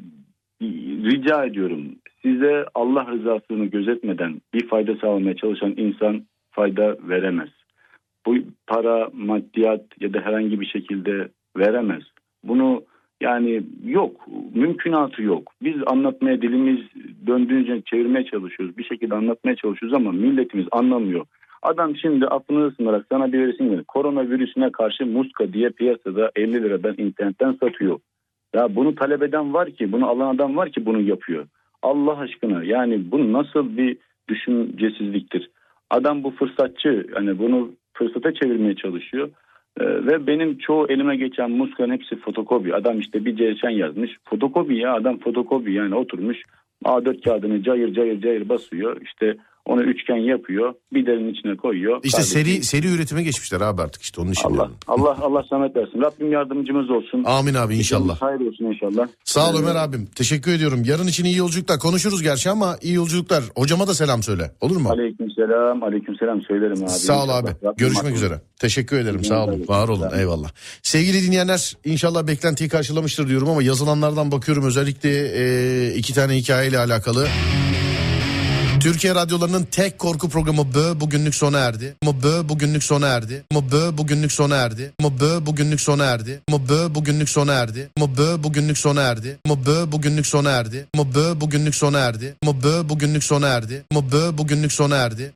rica ediyorum. Size Allah rızasını gözetmeden bir fayda sağlamaya çalışan insan fayda veremez. Bu para, maddiyat ya da herhangi bir şekilde veremez. Bunu yani yok. Mümkünatı yok. Biz anlatmaya, dilimiz döndüğünce çevirmeye çalışıyoruz. Bir şekilde anlatmaya çalışıyoruz ama milletimiz anlamıyor. Adam şimdi aklını ısınarak sana bir resim verir. Koronavirüsüne karşı muska diye piyasada 50 liradan internetten satıyor. Ya bunu talep eden var ki, bunu alan adam var ki bunu yapıyor. Allah aşkına yani bu nasıl bir düşüncesizliktir? Adam bu fırsatçı, hani bunu fırsata çevirmeye çalışıyor. Ve benim çoğu elime geçen muskanın hepsi fotokopi. Adam işte bir cereçen yazmış. Fotokopi ya, adam fotokopi yani, oturmuş A4 kağıdını cayır cayır cayır basıyor. İşte onu üçgen yapıyor. Bir derin içine koyuyor. İşte Kardeşim, seri üretime geçmişler abi artık, işte onun için. Allah yani. Allah samet versin. Rabbim yardımcımız olsun. Amin abi, inşallah. Hayır olsun inşallah. Sağ ol Ömer abim. Teşekkür ediyorum. Yarın için iyi yolculuklar. Konuşuruz gerçi ama iyi yolculuklar. Hocama da selam söyle. Olur mu? Aleykümselam söylerim abi. Sağ ol İnşallah. abi. Rabbim Görüşmek hakkını- üzere. Teşekkür ederim. Sağ olun. ederim. Var olun. Sağ olun. Eyvallah. Sevgili dinleyenler, inşallah beklentiyi karşılamıştır diyorum ama yazılanlardan bakıyorum, özellikle 2 tane hikayeyle alakalı. Türkiye radyolarının tek korku programı bugünlük sona erdi. Bugünlük sona erdi. Bugünlük sona erdi. Bugünlük sona erdi. Bugünlük sona erdi. Bugünlük sona erdi. Bugünlük sona erdi. Bugünlük sona erdi. Bugünlük sona erdi. Bugünlük sona erdi.